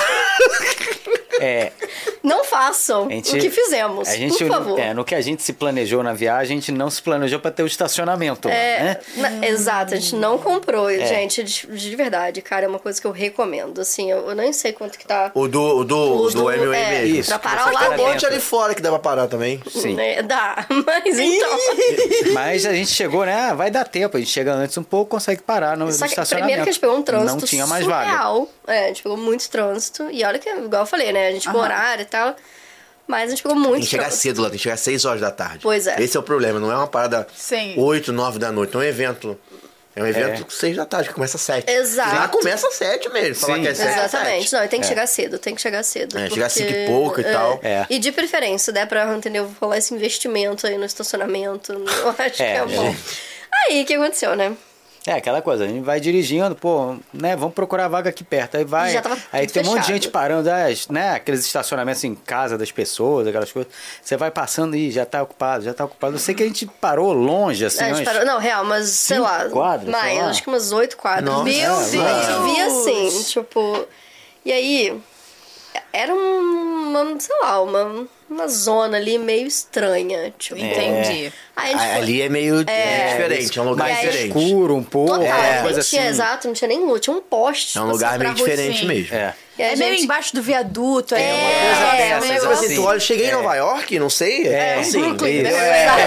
É, não façam a gente, o que fizemos, a gente, por favor. É, no que a gente se planejou na viagem, a gente não se planejou pra ter o estacionamento. É, né? na- exato, a gente não comprou, gente, de, de verdade, cara, é uma coisa que eu recomendo, assim, eu, eu nem sei quanto que tá... O do, o do, O do do- Amway é, mesmo. Isso, pra parar você o tá lado Tem um monte dentro. ali fora que dá pra parar também. Sim. Né, dá, mas então... Mas a gente chegou, né? ah, Vai dar tempo. A gente chega antes um pouco, consegue parar no, Só no que estacionamento. primeiro que a gente pegou um trânsito Não tinha mais vaga. surreal. É, a gente pegou muito trânsito. E olha que, igual eu falei, né? A gente pegou horário e tal. Mas a gente pegou muito Tem que chegar trânsito. cedo lá, tem que chegar às seis horas da tarde. Pois é. Esse é o problema, não é uma parada Sim. oito, nove da noite, não é um evento. É um evento seis da tarde, que começa às sete. Exato. Lá começa às sete mesmo. Falar Sim. que é sete, é Exatamente. sete. Não, e tem que chegar cedo, tem que chegar cedo. É, chegar às porque- cinco e pouco e tal. É. E de preferência, né? Pra, entendeu? Rolar esse investimento aí no estacionamento. Eu acho que É, é bom. é. Aí, o que aconteceu, né? É, aquela coisa, a gente vai dirigindo, pô, né, vamos procurar vaga aqui perto. Aí vai, E já tava aí tudo tem um monte de fechado. gente parando, ah, né, aqueles estacionamentos em casa das pessoas, aquelas coisas. Você vai passando e já tá ocupado, já tá ocupado. Eu sei que a gente parou longe, assim, a gente umas- parou, não, real, mas sei cinco lá. quadras, sei mais, lá. acho que umas oito quadras. Nossa. Meu É, Deus. Eu vi assim, tipo. E aí, era uma, sei lá, uma, uma zona ali meio estranha. Tipo, Entendi. Aí a gente Ah, foi- Ali é meio é, diferente, é um lugar Mais diferente. escuro um pouco, Total, é, nem coisa tinha, assim. exato, não tinha nem luz, tinha um poste. É um tipo, lugar assim, pra meio rua, diferente sim. mesmo. É. E a É meio gente- embaixo do viaduto, aí É, uma coisa é, dessa. meio Tipo assim, assim. tu olha, cheguei em É. Nova York, não sei. É, assim, Brooklyn, é, né?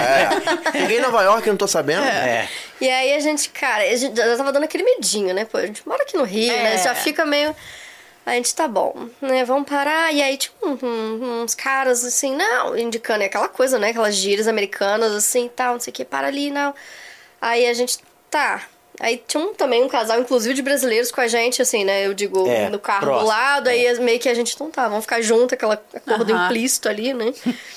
é. Cheguei em Nova York, não tô sabendo. É. E aí a gente, cara, a gente já tava dando aquele medinho, né? Pô, a gente mora aqui no Rio, É. né? Já fica meio... A gente tá bom, né? Vamos parar. E aí, tipo, um- um- uns caras assim, não, indicando é aquela coisa, né? Aquelas gírias americanas, assim, tal, não sei o que, para ali, não. Aí a gente, tá. Aí tinha um, também um casal, inclusive de brasileiros com a gente, assim, né? Eu digo, É, no carro próximo, do lado, aí meio que a gente, não tá, vamos ficar junto, aquela acordo Aham. implícito ali, né?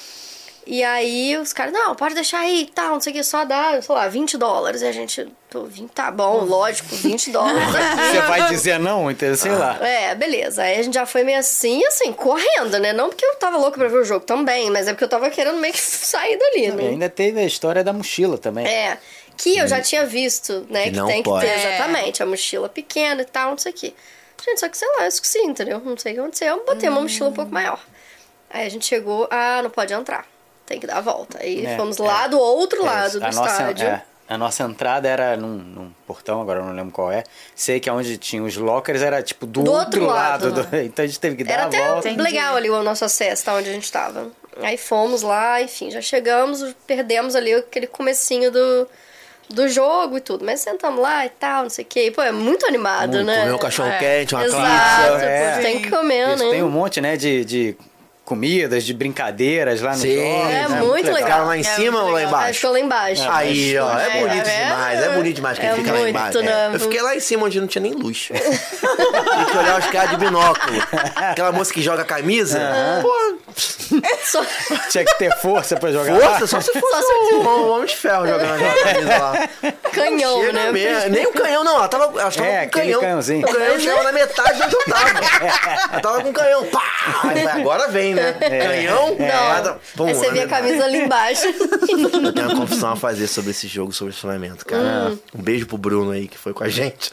E aí os caras, não, pode deixar aí e tal, não sei o que, só dá, sei lá, vinte dólares. E a gente, tô, vinte, tá bom, lógico, vinte dólares aqui. Você vai dizer não, então, sei lá. É, beleza. Aí a gente já foi meio assim, assim, correndo, né? Não porque eu tava louco pra ver o jogo também, mas é porque eu tava querendo meio que sair dali, E né? ainda teve a história da mochila também. É, que eu já tinha visto, né? Que Que, não tem pode. que ter, É. exatamente, a mochila pequena e tal, não sei o que. Gente, só que sei lá, eu esqueci, entendeu? Não sei o que aconteceu. Eu botei uma mochila um pouco maior. Aí a gente chegou, ah, não pode entrar. Tem que dar a volta. Aí É, fomos é. lá do outro É, lado do a nossa, estádio. é, a nossa entrada era num, num portão, agora eu não lembro qual é. Sei que onde tinha os lockers era tipo do, Do outro, outro lado. lado. do- então a gente teve que dar Era a até volta. Entendi. legal ali o nosso acesso, tá onde a gente tava. Aí fomos lá, enfim, já chegamos, perdemos ali aquele comecinho do, do jogo e tudo. Mas sentamos lá e tal, não sei o quê. E, pô, é muito animado, Muito. né? Comer um cachorro É. quente, uma Exato, pizza. É. pô, tem que comer, Isso, né? tem um monte, né, de, de comidas, de brincadeiras lá no Sim. jogo. É né? muito legal. Ficaram lá em É cima muito ou lá legal. Aí embaixo? ficou lá embaixo. Aí, ó, é É, bonito tá vendo? demais, é bonito demais que É ele fica lá muito, embaixo. né? Eu fiquei lá em cima onde não tinha nem luz. Tem que olhar os caras de binóculo. Aquela moça que joga camisa, pô, Só... Tinha que ter força pra jogar Força, lá. só se fosse Só se um, um homem de ferro jogando aquela camisa lá. Canhão, Chega né? mesmo. Nem o canhão, não. Ela tava, ela tava É, com o aquele canhão. canhãozinho. O canhão chegava na metade de onde eu tava. Ela tava com o canhão. Pá! Aí, agora vem, né? Canhão. Não. Pum, Aí você na vê a metade. camisa ali embaixo. Eu tenho uma confissão a fazer sobre esse jogo, sobre estacionamento, cara. Hum. Um beijo pro Bruno aí, que foi com a gente.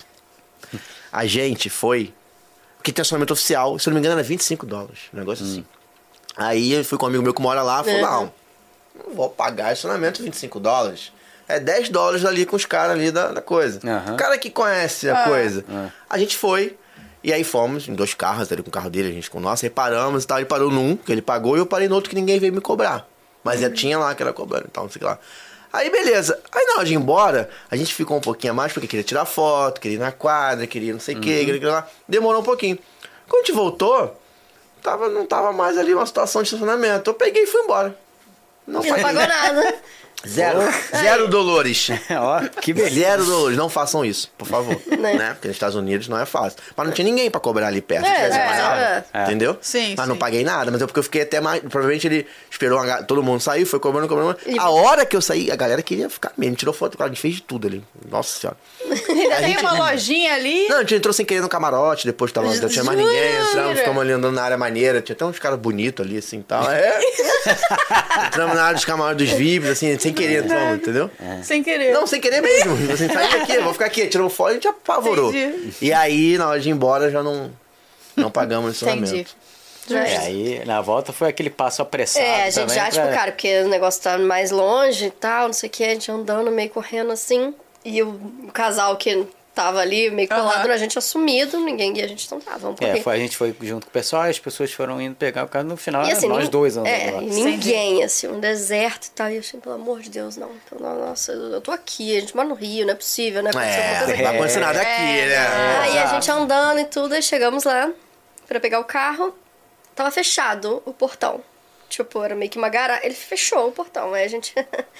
A gente foi... Porque tem estacionamento oficial, se eu não me engano era vinte e cinco dólares, um negócio assim. Aí eu fui com um amigo meu que mora lá, falou, Uhum. não, não vou pagar estacionamento vinte e cinco dólares. É dez dólares ali com os caras ali da, da coisa. Uhum. O cara que conhece a coisa. A gente foi, e aí fomos em dois carros, ali com o carro dele, a gente com o nosso, aí paramos e tal, ele parou num, que ele pagou, e eu parei no outro que ninguém veio me cobrar. Mas já tinha lá que era cobrando e tal, não sei o que lá. Aí beleza, aí na hora de ir embora, a gente ficou um pouquinho a mais porque queria tirar foto, queria ir na quadra, queria não sei o que, queria ir lá. Demorou um pouquinho. Quando a gente voltou, tava, não tava mais ali uma situação de estacionamento. Eu peguei e fui embora. Não E não pagou nada. Zero, zero dolores. Ó, que beleza. Zero dolores. Não façam isso, por favor. Né? Né? Porque nos Estados Unidos não é fácil. Mas não tinha ninguém pra cobrar ali perto. É, Se tivesse, é, pagava. é. Entendeu? Sim, Mas sim. não paguei nada. Mas é porque eu fiquei até mais... Provavelmente ele esperou uma ga- todo mundo sair, foi cobrando, cobrando. E- A hora que eu saí, a galera queria ficar mesmo. Tirou foto, cara, a gente fez de tudo ali. Nossa senhora. Ainda tem uma lojinha ali. Não, a gente entrou sem querer no camarote, depois tava, não tinha mais ninguém, Jura? entramos, ficamos ali andando na área maneira, tinha até uns caras bonitos ali, assim, e tal, é. Entramos na área dos camarotes dos V I Ps, assim, sem querer entramos, entendeu? Sem querer. Não, sem querer mesmo, assim, saí daqui, vou ficar aqui, tirou foto e a gente apavorou. Entendi. E aí, na hora de ir embora, já não, não pagamos o Entendi. estacionamento. É, aí na volta foi aquele passo apressado. É, a gente também já, pra- tipo, cara, porque o negócio tá mais longe e tal, não sei o que, a gente andando, meio correndo assim. E o, o casal que tava ali, meio colado, Aham. a gente assumido, ninguém, e a gente não tava, vamos por É, quê? foi, a gente foi junto com o pessoal, as pessoas foram indo pegar o carro, no final E era assim, nós nin- dois andando é, lá. e ninguém, assim, um deserto e tal. E eu achei, pelo amor de Deus, não. Então, nossa, eu tô aqui, a gente mora no Rio, não é possível, né? Aconteceu alguma É, coisa não aqui. vai acontecer nada aqui, né? Aí a Exato. gente andando e tudo, aí chegamos lá pra pegar o carro. Tava fechado o portão. Tipo, era meio que uma garagem. Ele fechou o portão. Aí a gente.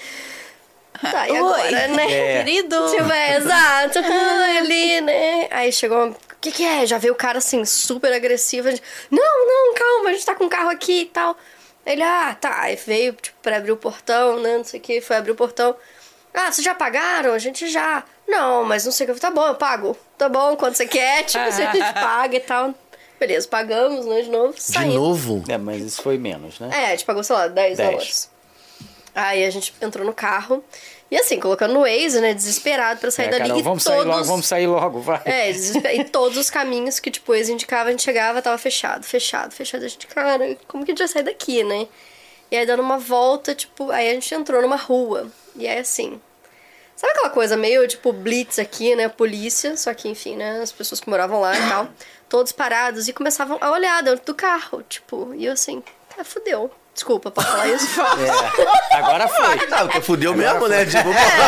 Tá, e Oi, agora, né? querido. Tipo, é, exato. Ai, ali, né? Aí chegou. O que, que é? Já veio o cara assim, super agressivo. A gente, não, não, calma, a gente tá com o carro aqui e tal. Ele, ah, tá. Aí veio, tipo, pra abrir o portão, né? Não sei o que, foi abrir o portão. Ah, vocês já pagaram? A gente já. Não, mas não sei o que. Tá bom, eu pago. Tá bom, quanto você quer? Tipo, assim, a gente paga e tal. Beleza, pagamos, né? De novo, De saímos. novo? É, mas isso foi menos, né? É, a gente pagou, sei lá, dez dez. dólares. Aí a gente entrou no carro. E assim, colocando no Waze, né? Desesperado pra sair É, dali. cara, e vamos todos... sair logo, vamos sair logo, vai. É, desesper... e todos os caminhos que, tipo, o Waze indicava, a gente chegava, tava fechado, fechado, fechado. A gente, cara, como que a gente vai sair daqui, né? E aí, dando uma volta, tipo, aí a gente entrou numa rua. E aí, assim... Sabe aquela coisa meio, tipo, blitz aqui, né? Polícia, só que, enfim, né? As pessoas que moravam lá e tal. Todos parados e começavam a olhar dentro do carro, tipo... E eu assim, ah, fudeu. Desculpa, pode falar isso? É, agora foi. Não, porque fudeu mesmo, né? Tipo,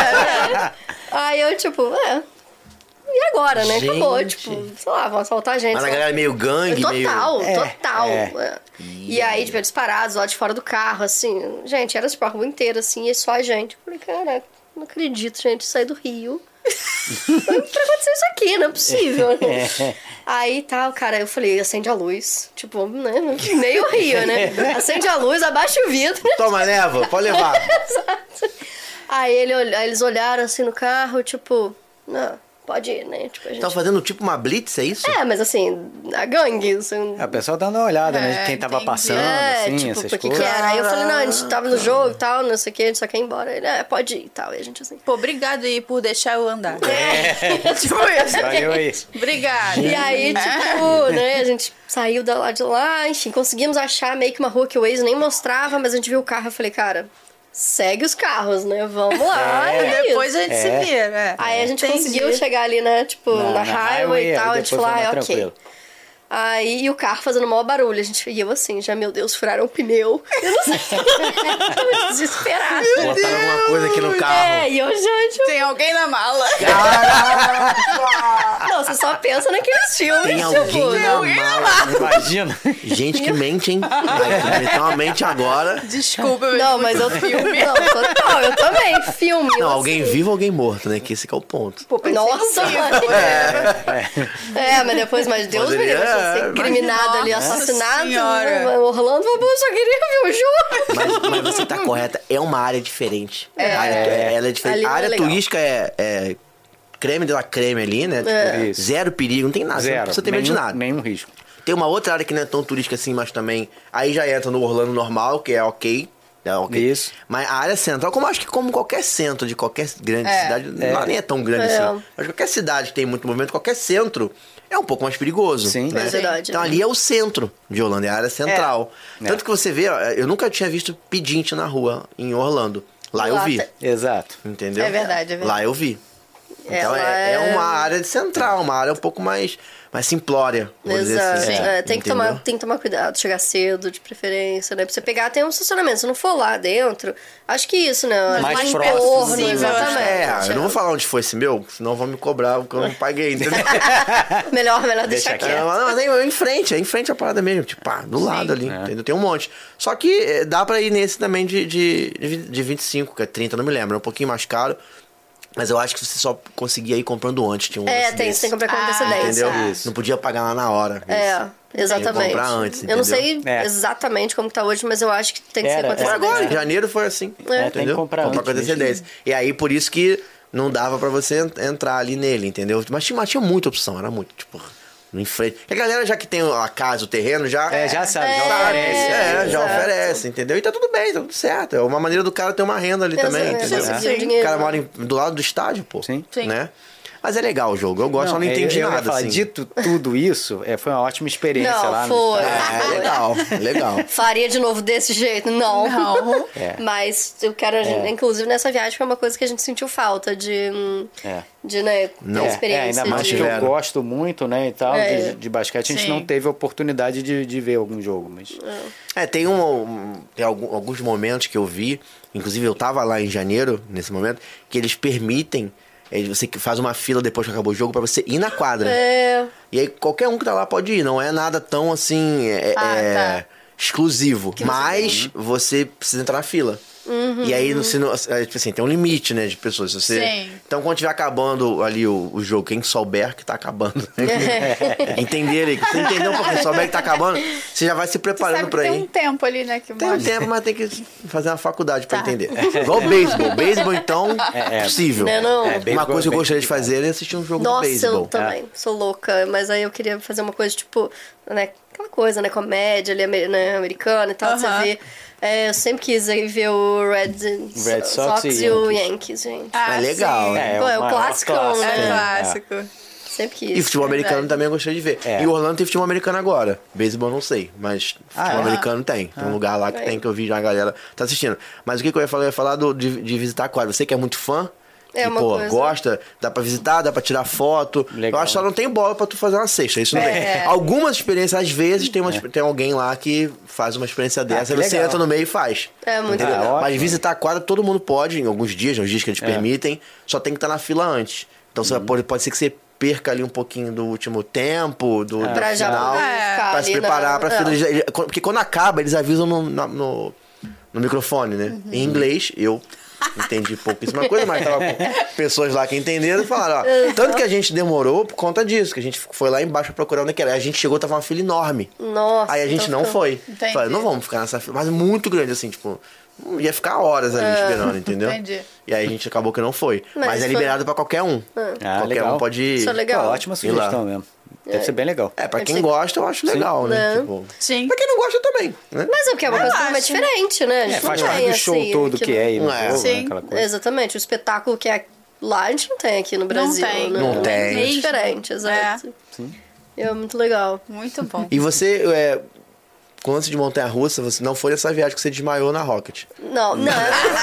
Aí eu, tipo, é... E agora, né? Acabou, Gente. tipo, sei lá, vão assaltar a gente. mas a sei lá. galera meio gangue, Total, meio... total. é. É. E aí, tipo, eles parados lá de fora do carro, assim. Gente, era tipo a rua inteira, assim, e só a gente. Eu falei, caraca, não acredito, gente, sair do Rio. pra acontecer isso aqui, não é possível, né? É. Aí tal, cara, eu falei, acende a luz. Tipo, né? Meio Rio, né? Acende a luz, abaixa o vidro. Toma, leva, pode levar. Exato. Aí ele, olh- aí eles olharam assim no carro, tipo, não, pode ir, né? Tipo, a gente... Tava fazendo tipo uma blitz, é isso? É, mas assim, a gangue, assim, É, o pessoal dando uma olhada, né? De É, quem tava entendi. passando, é, assim, tipo, essas porque coisas. que era? Aí eu falei, não, a gente tava no jogo e tal, não sei o que, a gente só quer ir embora. Ele, é, pode ir e tal. E a gente assim. Pô, obrigado aí por deixar eu andar. É. tipo isso. Valeu aí. Obrigada. E aí, tipo, né, a gente saiu da lá de lá, enfim, conseguimos achar meio que uma rua que o Waze nem mostrava, mas a gente viu o carro, eu falei, cara, segue os carros, né? Vamos lá. E é depois isso. a gente se vira. É. Aí a gente Entendi. conseguiu chegar ali, né, tipo, Na- na, na highway highway, e tal, aí a gente depois falou, foi ah, mais é ok. tranquilo. Aí, e o carro fazendo maior barulho, a gente, e eu assim, já, meu Deus, furaram o pneu. Eu não sei, tava desesperada. Botaram alguma coisa aqui no carro. É, e eu, gente, Tem alguém na mala. não, você só pensa naqueles filmes, Tem tipo, alguém na mala. Imagina. Gente que mente, hein? Vai meter uma mente agora. Desculpa, eu Não, mas eu filme. Não, total, eu também. Filme. Não, eu, alguém assim, vivo ou alguém morto, né? Que esse que é o ponto. Pô, nossa, mano. É, mas depois, mas Deus me Poderia- livre. ser É, incriminado ali, Nossa assassinado. Senhora. né? Orlando, eu só queria ver o jogo. Mas, mas você tá correta, é uma área diferente. É. A área, ela é diferente. Ali A não é área legal. turística é, é creme de la creme ali, né? Tipo, É. Isso. zero perigo, não tem nada. Você não Zero. precisa ter medo de nenhum, nada. nenhum risco. Tem uma outra área que não é tão turística assim, mas também. Aí já entra no Orlando normal, que é ok. É ok. Isso. Mas a área central, como eu acho que como qualquer centro de qualquer grande É. cidade, É. lá nem é tão grande É. assim. Mas qualquer cidade que tem muito movimento, qualquer centro é um pouco mais perigoso. Sim. né? É verdade. Então ali é o centro de Orlando, é a área central. É. Tanto que você vê, ó, eu nunca tinha visto pedinte na rua em Orlando. Lá eu Lá vi. tem. Exato. Entendeu? É verdade, é verdade. Lá eu vi. É, Então lá é, é é- uma área de central, uma área um pouco mais, mais simplória. vou dizer Exato. assim. É, tem, que Entendeu? tomar, tem que tomar cuidado, chegar cedo, de preferência, né? Pra você pegar, tem um estacionamento. Se não for lá dentro, acho que isso, né? Mais Lá em próximo, torno, possível, exatamente. É, eu não vou falar onde foi esse meu, senão vão me cobrar, porque eu não paguei, entendeu? Melhor, melhor deixar Deixa É, quieto. mas, mas é em frente, é em frente a parada mesmo, tipo, pá, do lado ali, entendeu? Tem um monte. Só que é, dá pra ir nesse também de, de, de vinte e cinco, que é trinta, não me lembro, é um pouquinho mais caro. Mas eu acho que você só conseguia ir comprando antes. Tinha um É, lance tem, desse, você tem que comprar com Ah, antecedência. entendeu? Isso. Não podia pagar lá na hora. É, isso. exatamente. Tem que comprar antes, eu não sei entendeu? É. exatamente como tá hoje, mas eu acho que tem que Era, ser com era. Foi antecedência. agora, em janeiro foi assim. É, tem que entendeu? comprar com antes, antecedência. E aí, por isso que não dava pra você en- entrar ali nele, entendeu? Mas tinha, mas tinha muita opção, era muito, tipo, em frente. E a galera, já que tem a casa, o terreno, já... É, já sabe, já É, oferece. É, já exato. oferece, entendeu? E tá tudo bem, tá tudo certo. É uma maneira do cara ter uma renda ali Exato, também, é, entendeu? conseguir um O dinheiro. cara mora em- do lado do estádio, pô. Sim. Sim. Né? Mas é legal o jogo, eu gosto, só não é, entendi eu, eu ia nada, falar, assim. Dito tudo isso, é, foi uma ótima experiência Não, lá. no foi. estádio. É, legal, legal. Faria de novo desse jeito? Não. Não. É. Mas eu quero, É. inclusive nessa viagem foi uma coisa que a gente sentiu falta de, hum, É. de né, Não. ter É, experiência. é, ainda mais de... que tiveram. eu gosto muito, né, e tal, É. de, de basquete. A gente Sim. não teve a oportunidade de, de ver algum jogo, mas... É, tem, um, um- tem algum- alguns momentos que eu vi, inclusive eu tava lá em janeiro, nesse momento, que eles permitem, é, você que faz uma fila depois que acabou o jogo pra você ir na quadra. É, E aí qualquer um que tá lá pode ir, não é nada tão assim, é, Ah, é, tá. exclusivo. Mas você precisa entrar na fila. E aí, no, se não- é, tipo assim, tem um limite, né, de pessoas. Se você, Sim. então, quando tiver acabando ali o, o jogo, quem souber que tá acabando, entender ali, que você entendeu um pouquinho, souber que tá acabando, você já vai se Você preparando sabe pra que ir. tem um tempo ali, né? Que Tem um mostra. tempo, mas tem que fazer uma faculdade pra Tá. entender. Igual beisebol. Beisebol, então, É, é. possível. Né, não? É, Uma beisebol coisa que eu é bem gostaria de fazer é assistir um jogo Nossa, de beisebol. eu também sou louca, mas aí eu queria fazer uma coisa tipo, né, aquela coisa, né, comédia ali, amer- né, americana e tal, Aham. você vê. É, eu sempre quis aí ver o Red, Red Sox, Sox e e o Yankees. Yankees, gente. É legal, sim. né? Pô, é o uma- clássico, clássico, É né? clássico. Sempre quis. E futebol americano verdade. também eu gostaria de ver. É. E o Orlando tem futebol americano agora. Beisebol não sei, mas futebol é? americano tem. Tem um lugar lá que tem que eu vi já a galera tá assistindo. Mas o que, que eu ia falar? Eu ia falar do, de, de visitar a quadra. Você que é muito fã, É que, uma pô, coisa. gosta, dá pra visitar, dá pra tirar foto. Legal. Eu acho que só não tem bola pra tu fazer uma cesta. Isso não É. tem. Algumas experiências, às vezes, tem, uma, tem alguém lá que faz uma experiência dessa. que Aí você legal. entra no meio e faz. É muito Entendeu? legal. Ah, Mas ótimo. visitar a quadra todo mundo pode, em alguns dias, nos dias que eles É. permitem. Só tem que estar na fila antes. Então você pode, pode ser que você perca ali um pouquinho do último tempo, do, do Pra já final, poder ficar pra se ali preparar na- pra é. fila. Eles- eles- Porque quando acaba, eles avisam no, na- no, no microfone, né? Em inglês, eu entendi pouquíssima coisa, mas tava com pessoas lá que entenderam e falaram, ó, tanto que a gente demorou por conta disso, que a gente foi lá embaixo pra procurar onde que era. Aí a gente chegou, tava uma fila enorme. Nossa. Aí a gente então não ficou- foi. Entendi. Falei, não vamos ficar nessa fila. Mas muito grande, assim, tipo... Ia ficar horas ali esperando, entendeu? Entendi. E aí a gente acabou que não foi. Mas, Mas é foi- liberado pra qualquer um. Ah, qualquer legal. um pode ir. Isso é legal. Pô, ótima sugestão mesmo. Deve ser bem legal. É, pra Deve quem ser- gosta, eu acho legal, né? Né? Tipo, Sim. pra quem não gosta também, né? Mas é porque é uma Eu coisa totalmente acho. diferente, né? A gente É, faz não parte tem, do show assim, todo aquilo- que é ir no É. jogo, Sim. né, aquela coisa. Exatamente. O espetáculo que é lá, a gente não tem aqui no Brasil. tem. né? Não tem. É muito diferente, exato. Sim. É muito legal. Muito bom. E você, é, com lance de montanha-russa, você não foi nessa viagem que você desmaiou na Rocket. Não, não.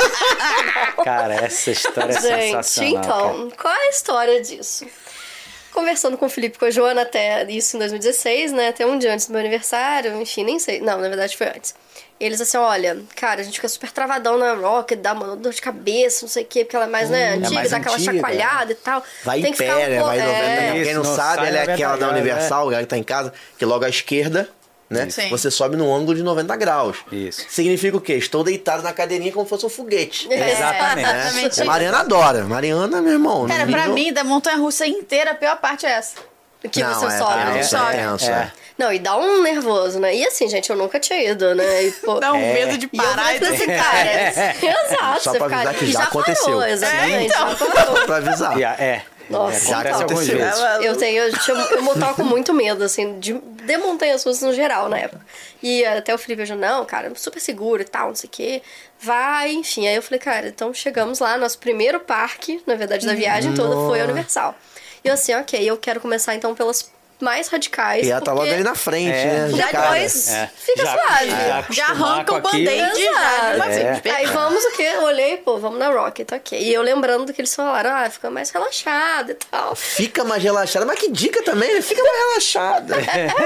Cara, essa história é Gente, sensacional. então, qual é a história disso? Conversando com o Felipe e com a Joana até isso em dois mil e dezesseis, né? Até um dia antes do meu aniversário, enfim, nem sei. Não, na verdade foi antes. Eles assim, olha, cara, a gente fica super travadão na Rocket, dá uma dor de cabeça, não sei o quê, porque ela é mais, né, antiga, mais dá aquela antiga, chacoalhada e tal. Vai Tem em que pé, ficar um né? pouco- Vai em noventa. é, Isso, Quem não não sabe, sai ela é noventa aquela da graus, Universal, o galera que tá em casa, que logo à esquerda, né? Sim. Você sobe num ângulo de noventa graus. Isso. Significa o quê? Estou deitado na cadeirinha como se fosse um foguete. É, Exatamente. exatamente A isso. Mariana adora. Mariana, meu irmão. Cara, no pra nível- mim, da montanha-russa inteira, a pior parte é essa. Que Não, você é sobe. tenso, sobe. é tenso, É. é. Não, e dá um nervoso, né? E assim, gente, eu nunca tinha ido, né? E, pô, Dá um medo de E eu parar. falei assim, cara, exato. Só você pra fica- avisar que e já aconteceu. Parou, exatamente, É, então. já parou. Pra avisar. E a- É. Nossa, é, então. acontece algumas aconteceu. vezes. Eu tenho, eu, tinha, eu tava com muito medo, assim, de, de montanhas russas no geral, na época. E até o Felipe ajudou, não, cara, super seguro e tal, não sei o quê. Vai, enfim. Aí eu falei, cara, então chegamos lá, nosso primeiro parque, na verdade, da viagem toda foi a Universal. E eu assim, ok, eu quero começar então pelas mais radicais. E ela tá logo porque ali na frente, É. né? de Já cara. depois É. fica Já- suave. já Já acostumar arranca com o aquilo. band-aid já de uma É. vez. Aí vamos o quê? Eu olhei, pô, vamos na Rocket, ok. E eu lembrando que eles falaram, ah, fica mais relaxada e tal. Fica mais relaxada. Mas que dica também, né? Fica mais relaxada.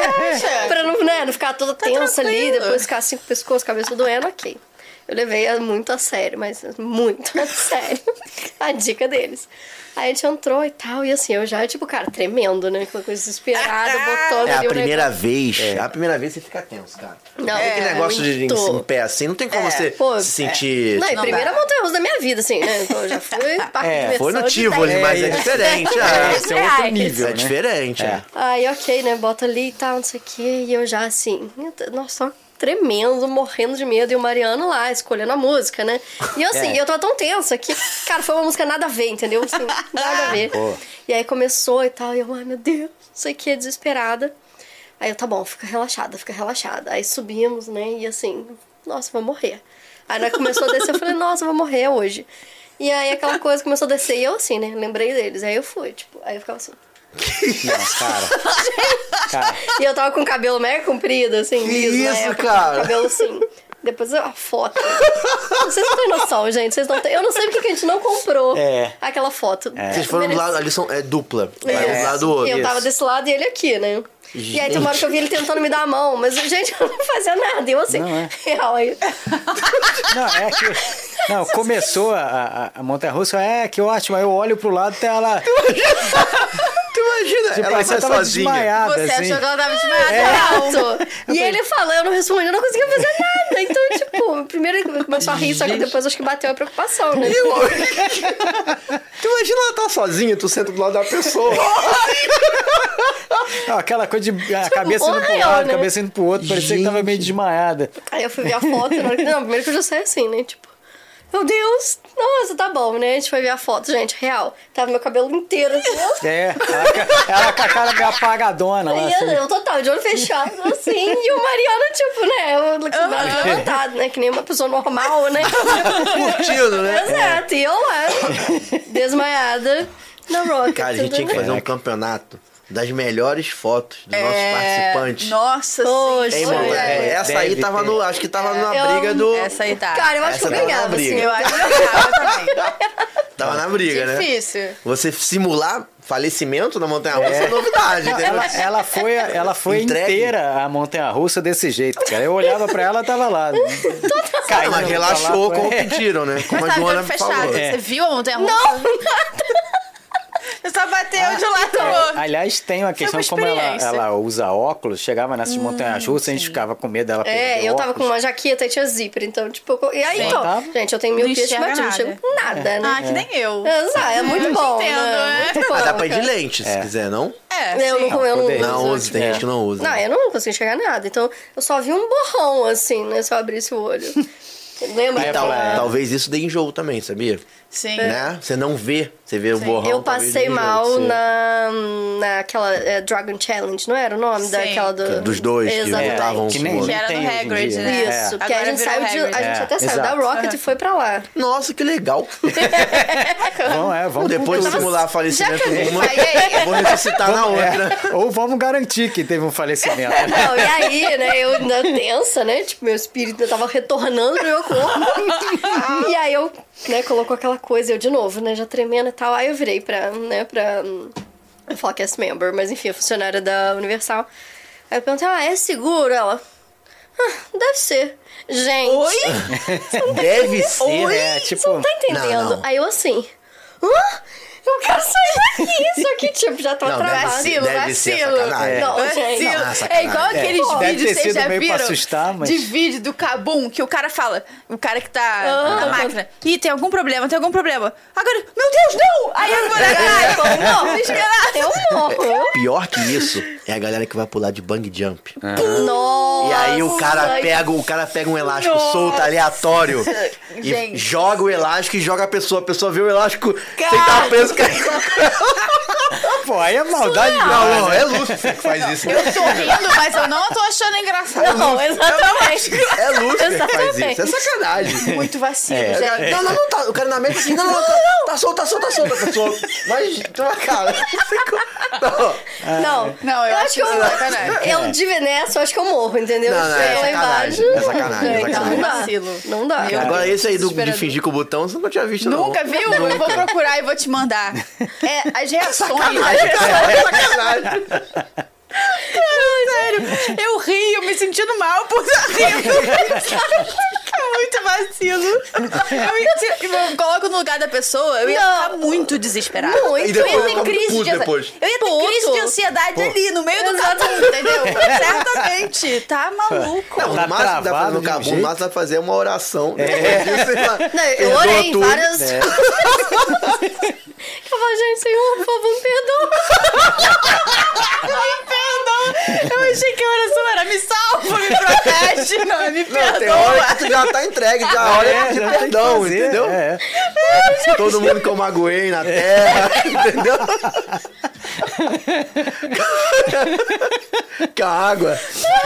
Pra não, né, não ficar toda tensa ali, tranquilo. depois ficar assim com o pescoço, cabeça doendo, ok. Eu levei a- muito a sério, mas muito a sério a dica deles. Aí a gente entrou e tal, e assim, eu já, tipo, cara, tremendo, né? Aquela coisa desesperada, botando É a ali o primeira negócio. vez. É. A primeira vez você fica tenso, cara. Não, É aquele é, negócio de muito. em, em pé assim. Não tem como você Pô, se sentir. Não, e Não primeira dá. montanha-russa da minha vida, assim, né? Então eu já fui parque É, de diversão Foi no de Tivoli, dez. mas é diferente. É, Esse é outro nível, é né? diferente. É. É. Aí, ok, né? Bota ali e tal, não sei o quê. E eu já, assim, nossa, só tremendo, morrendo de medo. E o Mariano lá, escolhendo a música, né? E eu, assim, É. eu tava tão tensa que, cara, foi uma música nada a ver, entendeu? Assim, nada a ver. Pô. E aí começou e tal. E eu, ai, meu Deus, não sei o que, desesperada. Aí eu, tá bom, fica relaxada, fica relaxada. Aí subimos, né? E assim, nossa, vou morrer. Aí ela começou a descer, eu falei, nossa, eu vou morrer hoje. E aí aquela coisa começou a descer e eu assim, né? Lembrei deles. Aí eu fui, tipo, aí eu ficava assim. Não, cara. Cara, E eu tava com o cabelo mega comprido, assim, Que liso na isso, época, cara? com o cabelo assim. Depois a foto. Vocês não têm noção, gente. Vocês não têm... Eu não sei porque que a gente não comprou É. aquela foto. Vocês foram do lado, ali são, é dupla. Vai um Isso. do lado do outro. E eu tava Isso. desse lado e ele aqui, né? E aí tem uma hora que eu vi ele tentando me dar a mão, mas, gente, eu não fazia nada. E eu assim, Não, é. real aí. não, é que. Não, começou a, a, a montanha-russa, é que ótimo. Aí eu olho pro lado e tá ela. Tu imagina, Tipo, ela você vai tava sozinha. desmaiada, Você assim. achou que ela tava desmaiada? Não. Exato. E ele falou, eu não respondi, eu não conseguia fazer nada. Então, tipo, primeiro ele começou a rir, só que depois acho que bateu a preocupação, né? Tu imagina ela tá sozinha, tu senta do lado da pessoa. Não, aquela coisa de a cabeça indo pro maior, lado, a né? cabeça indo pro outro, parecia que tava meio desmaiada. Aí eu fui ver a foto, na hora que... Não, primeiro que eu já saí assim, né? Tipo, meu Deus, nossa, tá bom, né? A gente foi ver a foto, gente, real. Tava meu cabelo inteiro assim, É, ela, com- ela com a cara meio apagadona lá, E assim. eu, total, de olho fechado, assim. E o Mariano, tipo, né? O braço levantado, né? Que nem uma pessoa normal, né? Curtindo, né? Exato. E eu lá, desmaiada na Rocket. Cara, a gente tinha que fazer um campeonato das melhores fotos dos nossos participantes. Nossa Poxa, Hein, irmão? é. É, essa aí Deve tava ter. no. Acho que tava na Eu- briga do. Essa aí tá. Cara, eu acho Essa que eu tava na ganhava, briga. assim. Eu acho que eu ganhava também. Tava na briga, né? Difícil. Você simular falecimento na montanha-russa é novidade, entendeu? Ela, ela foi, ela foi Entregue. inteira a montanha-russa desse jeito, cara. Eu olhava pra ela, tava lá. Cara, Caindo mas pra relaxou lá, como é. pediram, né? Como Mas a tava de Joana olho fechado. falou. É. Você viu a montanha-russa? Não, nada. Você só bateu de um lado pro outro. Aliás, tem uma questão, uma como ela, experiência. ela usa óculos, chegava nessas montanhas russas, a gente ficava com medo dela perder É, eu tava com óculos. uma jaqueta e tinha zíper, então, tipo... eu- E aí, Sim. então, Tava. gente, eu tenho Não miopia enxerga estimativa, não nada. chego com nada, né? Ah, que nem eu. Exato, é muito Eu te bom, entendo, né? é. Muito bom, Mas dá pra ir de cara. lente, se É. quiser, não? É, Eu não, sim. eu não, poder. Não uso, usa, tem É. gente que não usa. Não, eu não consegui enxergar nada. Então, eu só vi um borrão, assim, né? Se eu abrisse o olho. Lembra? Aí eu Tal- falei, é. Talvez isso dê enjoo também, sabia? Sim. Né? Você não vê, você vê o borrão. Eu talvez passei dê enjoo. mal sim. na, naquela é, Dragon Challenge, não era o nome Sim. daquela do... Dos dois que Exatamente. lutavam que com nem, o outro. Que era tem no hoje em Hagrid, dia, né? Isso, É. porque a Agora gente virou saiu de, a Hagrid. gente É, até saiu exato. da Rocket e foi pra lá. Nossa, que legal. Vamos, é, vamos Depois de pro- simular falecimento Já que- numa, Aí, aí. eu vou ressuscitar na É, outra. ou vamos garantir que teve um falecimento. Não, e aí, né, eu ainda tensa, né, tipo, meu espírito ainda tava retornando pro meu corpo. E aí eu, né, colocou aquela coisa, eu de novo, né, já tremendo e tal. Aí eu virei pra, né, pra... hum, eu vou falar cast member, mas enfim, a funcionária da Universal. Aí eu perguntei, ah, é seguro? Ela, ah, deve ser. Gente, Oi? Deve ser. É, tipo... você não tá entendendo? Não, não. Aí eu assim, hã? Eu quero sair daqui. Isso aqui, tipo, já tô Não, deve travada. ser- deve ser sacanagem. É. Não, gente. Vacilo. Não, é É, sacanagem. igual aqueles Deve vídeos, ter vocês sido já meio pra viram? assustar, mas- De vídeo do Kabum, que o cara fala, o cara que tá Ah. na máquina, ih, tem algum problema, tem algum problema. Agora, meu Deus, não! Aí eu vou Ai, não, não, desesperado. eu morro. Pior que isso é a galera que vai pular de bang jump. Nossa. E aí o cara pega, o cara pega um elástico Nossa. solto, aleatório, e Gente. joga o elástico e joga a pessoa. A pessoa vê o elástico sem Cara. estar preso, cai. Pô, aí é maldade Não, demais, não, né? é Lúcifer que faz isso. Eu tô rindo, mas eu não tô achando engraçado. Não, exatamente. É Lúcifer que faz Exatamente. isso. É sacanagem. Muito vacilo, É. gente. Não, não, não, tá. O cara na mesa assim, não, não, não, tá, tá solto, tá solto, tá solto, tá solto. Mas, tua cara. Não. Não, Não, eu acho que eu, sacanagem. eu de Venecia, eu acho que eu morro, entendeu? Não, não, é Chego lá sacanagem, embaixo. é sacanagem, é Então, sacanagem. Não dá. Vacilo. Não dá. Meu Agora esse aí do, de Desesperador. fingir com o botão, você nunca tinha visto, não. Nunca viu? Eu vou procurar e vou te mandar. É, as reações. Sacanagem, cara, é sacanagem. Sério, eu rio me sentindo mal por estar rindo. É muito vacilo. Eu, ia- se eu me coloco no lugar da pessoa, eu ia Não. ficar muito desesperada. Muito. E depois Eu ia eu ter fico crise puto de ansiedade. depois. Eu ia ter Puto. crise de ansiedade ali, no meio do Exato. Kabum, entendeu? Certamente. Tá maluco. Não, Tá o máximo que dá pra fazer travado no de um Cabum, o jeito. máximo dá pra fazer é uma oração. É. Não, eu orei em várias. É. Eu falo, gente, Senhor, por favor, me perdoa. Me perdoa. Eu achei que a oração era me salva, me protege. Não, é me Não, tem hora perdoa. que tu já tá entregue, já a hora É, de já tem que perdão, fazer, entendeu? é. Todo mundo que eu magoei na terra, entendeu? Com a água.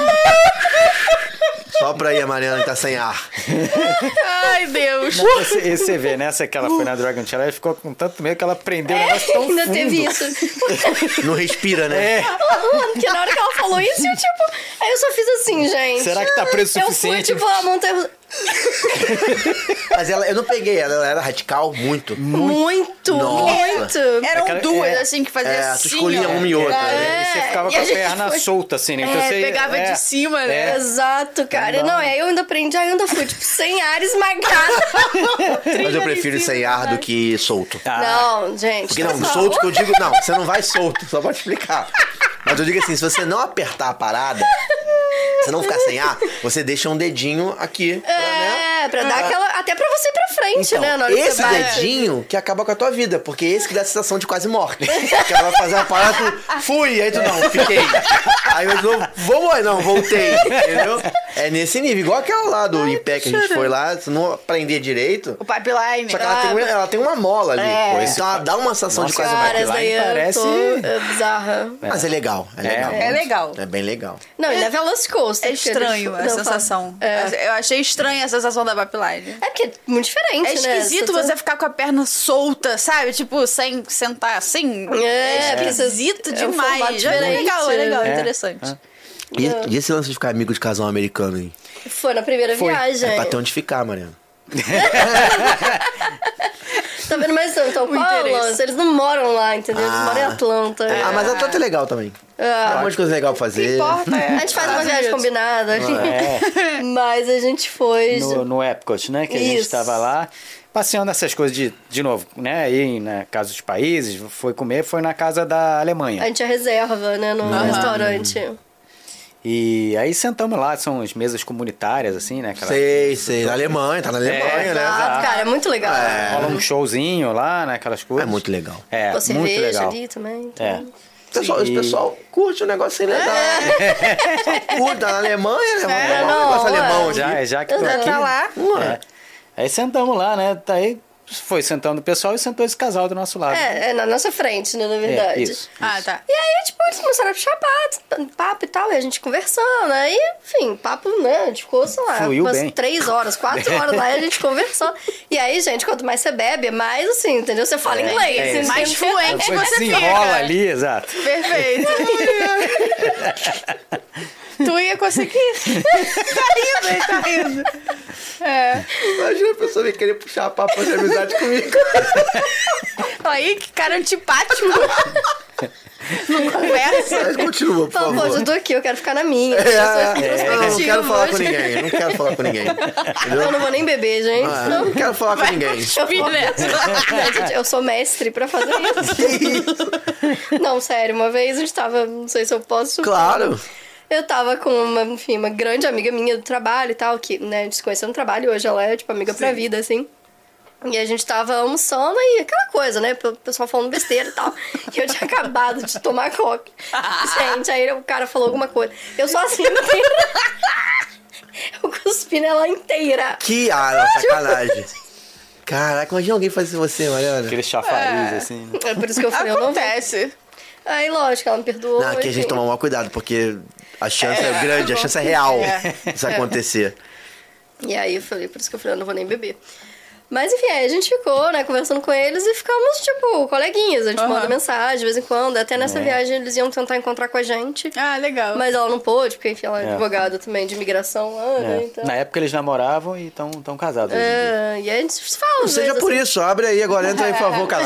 Só pra ir a Mariana que tá sem ar. Ai, Deus. Esse, esse você vê, nessa que ela foi na Dragon Challenge, ela ficou com tanto medo que ela prendeu o negócio tão Ainda fundo. teve isso. Não respira, né? É. Porque na hora que ela falou isso, eu tipo. Aí eu só fiz assim, gente. Será que tá preso o Eu fui, suficiente? tipo, a montanha. Mas ela, eu não peguei, ela era radical muito. Muito, Nossa. muito. Eram Aquela- duas, é. assim, que fazia É, assim. tu escolhia ó. uma e outra. É. E você ficava E com a a gente perna foi- solta, assim, né? Então É, você, pegava é. de cima, né? Exato, cara. Não, e aí eu ainda aprendi, aí eu ainda fui, tipo, sem ar esmagado. Mas eu prefiro sem ar do que solto. Ah, Não, gente. Porque não, tá solto bom. que eu digo, não, você não vai solto, só pra te explicar. Mas eu digo assim, se você não apertar a parada, você não ficar sem ar, você deixa um dedinho aqui. Pra, né? É, pra dar aquela. Até pra você ir pra frente, Então, né? Na hora que esse você vai. dedinho que acaba com a tua vida, porque esse que dá a sensação de quase morte. Que ela vai fazer uma parada, tu fui, aí tu não, fiquei. Aí eu de novo, vou, aí não, voltei, entendeu? É nesse nível, igual aquela lá do Em Pé que a gente foi lá, se não aprender direito. O pipeline. Só que ela tem, uma- ela tem uma mola ali. É. Pô, então ela dá uma sensação de quase Cara, morte. essa daí eu parece- tô é, bizarra. Mas é legal, é legal. É legal. É bem legal. Não, e na Velocicoaster. É estranho a Não, sensação. fala. É. Eu achei estranha a sensação da pipeline. É porque é muito diferente, É né? esquisito Você- você ficar com a perna solta, sabe? Tipo, sem sentar assim. É, porque você- esquisito é um demais. formato É diferente. legal, é legal, É. interessante. E, e esse lance de ficar amigo de casal americano aí? Foi na primeira viagem. É pra ter onde ficar, Mariana. Tá vendo? Mas então, O interesse. Paulo, eles não moram lá, entendeu? Eles Ah. moram em Atlanta. Ah, mas Atlanta é legal também. Ah. Tem um monte de coisa legal pra fazer. Importa, é. A gente faz uma Estados viagem Unidos. combinada. É. Mas a gente foi. no, no Epcot, né? Que a gente Isso. estava lá, passeando essas coisas de, de novo, né? Aí na casa dos países, foi comer, foi na casa da Alemanha. A gente reserva, né? No Aham. restaurante. E aí sentamos lá, são as mesas comunitárias, assim, né? Aquela- Sei, sei. Na Alemanha, tá na Alemanha, É, né? Exato, cara, é muito legal. Rola um showzinho lá, né? Aquelas coisas. É muito legal. É, Pô, muito cerveja legal. ali também. então. É. O pessoal, E- o pessoal curte o negócio assim legal. Só curte, tá na Alemanha, né? É, um não, negócio é. alemão aqui. Já, já que tô Já aqui. tá lá. É. Aí sentamos lá, né? Tá aí foi sentando o pessoal e sentou esse casal do nosso lado. É, é na nossa frente, né, na É, verdade. isso. Ah, tá. E aí, tipo, eles começaram a puxar papo, papo e tal, e a gente conversando. Aí, enfim, papo, né? A gente ficou, sei lá, Fluiu umas bem. três horas, quatro horas lá e a gente conversou. E aí, gente, quanto mais você bebe, mais assim, entendeu? Você fala inglês. é isso. Mais entendeu? fluente Depois você desenrola fica. ali, exato. Perfeito. Tu ia conseguir. Tá rindo, ele tá rindo. É. Imagina a pessoa vir querer puxar papo fazer amizade comigo. Aí, que cara antipático. Não conversa. Mas continua, por Fala, pô, favor. eu tô aqui, eu quero ficar na minha. É, Eu sou é, não, não quero falar com introspectiva. ninguém. Não quero falar com ninguém. Entendeu? Eu não vou nem beber, gente. Ah, Não. não quero falar com ninguém. Não, gente, eu sou mestre pra fazer isso. Não, sério, uma vez a gente tava, não sei se eu posso... Claro. Eu tava com uma, enfim, uma grande amiga minha do trabalho e tal, que, né, a gente se conheceu no trabalho, hoje ela é, tipo, amiga pra vida, assim. E a gente tava almoçando e aquela coisa, né, o pessoal falando besteira e tal. E eu tinha acabado de tomar coca. Gente, aí o cara falou alguma coisa. Eu sou assim inteira. Eu cuspi nela inteira. Que ah, sacanagem. Caraca, imagina alguém fazer você, Mariana. Aquele chafariz, assim. Né? É por isso que eu falei, eu não vou. Acontece. Aí, lógico, ela me perdoou. Não, aqui a gente enfim. toma maior cuidado, porque a chance é, grande, a chance é real É. disso acontecer. E aí eu falei, por isso que eu falei, eu não vou nem beber. Mas enfim, aí a gente ficou, né, conversando com eles e ficamos, tipo, coleguinhas. A gente Aham. manda mensagem de vez em quando. Até nessa É. viagem eles iam tentar encontrar com a gente. Ah, legal. Mas ela não pôde, porque, enfim, ela é, É. advogada também de imigração lá, né? É. Então... Na época eles namoravam e estão tão casados hoje em dia. É, e aí a gente se fala. Não às seja vezes, por assim. isso, abre aí agora, entra aí, por favor, cara.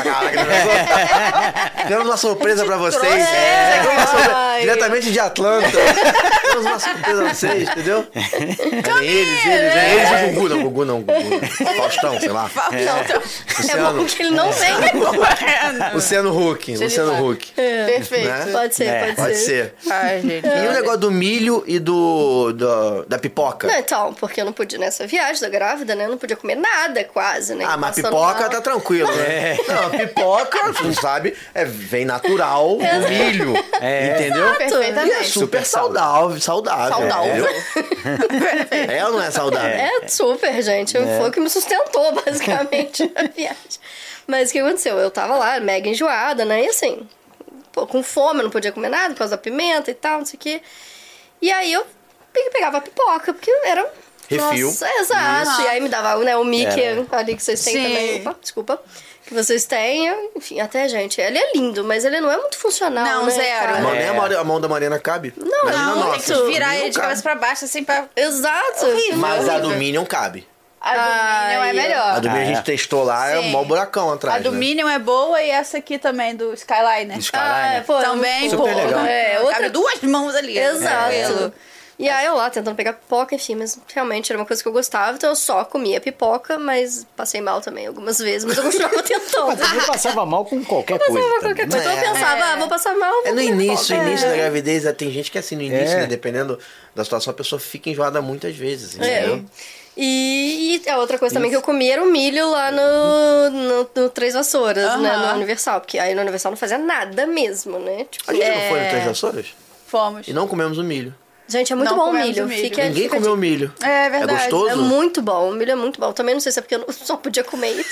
Caraca, temos uma surpresa pra vocês. É. Temos uma surpresa- Ai. diretamente de Atlanta. Temos uma surpresa pra vocês, entendeu? Vem eles, eles, vem eles e o Gugu. Não, Gugu não, Gugu. Faustão, sei lá. Não, é Luciano. bom que ele não vem. Luciano Huck, Luciano Huck. Perfeito. Né? Pode ser, É, pode, Pode ser. ser. Ai, gente. E o negócio do milho e do, do- da pipoca? Não, então, porque eu não podia nessa viagem da grávida, né? Eu não podia comer nada quase, né? Ah, mas Passando pipoca mal. tá tranquilo, né? Não, pipoca, você não sabe, é, vem natural do milho. É. Entendeu? E é Perfeitamente. super Super saudável, saudável. Saudável. entendeu? É ou não é saudável? É super, gente. Foi o que me sustentou, basicamente, na viagem. Mas o que aconteceu? Eu tava lá, mega enjoada, né? E assim, pô, com fome, eu não podia comer nada por causa da pimenta e tal, não sei o quê. E aí eu pe- pegava a pipoca, porque era... Refil. Nossa, exato. Isso. E aí me dava, né, o Mickey Era. ali que vocês têm Sim. também. Opa, desculpa. Que vocês têm. Enfim, até, gente, ele é lindo, mas ele não é muito funcional, Não, né, zero. cara? Mas nem É. a, Mari- a mão da Mariana cabe. Não, Imagina a não, Não, nossa. tem que virar Não ele de cabe. cabeça pra baixo, assim, pra... Exato. Horrível. Mas a do Horrível. Minion cabe. A do Minion é Ai, melhor. A do Minion a Ah, gente é. testou lá, é um Sim. mau buracão atrás. A do né? Minion é boa e essa aqui também, do Skyliner. Skyline. Ah, pô, Também, Super pô. legal. É, outra... Cabe duas mãos ali. Exato. Tranquilo. E aí eu lá tentando pegar pipoca, enfim, mas realmente era uma coisa que eu gostava, então eu só comia pipoca, mas passei mal também algumas vezes, mas eu continuava tentando. Eu passava mal com qualquer coisa. Passava também, qualquer né? coisa. Então eu pensava, É. ah, vou passar mal. É vou no comer início, pipoca. início É. da gravidez, é, tem gente que é assim no início, É. né? Dependendo da situação, a pessoa fica enjoada muitas vezes, É. entendeu? E, e a outra coisa também que eu comia era o milho lá no, no, no Três Vassouras, Aham. né? No Universal. Porque aí no Universal não fazia nada mesmo, né? Tipo, A gente é... não foi no Três Vassouras? Fomos. E não comemos o milho. Gente, é muito Não bom o comemos milho. o milho. Fica, Ninguém fica comeu de- milho. É verdade. É gostoso? É muito bom. O milho é muito bom. Também não sei se é porque eu não- só podia comer isso.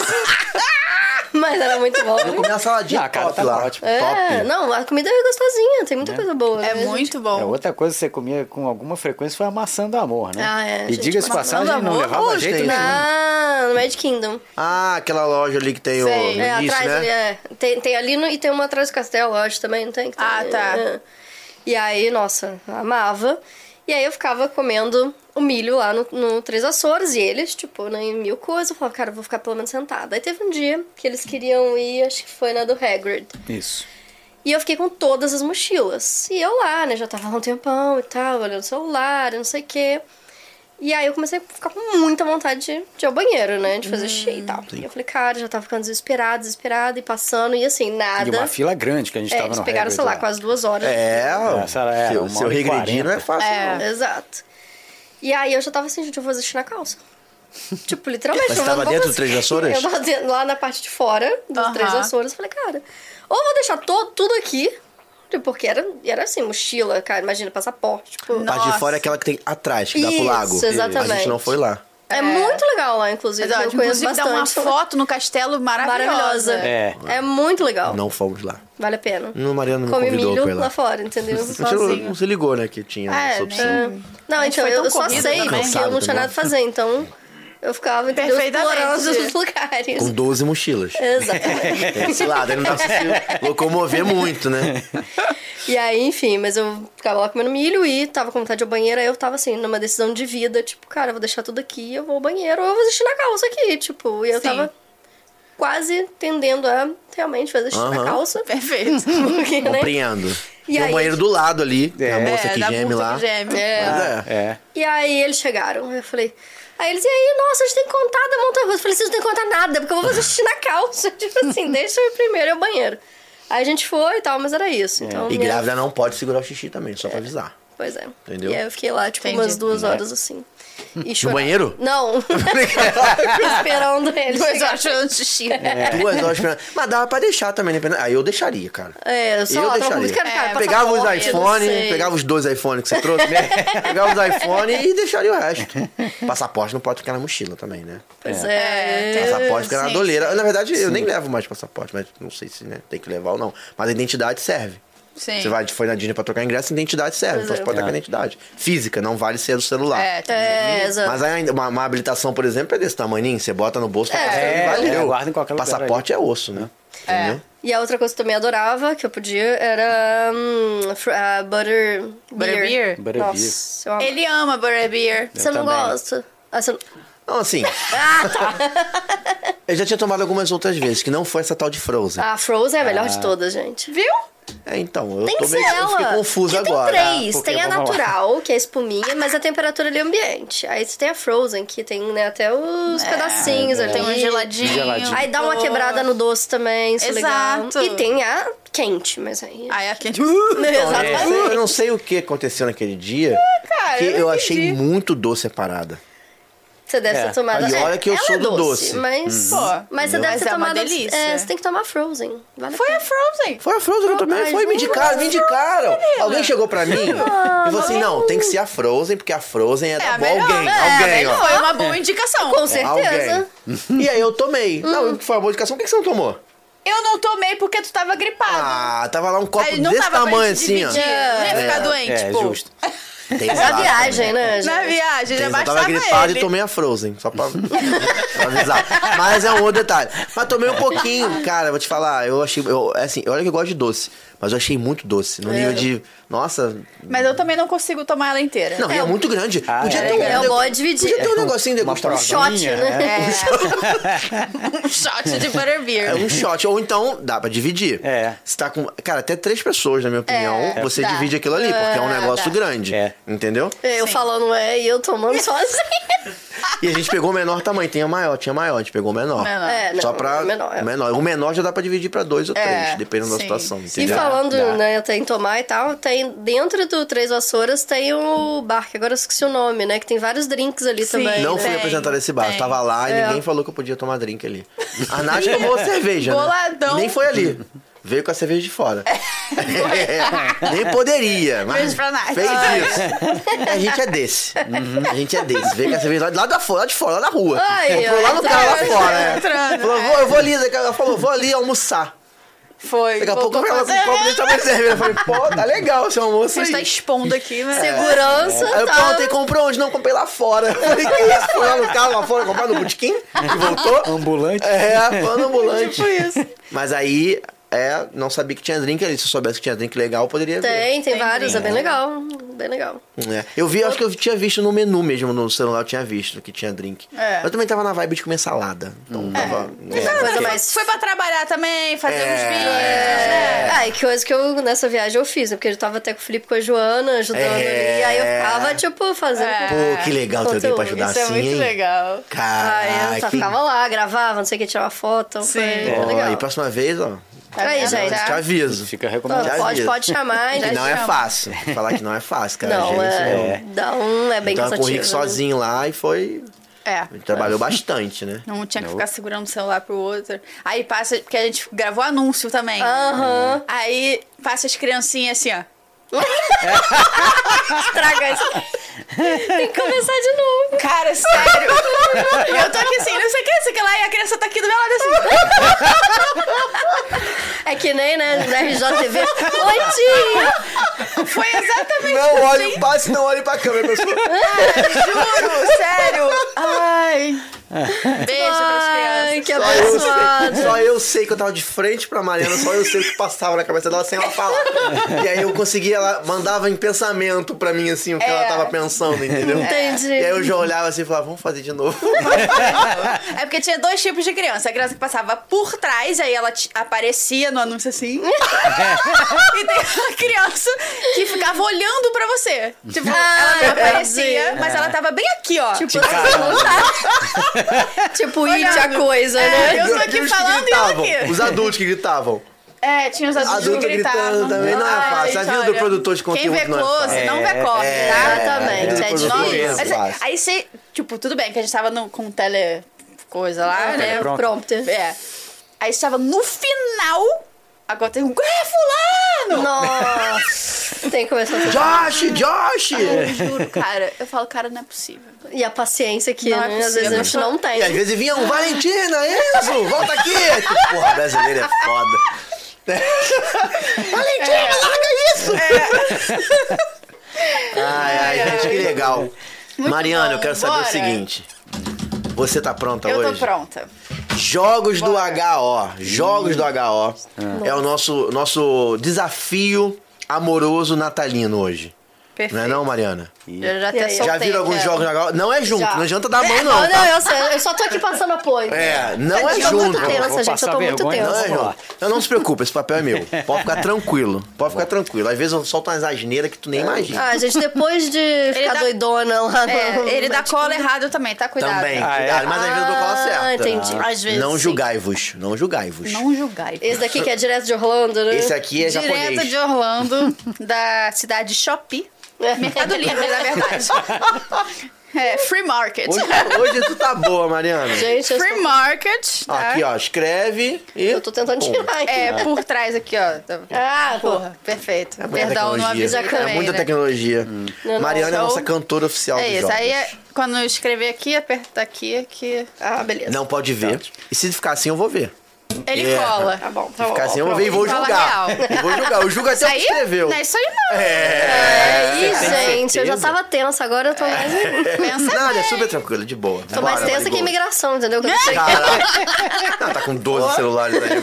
Mas era muito bom. Eu comi uma saladinha Ah, cara, top tava lá. ótimo. É, Top. não, a comida é gostosinha, tem muita É. coisa boa. É né, muito É, bom. outra coisa que você comia com alguma frequência foi a maçã do amor, né? Ah, é, E gente, diga-se de maçã do passagem, não amor, levava hoje jeito tem. nenhum. Ah, no Mad Kingdom. Ah, aquela loja ali que tem o Sei. no É, início, atrás né? ali, é. Tem, tem ali no, e tem uma atrás do castelo, eu acho, também, não tem? Que Ah, tem- tá. é. E aí, nossa, amava. E aí eu ficava comendo o milho lá no, no Três Vassouras e eles, tipo, né, em mil coisas. Eu falava, cara, eu vou ficar pelo menos sentada. Aí teve um dia que eles queriam ir, acho que foi na do Hagrid. Isso. E eu fiquei com todas as mochilas. E eu lá, né, já tava há um tempão e tal, olhando o celular, e não sei o quê. E aí eu comecei a ficar com muita vontade de, de ir ao banheiro, né, de fazer xixi e tal. E eu falei, cara, já tava ficando desesperada, desesperada, e passando, e assim, nada. E uma fila grande que a gente É, tava eles no pegaram, Hagrid sei lá, lá. quase duas horas. É, Essa era seu, uma seu hora e regredinho não é quarenta. fácil, É. não. Exato. E aí eu já tava assim, gente, eu vou fazer xixi na calça. Tipo, literalmente. Mas eu você tava não vou dentro do fazer- Três Vassouras? Eu tava dentro- lá na parte de fora dos Aham. Três Vassouras. Eu falei, cara, ou eu vou deixar todo, tudo aqui, tipo, porque era, era assim, mochila, cara, imagina, passaporte, tipo... Não. A parte de Nossa. fora é aquela que tem atrás, que dá pro Isso, lago. A exatamente. gente não foi lá. É muito legal lá, inclusive. Mas, ó, eu conheço inclusive, dá uma bastante. foto no castelo maravilhosa. Maravilhosa. É. É muito legal. Não fomos lá. Vale a pena. No Mariana não Come convidou milho pra ir lá. lá fora, entendeu? Você não, sozinho. não se ligou, né, que tinha É, essa opção. É. Não, A gente então, foi eu, tão eu só corrido sei também. porque eu Cansado não tinha também. nada a fazer, então eu ficava entendeu, Perfeitamente. explorando os lugares. Com doze mochilas. Exatamente. Tem esse lado, aí não dá pra se locomover muito, né? E aí, enfim, mas eu ficava lá comendo milho e tava com vontade de ir ao banheiro, aí eu tava assim, numa decisão de vida, tipo, cara, eu vou deixar tudo aqui, eu vou ao banheiro, ou eu vou deixar na calça aqui, tipo, e eu Sim. tava quase tendendo a realmente fazer xixi na Aham. calça. Perfeito. Porque, né? Compreendo. E Tem aí, um banheiro do lado ali, tem a É. moça que da geme puta lá. que geme. É. Pois é. É. E aí eles chegaram, eu falei... Aí eles, e aí, nossa, a gente tem que contar da montanha russa. Eu falei, vocês não tem que contar nada, porque eu vou fazer xixi na calça. Tipo assim, deixa eu ir primeiro, é o banheiro. Aí a gente foi e tal, mas era isso. Então, E minha- grávida não pode segurar o xixi também, só pra avisar. Pois é. Entendeu? E aí eu fiquei lá, tipo, Entendi. umas duas horas assim. E No chorava. banheiro? Não. Esperando eles. Duas chegar. horas chorando de xixi. Duas horas esperando. Mas dava pra deixar também, né? Aí eu deixaria, cara. É, eu só Eu tava deixaria. muito cara, cara, É, Pegava os passaporte, eu não iPhone, sei. pegava os dois iPhones que você trouxe, né? Pegava os iPhone e deixaria o resto. Passaporte não pode ficar na mochila também, né? Pois é. É, Passaporte fica na sim, doleira. Na verdade, eu nem levo mais passaporte, mas não sei se né, tem que levar ou não. Mas a identidade serve. Sim. Você vai, foi na Disney pra trocar ingresso, a identidade serve. Pois Então é. você pode estar com a identidade. Física, não vale ser do celular. É, tem- É, exato. Mas ainda, uma, uma habilitação, por exemplo, é desse tamanhinho, você bota no bolso, tá É, valeu. é, guarda em qualquer lugar Passaporte é osso, né? Entendeu? E a outra coisa que eu também adorava, que eu podia, era hum, fr- ah, butter beer. Butterbeer? Butterbeer. Nossa, eu amo. Ele ama Butterbeer. Você não também. gosta? Ah, você não... Não, assim, ah, tá. eu já tinha tomado algumas outras vezes, que não foi essa tal de Frozen. A Frozen é a melhor de todas, gente. Viu? É, então, eu Tem tô que ser meio eu fiquei ela. confuso Porque agora. Tem três. porque Tem a vamos lá. natural, que é a espuminha, mas a temperatura ali é ambiente. Aí você tem a Frozen, que tem né, até os pedacinhos ali. Tem um geladinho. Geladinho. Aí dá uma quebrada no doce também, isso é legal. Exato. E tem a quente, mas aí... Aí aqui... Exatamente. Eu não sei o que aconteceu naquele dia, cara, que eu não eu achei entendi. muito doce a parada. Você deve É. ter tomado... E olha que eu ela sou é do doce. Mas, Pô, mas você entendeu? deve Mas ter é uma tomado... delícia. É, você tem que tomar Frozen. Vale Foi a a Frozen. Foi a Frozen eu também, Ai, foi, me juro. indicaram, me indicaram. Alguém chegou pra mim e falou assim, não, tem que ser a Frozen, porque a Frozen é, É, da a boa melhor. alguém, É, alguém, ó. Foi uma boa indicação. Com certeza. Alguém. E aí eu tomei. Não, foi uma boa indicação, por que que você não tomou? Eu não tomei porque tu tava gripado. Ah, tava lá um copo Aí não desse tava pra tamanho gente assim, ó. dividir. Não ia ficar É, doente, É, pô. justo. Tem Na exato, viagem, né? né, gente? Na viagem, Tem já exato. Eu bastava tava gripado ele. e tomei a Frozen, só pra, pra avisar. Mas é um outro detalhe. Mas tomei um pouquinho, cara, vou te falar, eu achei, eu, assim, olha que eu gosto de doce, mas eu achei muito doce, no nível de, nossa, Mas eu também não consigo tomar ela inteira. não, e é muito grande. Ah, Podia é, ter um, é o nego- bom é dividir. Podia ter um negocinho de Uma degustação. Shot, né? Um shot de Butterbeer. É um shot, ou então dá pra dividir. É. Você tá com, cara, até três pessoas, na minha opinião, É, você dá. divide aquilo ali, porque é um negócio dá. grande, É. entendeu? Eu Sim. falando é e eu tomando sozinha. E a gente pegou o menor tamanho, tinha maior, tinha maior, a gente pegou o menor. Menor. É, não, Só pra. menor, é. O menor. O menor já dá pra dividir pra dois ou três, É, dependendo da sim. situação. E Entendeu? falando, Dá. né, até em tomar e tal, tem dentro do Três Vassouras tem o bar, que agora eu esqueci o nome, né? Que tem vários drinks ali Sim. também. Não né? fui Tem, apresentar esse bar, tem. tava lá e É. ninguém falou que eu podia tomar drink ali. A Nath tomou cerveja. né? Boladão. E nem foi ali. Veio com a cerveja de fora. É, nem poderia. Mas Beijo pra Nath. fez Ai. isso. A gente é desse. A gente é desse. Veio com a cerveja lá, lá da fora, lá de fora, lá na rua. Ai, Entrou lá no ai, cara lá ai, fora. né? entrando, Falou, vou, eu vou ali. Ela falou, vou ali almoçar. Foi. Daqui a pouco voltou ela com pra- um copo de tamanho de cerveja. Eu falei, pô, tá legal esse almoço Você aí. está expondo aqui, né? Segurança, Aí eu tá? perguntei, comprou onde? Não, comprei lá fora. Eu falei, que isso? Foi lá no carro, lá fora, comprar no botequim e voltou? Ambulante. É, foi no ambulante. Tipo isso. Mas aí, é, não sabia que tinha drink ali. Se eu soubesse que tinha drink legal, eu poderia ver. Tem, tem Tem vários, drink. é bem legal. Bem legal. É. Eu vi, acho que eu tinha visto no menu mesmo, no celular eu tinha visto que tinha drink. É. Eu também tava na vibe de comer salada. Então tava... É, coisa mais... Foi pra trabalhar também, fazer É, uns vídeos, né? Ah, e que coisa que eu, nessa viagem eu fiz, né? Porque eu tava até com o Felipe e com a Joana ajudando É. ali. Aí eu ficava, tipo, fazendo... É. Pô, que legal ter alguém pra ajudar Isso é assim, muito hein? legal. Aí Caraca. eu só ficava lá, gravava, não sei o que, tirava foto. Então Sim. foi bem Ó, legal. e próxima vez, ó, Aí, gente. te aviso. Fica Então, recomendado. pode, aviso. pode chamar. Que já não é chama. fácil. Falar que não é fácil, cara. Não, gente, é, dá um, é bem Então eu cansativo. corri né? sozinho lá e foi... É. A gente trabalhou bastante, né? Não tinha que ficar segurando o celular pro outro. Aí passa, porque a gente gravou anúncio também. Aham. Aí passa as criancinhas assim, ó. Estraga isso. Tem que começar de novo. Cara, sério. E eu tô aqui assim, não sei o que, não sei o que lá, e a criança tá aqui do meu lado assim. É que nem, né, da R J T V. Oi, tia! Foi exatamente Não assim. olhe, passe, não olhe pra câmera, pessoal. Juro, sério. Ai. Beijo pras Ai, crianças. que Só eu, abençoado. sei, só eu sei que eu tava de frente pra Mariana, só eu sei o que passava na cabeça dela sem ela falar. E aí eu conseguia, ela mandava em pensamento pra mim, assim, o que É. ela tava pensando, entendeu? Entendi. E aí eu já olhava assim e falava, vamos fazer de novo. É porque tinha dois tipos de criança. A criança que passava por trás, aí ela t- aparecia no anúncio assim. E tem a criança que ficava olhando pra você. Tipo, ela não aparecia, mas ela tava bem aqui, ó. Tipo, Cara, tipo, it a coisa, É, né? eu tô E aqui os que falando e ela gritavam, aqui. Os adultos que gritavam. É, tinha os adultos Adulto que gritavam. gritando também não é Ai, fácil. A gente, vida do olha, produtor de Quem conteúdo vê não é close, fácil. não vê corre, é, tá? Exatamente, a vida é do produtor difícil. não é Mas, fácil. aí você, tipo, tudo bem que a gente tava no, com tele coisa lá, Ah, né? né? Pronto. Prompter. É. Aí estava no final. Agora tem um. É, fulano! Nossa. Tem que começar a Josh, Josh! Eu juro, cara. Eu falo, cara, não é possível. E a paciência que, Não é né? Às possível. vezes a gente não tem. E às vezes vinha um Valentina, isso, volta aqui! Porra, brasileiro é foda. Valentina, larga isso! Ai, ai, gente, que legal. Mariana, eu bom, quero saber bora. o seguinte. Você tá pronta Eu hoje? tô pronta. Jogos do H O. Jogos do H O. É o nosso, nosso desafio amoroso natalino hoje. Perfeito. Não é não, Mariana? Eu já E até aí? soltei Já viram alguns aqui, ó. jogos do H O? Não é junto, Já. não adianta dar a mão Não, não, não, tá? eu sei. Eu só tô aqui passando apoio. É, não Eu é tô junto. muito tensa, Vou gente. Eu passar tô muito vergonha, Não tensa. é Vamos lá. junto. Então não se preocupe, esse papel é meu. Pode ficar tranquilo. Pode ficar tranquilo. Às vezes eu solto umas asneiras que tu nem imagina. Ah, gente, depois de ficar dá- doidona lá no... É, ele dá médico. cola errado também, tá? Cuidado. Também, Ah, é? cuidado. Mas às vezes eu dou cola certa. Ah, entendi. Às vezes. Não sim. julgai-vos. Não julgai-vos. Não julgai. Esse daqui que é direto de Orlando, né? Esse aqui é Direto japonês. de Orlando, da cidade de Shopee. Mercado Livre, na verdade. É, Free Market. Hoje, hoje tu tá boa, Mariana. Gente, eu, Free estou... Market. Tá? Aqui, ó, escreve e... eu tô tentando Pum. tirar aqui. É, por trás aqui, ó. Ah, pô. Porra, perfeito. É muita Perdão, não tecnologia. avisei É também, muita né? tecnologia. Não, Mariana é a Então, nossa cantora oficial É dos isso. jogos. Aí, é- quando eu escrever aqui, aperta aqui, aqui. Ah, beleza. Não pode ver. E se ficar assim, eu vou ver. Ele É. cola. Tá bom, Se tá bom. ficar assim, eu vou ver e vou Fala julgar. real. E vou julgar. Eu julgo até Isso o que aí? escreveu. Não é isso aí, não. É. Ih, Você tem gente, eu já certeza? tava tensa, agora eu tô mais... Pensa Nada, é bem. super tranquilo, de boa. Tô mais Bora, tensa que Marigold. imigração, entendeu? Que eu não sei. Caraca. Não, tá com doze celulares aí.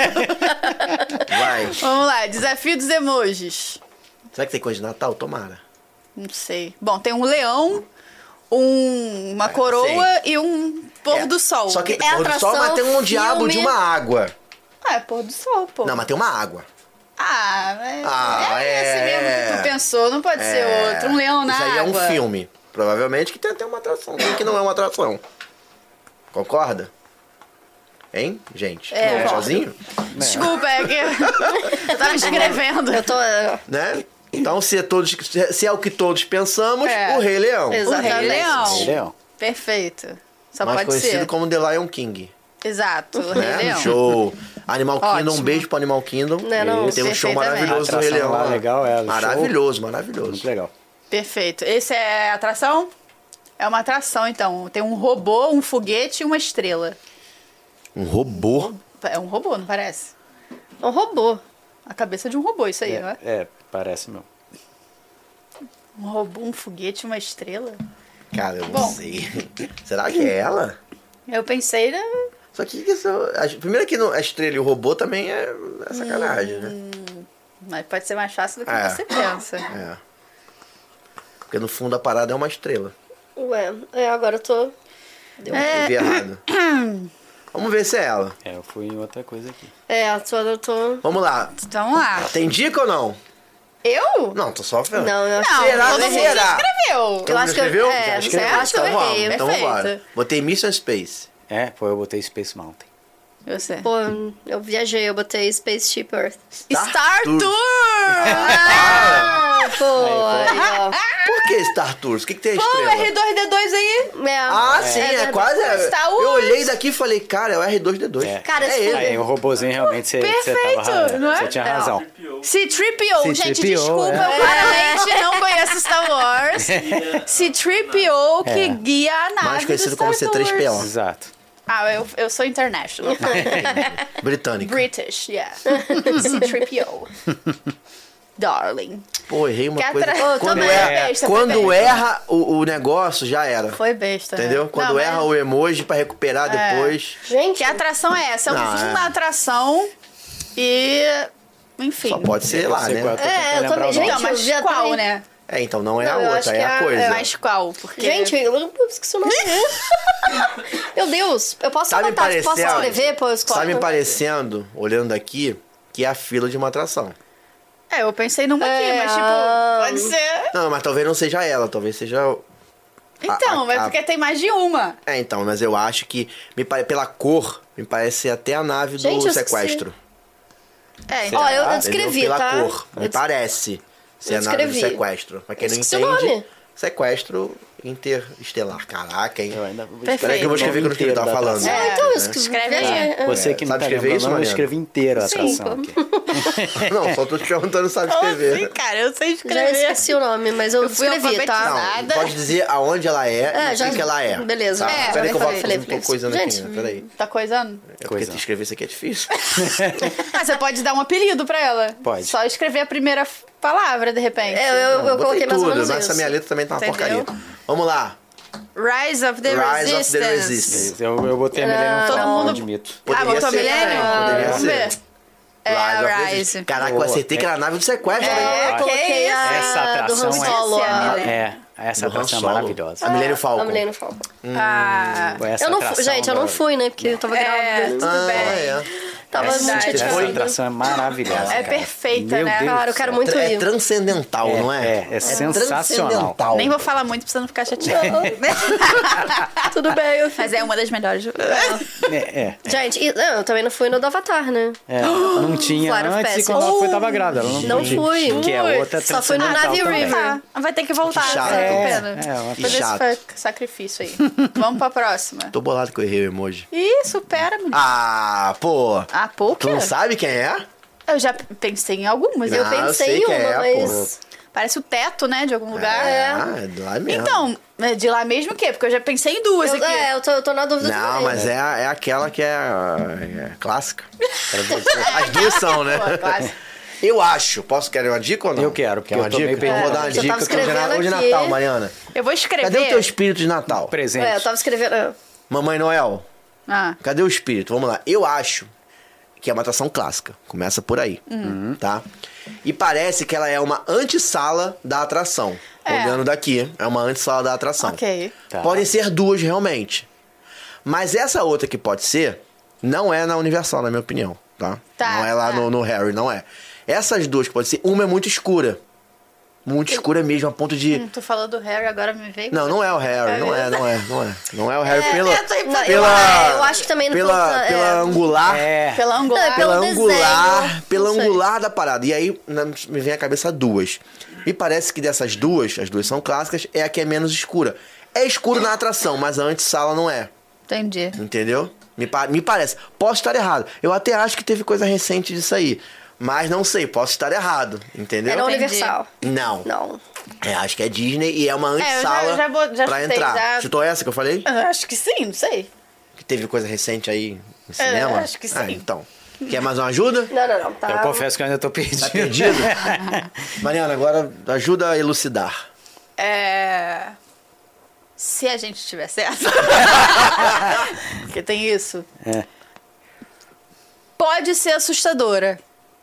Vai. Vamos lá, desafio dos emojis. Será que tem coisa de Natal? Tomara. Não sei. Bom, tem um leão, um- uma coroa e um pôr É. do sol. Só que É pôr do atração, sol, mas tem um diabo de filme. uma água. Ah, é pôr do sol, pô. Não, mas tem uma água. Ah, é, Ah, é esse é. mesmo que tu pensou, não pode ser outro. Um leão na Isso aí é água. um filme. Provavelmente que tem até uma atração. Tem que não é uma atração. Concorda? Hein, gente? É, Não, concordo. sozinho? Desculpa, é que eu tava escrevendo. Eu tô... é, Né? Então, se é, todos, se é o que todos pensamos, É. o Rei Leão. O Rei Exatamente. Leão. Leão. Perfeito. Só Mais pode conhecido ser. como The Lion King. Exato, o Rei Né? Leão. Show. Animal Kingdom, um Ótimo. beijo pro Animal Kingdom. Né, não? Tem um show Perfeitamente. maravilhoso do A Rei atração Leão. lá lá. legal, é, do Maravilhoso, Muito maravilhoso. legal. Perfeito. Esse é a atração? É uma atração, então. Tem um robô, um foguete e uma estrela. Um robô. É um robô, não parece? Um robô. A cabeça de um robô, isso aí, não é? É, parece mesmo. Um robô, um foguete e uma estrela? Cara, eu não Bom. sei. Será que é ela? Eu pensei, né? Só que isso, a, primeiro que no- a estrela e o robô também é, é sacanagem, né? Mas pode ser mais fácil do que É. você pensa. É. Porque no fundo a parada é uma estrela. Ué, é, agora eu tô... Deu. É. Eu vi errado. Vamos ver se é ela. É, eu fui em outra coisa aqui. É, a sua eu tô... Vamos lá. Então vamos lá. Tem dica ou não? Eu? Não, tô só vendo. Não, eu acho Não, Será? todo mundo Será? já escreveu. Todo Eu mundo acho que eu- escreveu? é, Já não escreveu? sei, eu acho que eu Então vamos, errei. então Perfeito. vambora. Botei Mission Space. É, pô, eu botei Space Mountain. Você. Pô, eu viajei, eu botei Spaceship Earth. Star Tour. Tour! Ah, pô, aí, ó. Por que Star Tours? O que, que tem a Pô, estrela? R dois D dois aí. É, Ah, sim, é, verdade. quase. Star Eu Wars. olhei daqui e falei, cara, é o R dois D dois. É. Cara, é esse ele. filme- Aí o robozinho realmente você, você Perfeito, tava. não é? Você tinha Não. razão. C três P O, gente, C três P O, desculpa, é. eu claramente não conheço Star Wars. C três P O que É. guia a nave Mais conhecido do Star como C três P O. Tours. Exato. Ah, eu, eu sou international. Britânico. British, yeah. C três P O. darling. Pô, errei uma Que coisa. atra- Ô, Quando, também erra, é besta, foi quando besta. erra o, o negócio, já era. Foi besta, né? Entendeu? Quando Não, mas- erra o emoji pra recuperar É. depois. Gente, Que atração é essa? É um Não, zoom é. na atração e... Enfim. Só pode ser lá, sei né? qual, eu tô É, tentando eu lembrar também- o nome. Então, Gente, mas eu já qual, também- né? É, então não é Não, eu a acho outra, que é a é- coisa. é. Mas qual? Porque... gente, eu eu esqueci o nome. Meu Deus, eu posso Tá me anotar, posso parecendo, escrever, pô, eu escolho. tá me parecendo, olhando aqui, que é a fila de uma atração. É, eu pensei numa aqui, É, mas tipo, ah, pode ser... Não, mas talvez não seja ela, talvez seja... Então, a- mas a- porque tem mais de uma. É, então, mas eu acho que, me pare... pela cor, me parece até a nave Gente, do eu sequestro. É, então... Ó, eu, eu Entendeu? descrevi, Pela tá? cor, me Eu des- parece ser eu a nave do descrevi. sequestro. Pra quem Eu não esqueci o entende, nome. sequestro interestelar. Caraca, hein? Eu ainda vou Perfeito. Peraí que eu vou escrever o que eu tava Inteiro da falando. atração. É, então, eu É. escrevi. Escreve aí. É, é. Você que não Sabe tá escrever lembrando, isso, não, eu Mariana? escrevi inteiro a Sim, atração pô. aqui. Não, só tô te perguntando se sabe Como escrever. assim, cara? Eu sei Já escrever. esqueci o nome, mas eu, Eu fui escrevi, tá? alfabetizada. Não, pode dizer aonde ela é, É, e já- o que, que ela é. beleza. Tá? É, Peraí que eu falei, vou falei, tô falei. coisando Gente, aqui, né? Peraí. Tá coisando? É porque Coisa. escrever isso aqui é difícil. Ah, você pode dar um apelido pra ela. Pode. Só escrever a primeira f- palavra, de repente. É, eu, eu, Não, eu botei coloquei mais ou tudo, menos mas isso. essa minha letra também tá uma Entendeu? porcaria. Vamos lá. Rise of the Rise of Resistance. the Resistance. Eu, eu botei a Millennium Todo Falcon, mundo- admito. Ah, Poderia botou ser Millennium? também, poderia Vamos ser. ver. É, Rise of the Rise. Resistance. Caraca, eu Boa. acertei que era a nave do sequestro. É, né? Eu que coloquei isso? a Essa atração do Han é- Solo. Essa é a a- Millennium. É, essa Do Han atração é Solo. maravilhosa. A Millennium A Falcon. Millennium Falcon. Ah, Pô, essa Eu não fui, atração gente, eu não da- fui, né? Porque eu tava É, grávida. tudo Ah, bem. é. Tava Verdade. muito Essa chateada. atração é maravilhosa. É cara. perfeita, Meu né? Deus Cara, eu do quero céu. muito É ir. transcendental, É, não é? é, é sensacional. transcendental. nem vou falar muito pra você não ficar chateado. Tudo bem, eu fiz. Mas é uma das melhores. É, é, Gente, e- não, eu também não fui no do Avatar, né? é. Não tinha Flight of antes e Passage. quando ela foi tava grávida. Ela não, Não tinha. fui. Que é outra Só fui no transcendental Navy também. River. Ah, vai ter que voltar. Que chato. Tá com É, pena. é, uma- Fazer esse chato. fa- sacrifício aí. Vamos pra próxima. Tô bolado que eu errei o emoji. Ih, supera, menino. Ah, pô. Ah, pô, Tu não sabe quem é? Eu já pensei em algumas. Eu Ah, eu pensei sei em que uma, é, mas. Parece o teto, né, de algum lugar. Ah, é de lá mesmo. Então, é de lá mesmo o quê? Porque eu já pensei em duas Eu, aqui. é, eu tô, eu tô na dúvida Não, também. mas é, é aquela que é, é clássica. As duas são, né? Pô, clássico. Eu acho. Posso querer uma dica ou não? Eu quero, porque Quer uma eu tô meio dica? Eu vou perdido. dar uma Eu tava dica que hoje é, escrevendo hoje é aqui. Natal, Mariana. Eu vou escrever. Cadê o teu espírito de Natal? Presente. É, eu tava escrevendo. ah, Mamãe Noel, Ah, cadê o espírito? Vamos lá. Eu acho que é uma atração clássica. Começa por aí, tá? E parece que ela é uma antessala da atração. É. Olhando daqui, é uma antessala da atração. ok. Tá. Podem ser duas realmente. Mas essa outra que pode ser, não é na Universal, na minha opinião, tá? Tá, não é lá tá. no, no Harry, não é. Essas duas que pode ser, uma é muito escura. Muito escura mesmo, a ponto de... Hum, tu falou do Harry, agora me veio. Não, não é o Harry, não é, não é, não é. Não é o Harry pela... eu tô aí pra- Não, eu- pela eu acho que também não pela, foi- pela é. angular... É. Pela angular. Não, é pelo Pela desenho, angular, pela não sei. angular da parada. E aí na- me vem à cabeça duas. Me parece que dessas duas, as duas são clássicas, é a que é menos escura. É escuro na atração, mas a antessala não é. Entendi. Entendeu? Me, pa- me parece. Posso estar errado. Eu até acho que teve coisa recente disso aí. Mas não sei, posso estar errado. Entendeu? É na Entendi. Universal. Não. Não. É, acho que é Disney e é uma É, eu já- antessala já vou- já pra chutei, entrar. já- Chutou essa que eu falei? Eu acho que sim, não sei. Que teve coisa recente aí no cinema? acho que Ah, sim. então. Quer mais uma ajuda? Não, não, não. Tá. Eu confesso que eu ainda tô perdido. Tá perdido? Mariana, agora ajuda a elucidar. É. Se a gente tiver certo. Porque tem isso. É. Pode ser assustadora.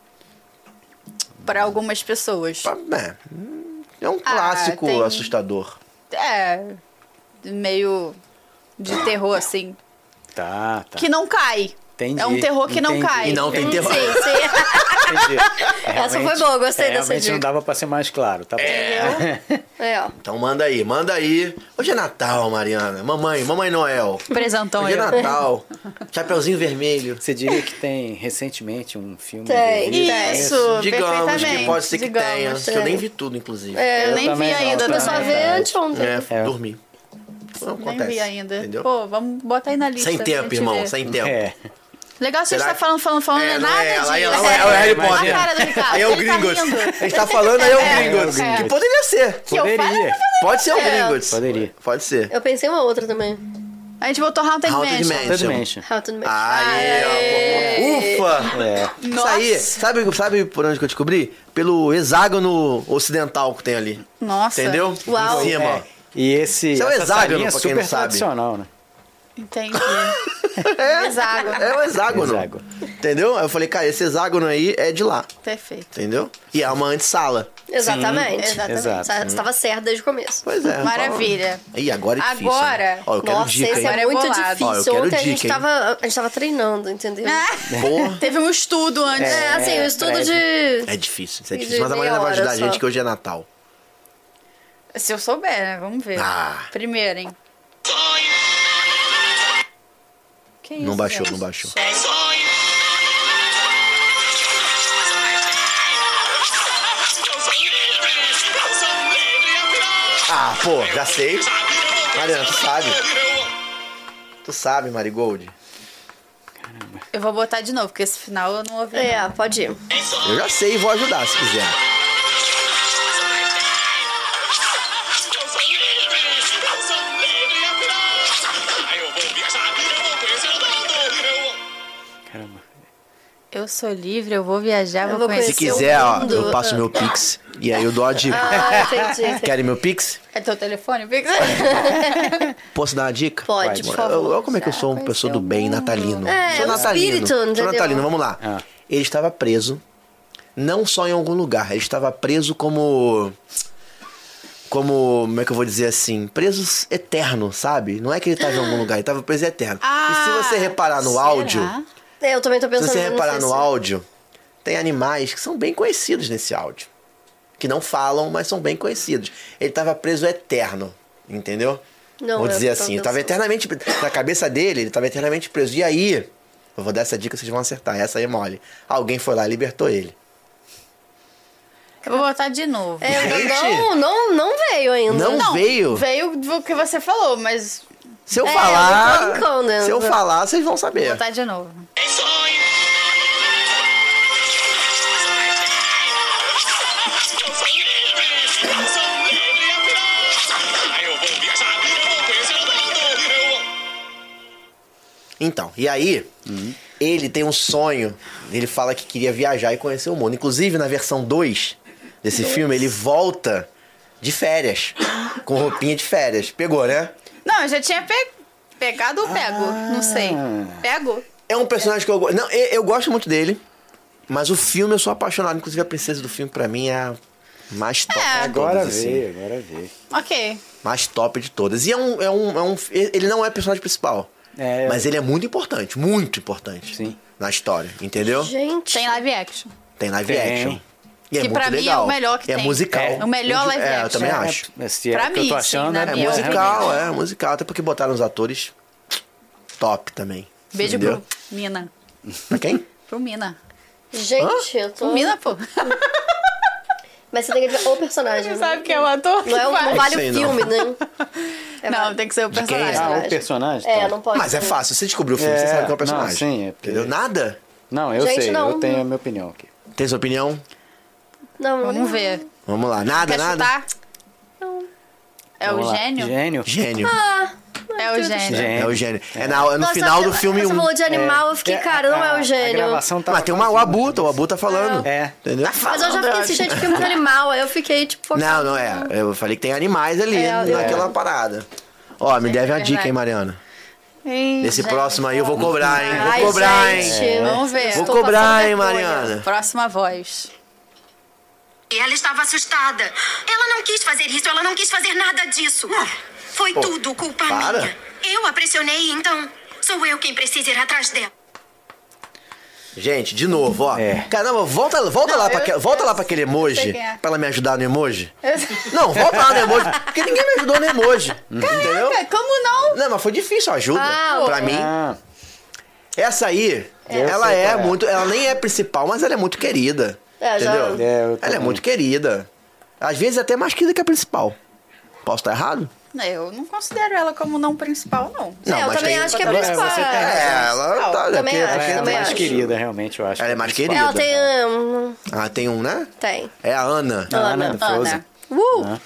Pra algumas pessoas. É, é um clássico tem- assustador. É. Meio de terror, assim. Tá, tá. Que não cai. Entendi, É um terror que não entendi. cai. E não tem Sim, terror. sim. Entendi. É, Essa foi realmente- boa, gostei é, dessa Realmente dica. não dava pra ser mais claro, tá bom. É, ó. Então manda aí, manda aí. Hoje é Natal, Mariana. Mamãe, Mamãe Noel. Presentão Hoje é aí. Natal. Chapeuzinho vermelho. Você diria que tem recentemente um filme... Tem, envolvido tem. com Isso, Digamos que perfeitamente. pode ser que Digamos, tenha. Que eu tem. nem vi tudo, inclusive. É, Eu Eu nem vi também não, ainda. Começou a também. ver anteontem. É, É. dormi. Não Nem acontece. vi ainda. Entendeu? Pô, vamos botar aí na lista. Sem pra tempo, gente irmão, ver. sem tempo. É. Legal você Será está que- falando, falando, falando, não é não nada é, disso. aí é, não é, é o Harry Olha Potter. a cara do Ricardo. Aí é o ele tá Gringotts. rindo. A gente tá falando, aí é o É, Gringotts. é. Que poderia ser. Que eu Poderia. falo, Pode ser o É. Gringotts. Poderia. Pode ser. Eu pensei uma outra também. A gente botou Haunted Haunted Mansion. Mansion. Dimension. How to make- Aí, ó. Ufa! É. Isso aí, sabe, sabe por onde que eu descobri? Pelo hexágono ocidental que tem ali. Nossa. Entendeu? Uau. Em cima, É. ó. E esse Isso é um essa hexágono, salinha é pra quem super não sabe. tradicional, né? Entendi. Hexágono. É o hexágono. Hexágono. Entendeu? Aí eu falei, cara, esse hexágono aí é de lá. Perfeito. Entendeu? E é uma antessala. Exatamente. Sim, exatamente. Exato. Você estava certo desde o começo. Pois é. Maravilha. Ih, agora é difícil. Agora- né? Ó, eu quero Nossa, dica, esse hein? Agora é é muito bolado. difícil. Ó, eu quero Ontem a gente, dica, hein? tava, a gente tava treinando, entendeu? Porra. Teve um estudo antes. É, assim, o estudo prévio. de... É difícil, isso é De difícil. Mas a meia Mariana vai hora ajudar a só. gente que hoje é Natal. Se eu souber, né? Vamos ver. Ah. Primeiro, hein? Que isso, Não baixou, gente? não baixou. Ah, pô, já sei. Mariana, tu sabe. Tu sabe, Marigold. Eu vou botar de novo, porque esse final eu não ouvi. não. É, pode ir. Eu já sei e vou ajudar se quiser. Caramba. Eu sou livre, eu vou viajar, Eu vou vou conhecer. Se Seu quiser, ó, mundo. eu passo meu Pix. E aí eu dou a dica. Ah, entendi. entendi. Querem meu Pix? É teu telefone, Pix? Posso dar uma dica? Pode, por favor. Eu- Olha como é que eu sou uma pessoa do bem, natalino. É, sou é um natalino. espírito, Sou entendeu? natalino, vamos lá. Ah. Ele estava preso, não só em algum lugar, ele estava preso como... Como, como é que eu vou dizer assim? Preso eterno, sabe? Não é que ele estava em algum lugar, ele estava preso eterno. e se você reparar no será? áudio, É, eu também tô se pensando você não reparar sei no se- áudio, tem animais que são bem conhecidos nesse áudio. Que não falam, mas são bem conhecidos. Ele estava preso eterno, entendeu? Não, vou eu dizer tô assim, ele pensando. estava eternamente... Na cabeça dele, ele estava eternamente preso. E aí, eu vou dar essa dica, vocês vão acertar. Essa aí é mole. Alguém foi lá e libertou ele. Eu vou botar de novo. É, Gente. não, não, não veio ainda. Não, veio? Veio do que você falou, mas Se eu É, falar... eu tô brincando. Se eu falar, vocês vão vou saber. botar de novo. Então, e aí, ele tem um sonho, ele fala que queria viajar e conhecer o mundo. Inclusive, na versão dois desse filme, ele volta de férias, com roupinha de férias. Pegou, né? Não, eu já tinha pe- pegado ou pego? Não sei. Pego? É um personagem que eu gosto. Não, eu, eu gosto muito dele, mas o filme eu sou apaixonado. Inclusive, a princesa do filme, pra mim, é a mais top É. de Agora todas, assim. veio, agora veio. Ok. Mais top de todas. E é um, é um, é um. Ele não é personagem principal. É, Mas ele é muito importante, muito importante. Sim. Na história, entendeu? Gente. Tem live action. Tem live Tem. action. E é Que muito pra mim é legal. o melhor que é tem. musical. É. O melhor live É, eu action. também É, acho. É, se é Pra o que eu mim, tô sim, achando, na é É minha musical. musical, é musical. Até porque botaram os atores top também. Beijo entendeu? pro Mina. Pra quem? Pro Mina. Gente, eu tô... Pro Mina, pô. Mas você tem que ver o personagem. Você sabe quem é o ator? Não, é o, que não faz? vale Sei o não. filme, né? É, Não, vale. tem que ser o quem é? personagem. Ah, o personagem? É, tá. não pode Mas é ser. fácil. Você descobriu o filme, você É, sabe qual é o não, personagem. sim, é porque- Entendeu? Nada? Não, eu Gente, sei, não. eu tenho a minha opinião aqui. Tem sua opinião? Não, Vamos não. ver. Vamos lá. Nada, Quer nada? chutar? É o Vamos lá. gênio? Gênio? Gênio. Ah, É o gênio. Gênio. É o gênio. É, na- é no nossa, final do você- filme Você um. falou de animal, eu fiquei, cara, não é a- o A gênio. gravação tá. Mas tem uma, o Abu, o Abu tá falando. É. Entendeu? Mas eu já fiquei assistindo filme de animal, aí eu fiquei, tipo... Não, não é. Eu falei que tem animais ali, É, eu- naquela parada. Ó, me deve uma dica, hein, Mariana? Ih, Nesse gente. próximo aí eu vou cobrar, hein? Vou Ai, cobrar, gente. hein? Vamos ver. Vou Estou cobrar, passando hein, vergonha. Mariana? Próxima voz. Ela estava assustada. Ela não quis fazer isso, ela não quis fazer nada disso. Foi Pô, tudo culpa para. minha. Eu a pressionei, então sou eu quem precisa ir atrás dela. Gente, de novo, ó. É. Caramba, volta, volta, Não, lá, pra, eu- aque- volta eu lá pra aquele emoji, sei quem é. pra ela me ajudar no emoji. Não, volta lá no emoji, porque ninguém me ajudou no emoji, entendeu? Caraca, como não? Não, mas foi difícil a ajuda, Ah, pra mim. Ah, Essa aí, Eu ela sei é qual é. muito, ela nem é principal, mas ela é muito querida, É, já- entendeu? É, eu ela é também. muito querida. Às vezes até mais querida que a principal. Posso estar errado? Eu não considero ela como não principal, não. Não, é, eu mas também tem- acho que é É, principal. você tem É, ela tá... Também é acho, ela é também mais acho. querida, realmente, eu acho. Ela é mais principal. querida. Ela tem... hum, Ah, tem um, né? Tem. É a Ana. A Ana do Frozen. Ana. Uh! Né?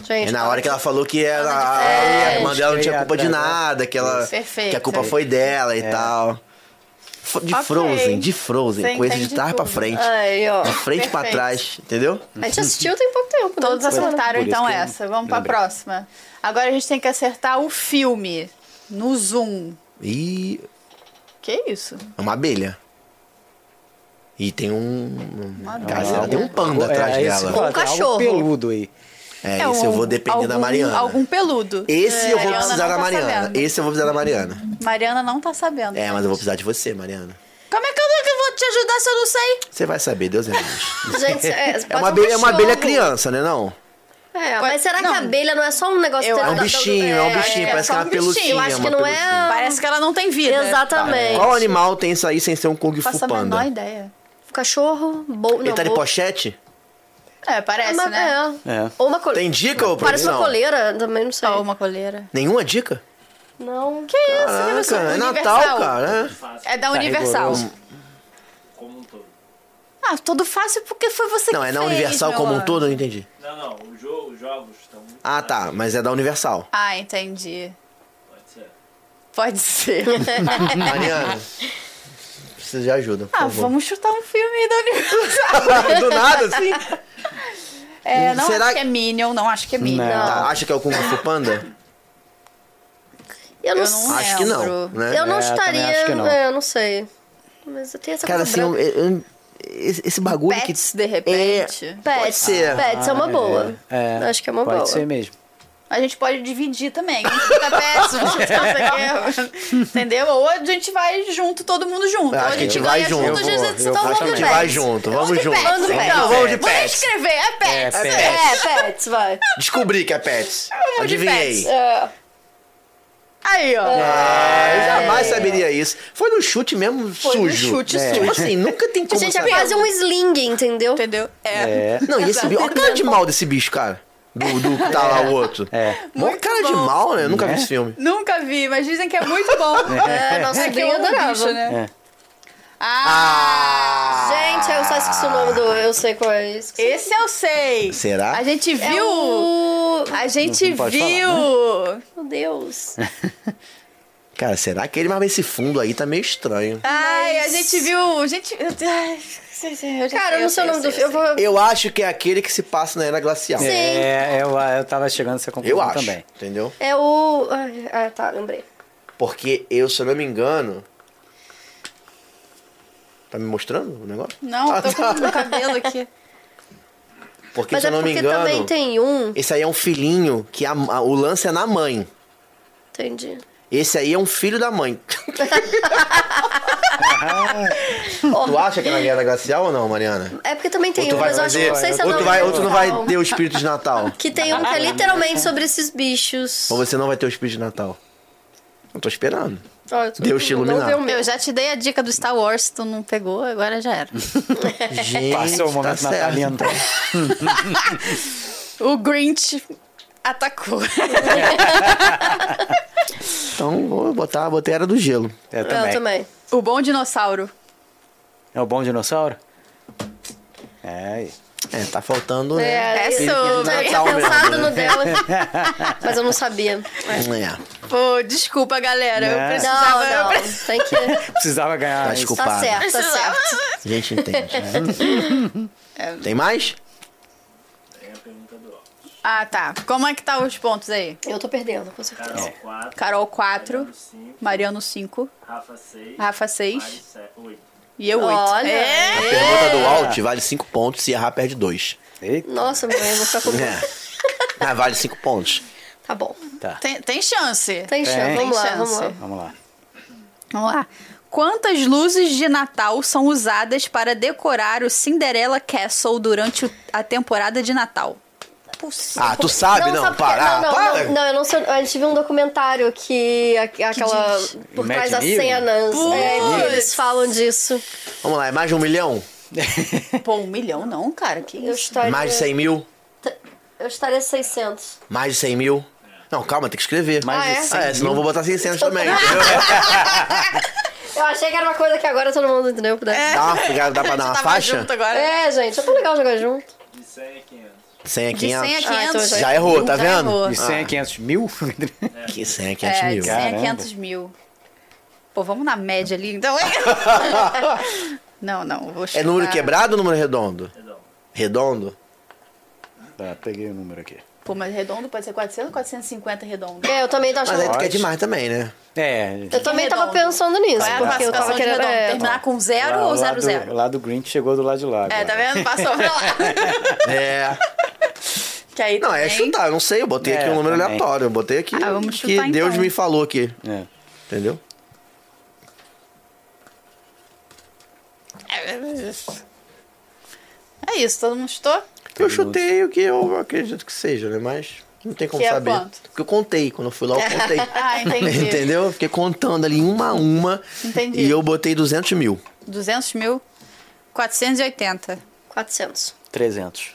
Gente, É na hora que ela falou que ela, a, a irmã dela não tinha culpa de nada, que, ela, Perfeito. que a culpa foi dela e tal. F- De Ok. Frozen, de Frozen, Você com esse de entende trás pra tudo. frente. Ai, ó. De frente pra Perfeito. trás, entendeu? A gente assistiu tem pouco tempo. né? Todos acertaram Por isso então que eu essa. Vamos pra lembrei. próxima. Agora a gente tem que acertar o filme no Zoom. E Que isso? é uma abelha. E tem um. Uma Cara, abelha. ela tem um panda atrás é, esse, dela. pô, Um tem cachorro. algo peludo aí. É, É esse eu um- vou depender algum, da Mariana. Algum peludo. Esse eu vou Mariana precisar não da tá Mariana. sabendo. Esse eu vou precisar da Mariana. Mariana não tá sabendo. É, mas eu vou precisar de você, Mariana. Como é que eu, que eu vou te ajudar se eu não sei? Você vai saber, Deus é mais. Gente, é, É pode uma ser um abelha, é uma abelha cachorro. criança, né não? É, mas será que Não. a abelha não é só um negócio... Eu- ter- É um da- da- bichinho, é um bichinho, parece só que é uma um bichinho. pelucinha. Eu acho que uma não pelucinha. é... Parece que ela não tem vida. Exatamente. Qual animal tem isso aí sem ser um Kung Não Fu faço a Panda? menor ideia. Cachorro, bol... Ele não, tá de bol- pochete? É, parece, É uma- né? é. É. Ou uma coleira. Tem dica, ô Parece uma produção? coleira, também não sei. Só uma coleira. Nenhuma dica? Não. Que isso, Caraca, Universal? é Universal. Natal, cara. É da Tá Universal. rigoroso. Como um todo. Ah, tudo fácil porque foi você Não, que é na fez, Universal meu como um anjo. todo, eu não entendi. Não, não, o jo- os jogos estão. Ah, tá, mas é da Universal. Ah, entendi. Pode ser. Pode ser. Mariana, preciso de ajuda, por Ah, favor. vamos chutar um filme da Universal. Do nada, assim? É, não Será acho que- que é Minion, não acho que é Minion. Não. Tá, acha que é o Kung Fu Panda? Eu não, Eu não sei. Acho que não, lembro. né? Eu não É, estaria... também acho que não. É, eu não sei. Mas eu tenho essa Cara, coisa assim, eu- branca. eu- esse, esse bagulho Pets, que... de repente. É, Pets. pode ser. Pets é uma boa. É, Acho que é uma pode boa. ser mesmo. A gente pode dividir também. Um chuta Pets, um chuta não sei o quê. Entendeu? Ou a gente vai junto, todo mundo junto. Eu Ou acho a que a gente gente vai ganha junto. junto, a Eu vou, gente eu então vou vamos Acho que a de gente vai Pets. junto, Vamos vamos de junto. Pets, Vamos de então. Pets. Vamos de Vamos Pets. escrever, é Pets. É, Pets. É, Pets, vai. Descobri que é Pets. Vamos de Adivinhei. Pets. É. Aí, ó. Ah, eu jamais saberia isso. Foi no chute mesmo Foi no sujo. chute É. sujo. Tipo assim, nunca tem como Gente, é saber. quase um sling, entendeu? Entendeu? É. Não, e esse bicho... Olha a cara de mal desse bicho, cara. Do, do que tá lá o outro. É. Mó Muito cara de bom. mal, né? Eu nunca vi Né? esse filme. Nunca vi, mas dizem que é muito bom. É, nossa, É é que eu amo adorava. bicho, né? É. Ah! Gente, eu só esqueci o nome do... Eu sei qual é esse. Esse eu sei. Será? A gente É viu. o... A gente Não pode viu. Meu Deus. Cara, será que ele... Mas esse fundo aí tá meio estranho. Ai, a Mas- gente viu. Gente. Ai, sei, sei, eu já Cara, sei, eu não sei o nome do sei, filme. Eu vou... Eu acho que é aquele que se passa na Era Glacial. Sim. É, eu, eu tava chegando a essa conclusão Eu acho, também. entendeu? É o... ai, Ah, tá, lembrei. Porque eu, se eu não me engano... Tá me mostrando o negócio? Não, Ah, tô com tá. o cabelo aqui. Porque, Mas se é eu não me porque engano... também tem um... Esse aí é um filhinho que a- a- o lance é na mãe. Entendi. Esse aí é um filho da mãe. Tu acha que é na Guerra Glacial ou não, Mariana? É porque também tem Ou tu um, vai mas eu acho que fazer... não sei se é ou, tu nome vai, do ou tu não vai local. ter o espírito de Natal. Que tem um que é literalmente sobre esses bichos. Ou você não vai ter o espírito de Natal. Eu tô esperando. Ó, eu tô- Deus te não iluminar. vê o meu. Eu já te dei a dica do Star Wars, tu não pegou, agora já era. Gente, Passou o momento tá certo. natalino. O Grinch atacou. Então vou botar, botei Era do Gelo. Eu Eu também. também. O bom dinossauro. É o bom dinossauro? É aí. É, tá faltando, né? É espírito de sobre. Eu tinha Natal mesmo, pensado né? no dela, mas eu não sabia. É, Pô, desculpa, galera. Eu Não. precisava. Não, não, eu pre- tem que... Precisava ganhar Tá isso. desculpado. Tá certo, tá certo. A gente entende. né? Tem mais? Tem a pergunta do óculos. Ah, tá. Como é que tá os pontos aí? Eu tô perdendo, com certeza. Carol quatro. Carol quatro, cinco. Mariano cinco, Rafa seis. Rafa seis Mari sete, oito. e eu oito. Olha. É. A pergunta do Alt vale cinco pontos, se errar perde dois. Eita, Nossa, mãe, eu vou ficar com... É. Ah, vale cinco pontos. Tá bom. tá. Tem, tem chance. Tem chance, Tem vamos lá, chance. vamos lá. Vamos lá. Vamos lá. Quantas luzes de Natal são usadas para decorar o Cinderella Castle durante o- a temporada de Natal? Ah, tu sabe? Não, sabe por quê? para. Não, não, para. não, não, eu não sei. A gente viu um documentário que a- aquela. diz? Por Matt trás das Miller? cenas. É, que eles falam disso. Vamos lá, é mais de um milhão? Pô, um milhão não, cara. Que Eu isso? estaria. Mais de cem mil? Eu estaria seiscentos. Mais de cem mil? Não, calma, tem que escrever. Mais Ah, de é? cem Ah, é, senão eu mil. vou botar seiscentos também, entendeu? Eu achei que era uma coisa que agora todo mundo entendeu. Pudesse. Dá, uma, dá pra dar uma Tava faixa? junto agora. É, gente, é tão legal jogar junto. De cem a quinhentos. cem a De cem a quinhentos. Ah, então quinhentos. já- Já errou, tá Já vendo? errou. De cem a quinhentos mil? Que cem a quinhentos É, mil. de cem a Caramba. quinhentos mil. Pô, vamos na média ali, então. Não, não, vou chutar. É número quebrado ou número redondo? Redondo. Redondo? Tá, peguei o número aqui. Pô, mas redondo pode ser quatrocentos ou quatrocentos e cinquenta redondo? É, eu também tô Mas achando. aí tu quer Pode. demais também, né? É. Eu também tava Redondo. pensando nisso, Qual é a porque eu classificação tava de querendo. redondo? É, Terminar com zero Lá- ou lá zero, do- zero? Lá do Green chegou do lado de lá. É, agora. tá vendo? Passou pra lá. É. Que aí Não, é também- chutar, eu não sei. Eu botei É, aqui um número também. aleatório. Eu botei aqui Ah, vamos que chutar, Deus então. me falou aqui. É. Entendeu? É isso, todo mundo chutou? Eu chutei o que eu acredito que seja, né? Mas não tem como Que é saber. quanto? Porque eu contei. Quando eu fui lá, eu contei. Ah, entendi. Entendeu? Eu fiquei contando ali uma a uma. Entendi. E eu botei duzentos mil. duzentos mil, quatrocentos e oitenta. quatrocentos. trezentos.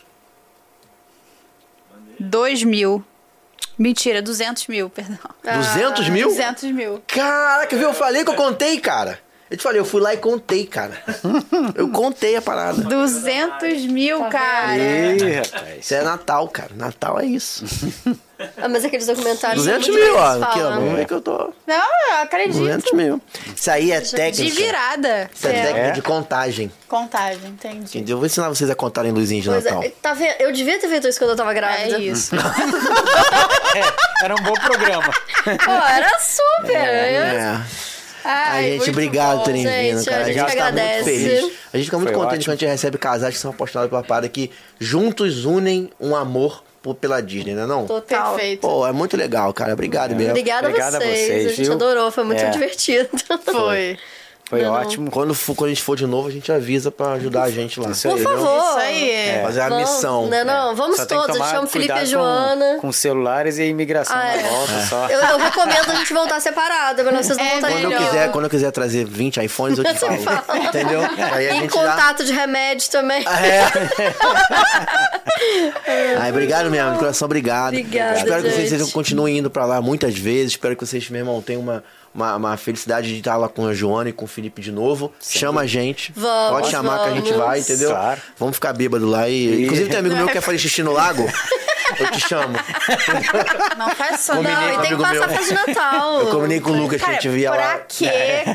dois mil. Mentira, duzentos mil, perdão. duzentos mil? duzentos mil. Caraca, viu? Eu falei que eu contei, cara. Eu te falei, eu fui lá e contei, cara. Eu contei a parada. duzentos mil, cara. Ih, rapaz. Isso é Natal, cara. Natal é isso. Ah, mas aqueles documentários. duzentos são muito mil, ó. bem Aqui, ó. falam. Vamos ver que eu tô. Não, eu acredito. duzentos mil. Isso aí é De técnica. virada. Isso é técnica É. de contagem. Contagem, entendi. Entendeu? Eu vou ensinar vocês a contarem luzinhas de Pois Natal. é, tá vendo? Eu devia ter feito isso quando eu tava grávida. É isso. Era um bom programa. Pô, era super. É. Ai, Ai, gente, muito obrigado por bom. terem gente, vindo, cara. a A gente gente tá agradece. muito feliz. A gente fica muito Foi contente ótimo. quando a gente recebe casais que são apaixonados pela parada, que juntos unem um amor por- pela Disney, né não? Total. Perfeito. Pô, é muito legal, cara. Obrigado mesmo. Obrigada, Obrigado a a vocês. vocês, A gente viu? adorou, foi muito É. divertido. Foi. Foi Não, não. ótimo. Quando, for- quando a gente for de novo, a gente avisa pra ajudar a gente lá. Isso Por aí, favor. Isso aí. Fazer a Vamos- missão. Não, não, vamos Só tem que todos. tomar Chama o Felipe e a cuidado Joana. Com, com celulares e a imigração Ah, na é. volta só. Eu, eu recomendo a gente voltar separado, pra vocês não É voltarem Quando eu, melhor. quiser, quando eu quiser trazer vinte iPhones, eu te Você falo. fala. Entendeu? Aí a Em gente já... contato de remédio também. É. Ai, obrigado mesmo, de coração, obrigado. Obrigada, Espero que vocês gente. sejam- continuem indo pra lá muitas vezes. Espero que vocês, meu irmão, tenham uma, uma, uma felicidade de estar lá com a Joana e com o Felipe de novo. Chama a gente. Vamos, Pode chamar que a gente vamos. vai, entendeu? Claro. Vamos ficar bêbado lá. E... Inclusive tem um amigo meu que quer fazer xixi no lago. Eu te chamo. Não faz isso não. Combinei Não, com e tem que amigo passar meu. a festa de Natal. Eu combinei com o Lucas que a Cara, gente via pra lá. quê?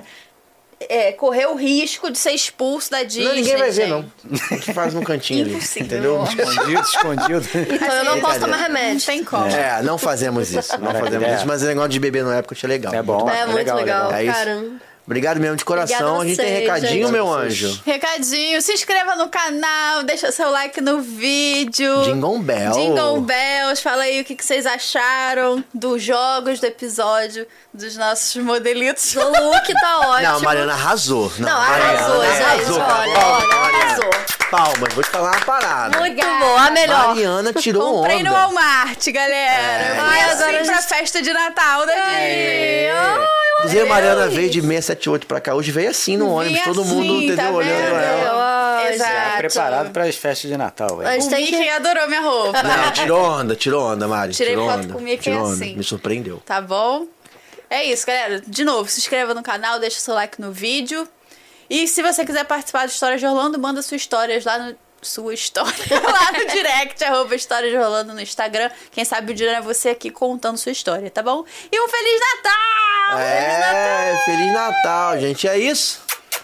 É, correr o risco de ser expulso da Disney. Não, ninguém vai ver, gente. não. A gente faz no cantinho ali. Impossível. Entendeu? Escondido, escondido. Então eu não posso tomar Não remédio. tem como. É, não fazemos isso. Não fazemos É. isso, mas o negócio de beber na época eu achei legal. É bom. É, muito legal, legal, É isso. cara. Obrigado mesmo de coração. Obrigada a A gente tem vocês, recadinho, gente. meu Vocês. anjo. Recadinho, se inscreva no canal, deixa seu like no vídeo. Jingle Bell. Jingle Bells, fala aí o que que vocês acharam dos jogos, do episódio, dos nossos modelitos. O look tá ótimo. Não, a Mariana arrasou. Não, Mariana arrasou, gente. arrasou, cara. Olha, Palmas, olha, Mariana. arrasou. Palmas, vou te falar uma parada. Muito bom, a melhor. Mariana tirou Comprei onda. no Walmart, galera. É, Eu fui Ai, assim agora a pra gente- festa de Natal da Disney. Inclusive, a Deus. Mariana veio de seiscentos e setenta e oito pra cá. Hoje veio assim no ônibus, Vim todo assim, mundo, entendeu? tá Olhando vendo? ela. Ai, Exato. gente. Preparado para as festas de Natal, velho. A gente O tem Mickey que... adorou minha roupa. Não, tirou onda, tirou onda, Mari. Tirei tirou foto onda, com o Mickey tirou onda. assim. Me surpreendeu. Tá bom? É isso, galera. De novo, se inscreva no canal, deixa seu like no vídeo. E se você quiser participar do Histórias de Orlando, manda suas histórias lá no... Sua história lá no direct, arroba Histórias de Orlando no Instagram. Quem sabe o dia é você aqui contando sua história, tá bom? E um Feliz Natal! Feliz Natal! É, Feliz Natal, gente. É isso.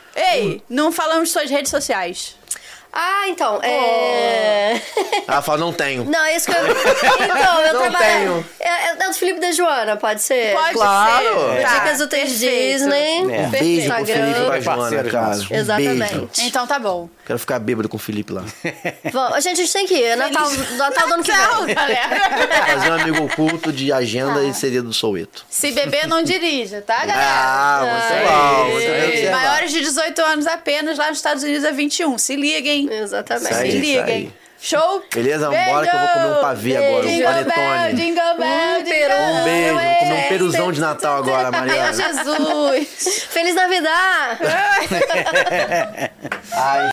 Ei, não falamos suas redes sociais. Ah, então, é... Ela fala, não tenho. Não, é isso que eu... Então, eu Não trabalho... tenho. É, é do Felipe e da Joana, pode ser? Pode Claro. ser. Tá, Dicas do Tênis perfeito. Disney. É. Um Perfeito. beijo pro Instagram. Felipe e pra Joana, Parceiros cara. nossos. Um Exatamente. beijo. Então tá bom. Quero ficar bêbado com o Felipe lá. Vamos, gente, a gente tem que ir. É Natal, Natal do ano que Tchau, vem. galera. Fazer um amigo oculto de agenda Tá. e seria do Soueto. Se beber, não dirija, tá, galera? Ah, muito Ai. bom. Muito bem Ei, observado. Maiores de dezoito anos apenas, lá nos Estados Unidos é vinte e um. Se liguem. Exatamente. Isso aí, Se isso liguem. aí. Show? Beleza? Bora que eu vou comer um pavê agora, um Jingle bell, panetone. jingle bell, Um jingle peru. Um beijo, vou comer um peruzão de Natal agora, Meu Mariana. Jesus. Feliz Navidad! Ai,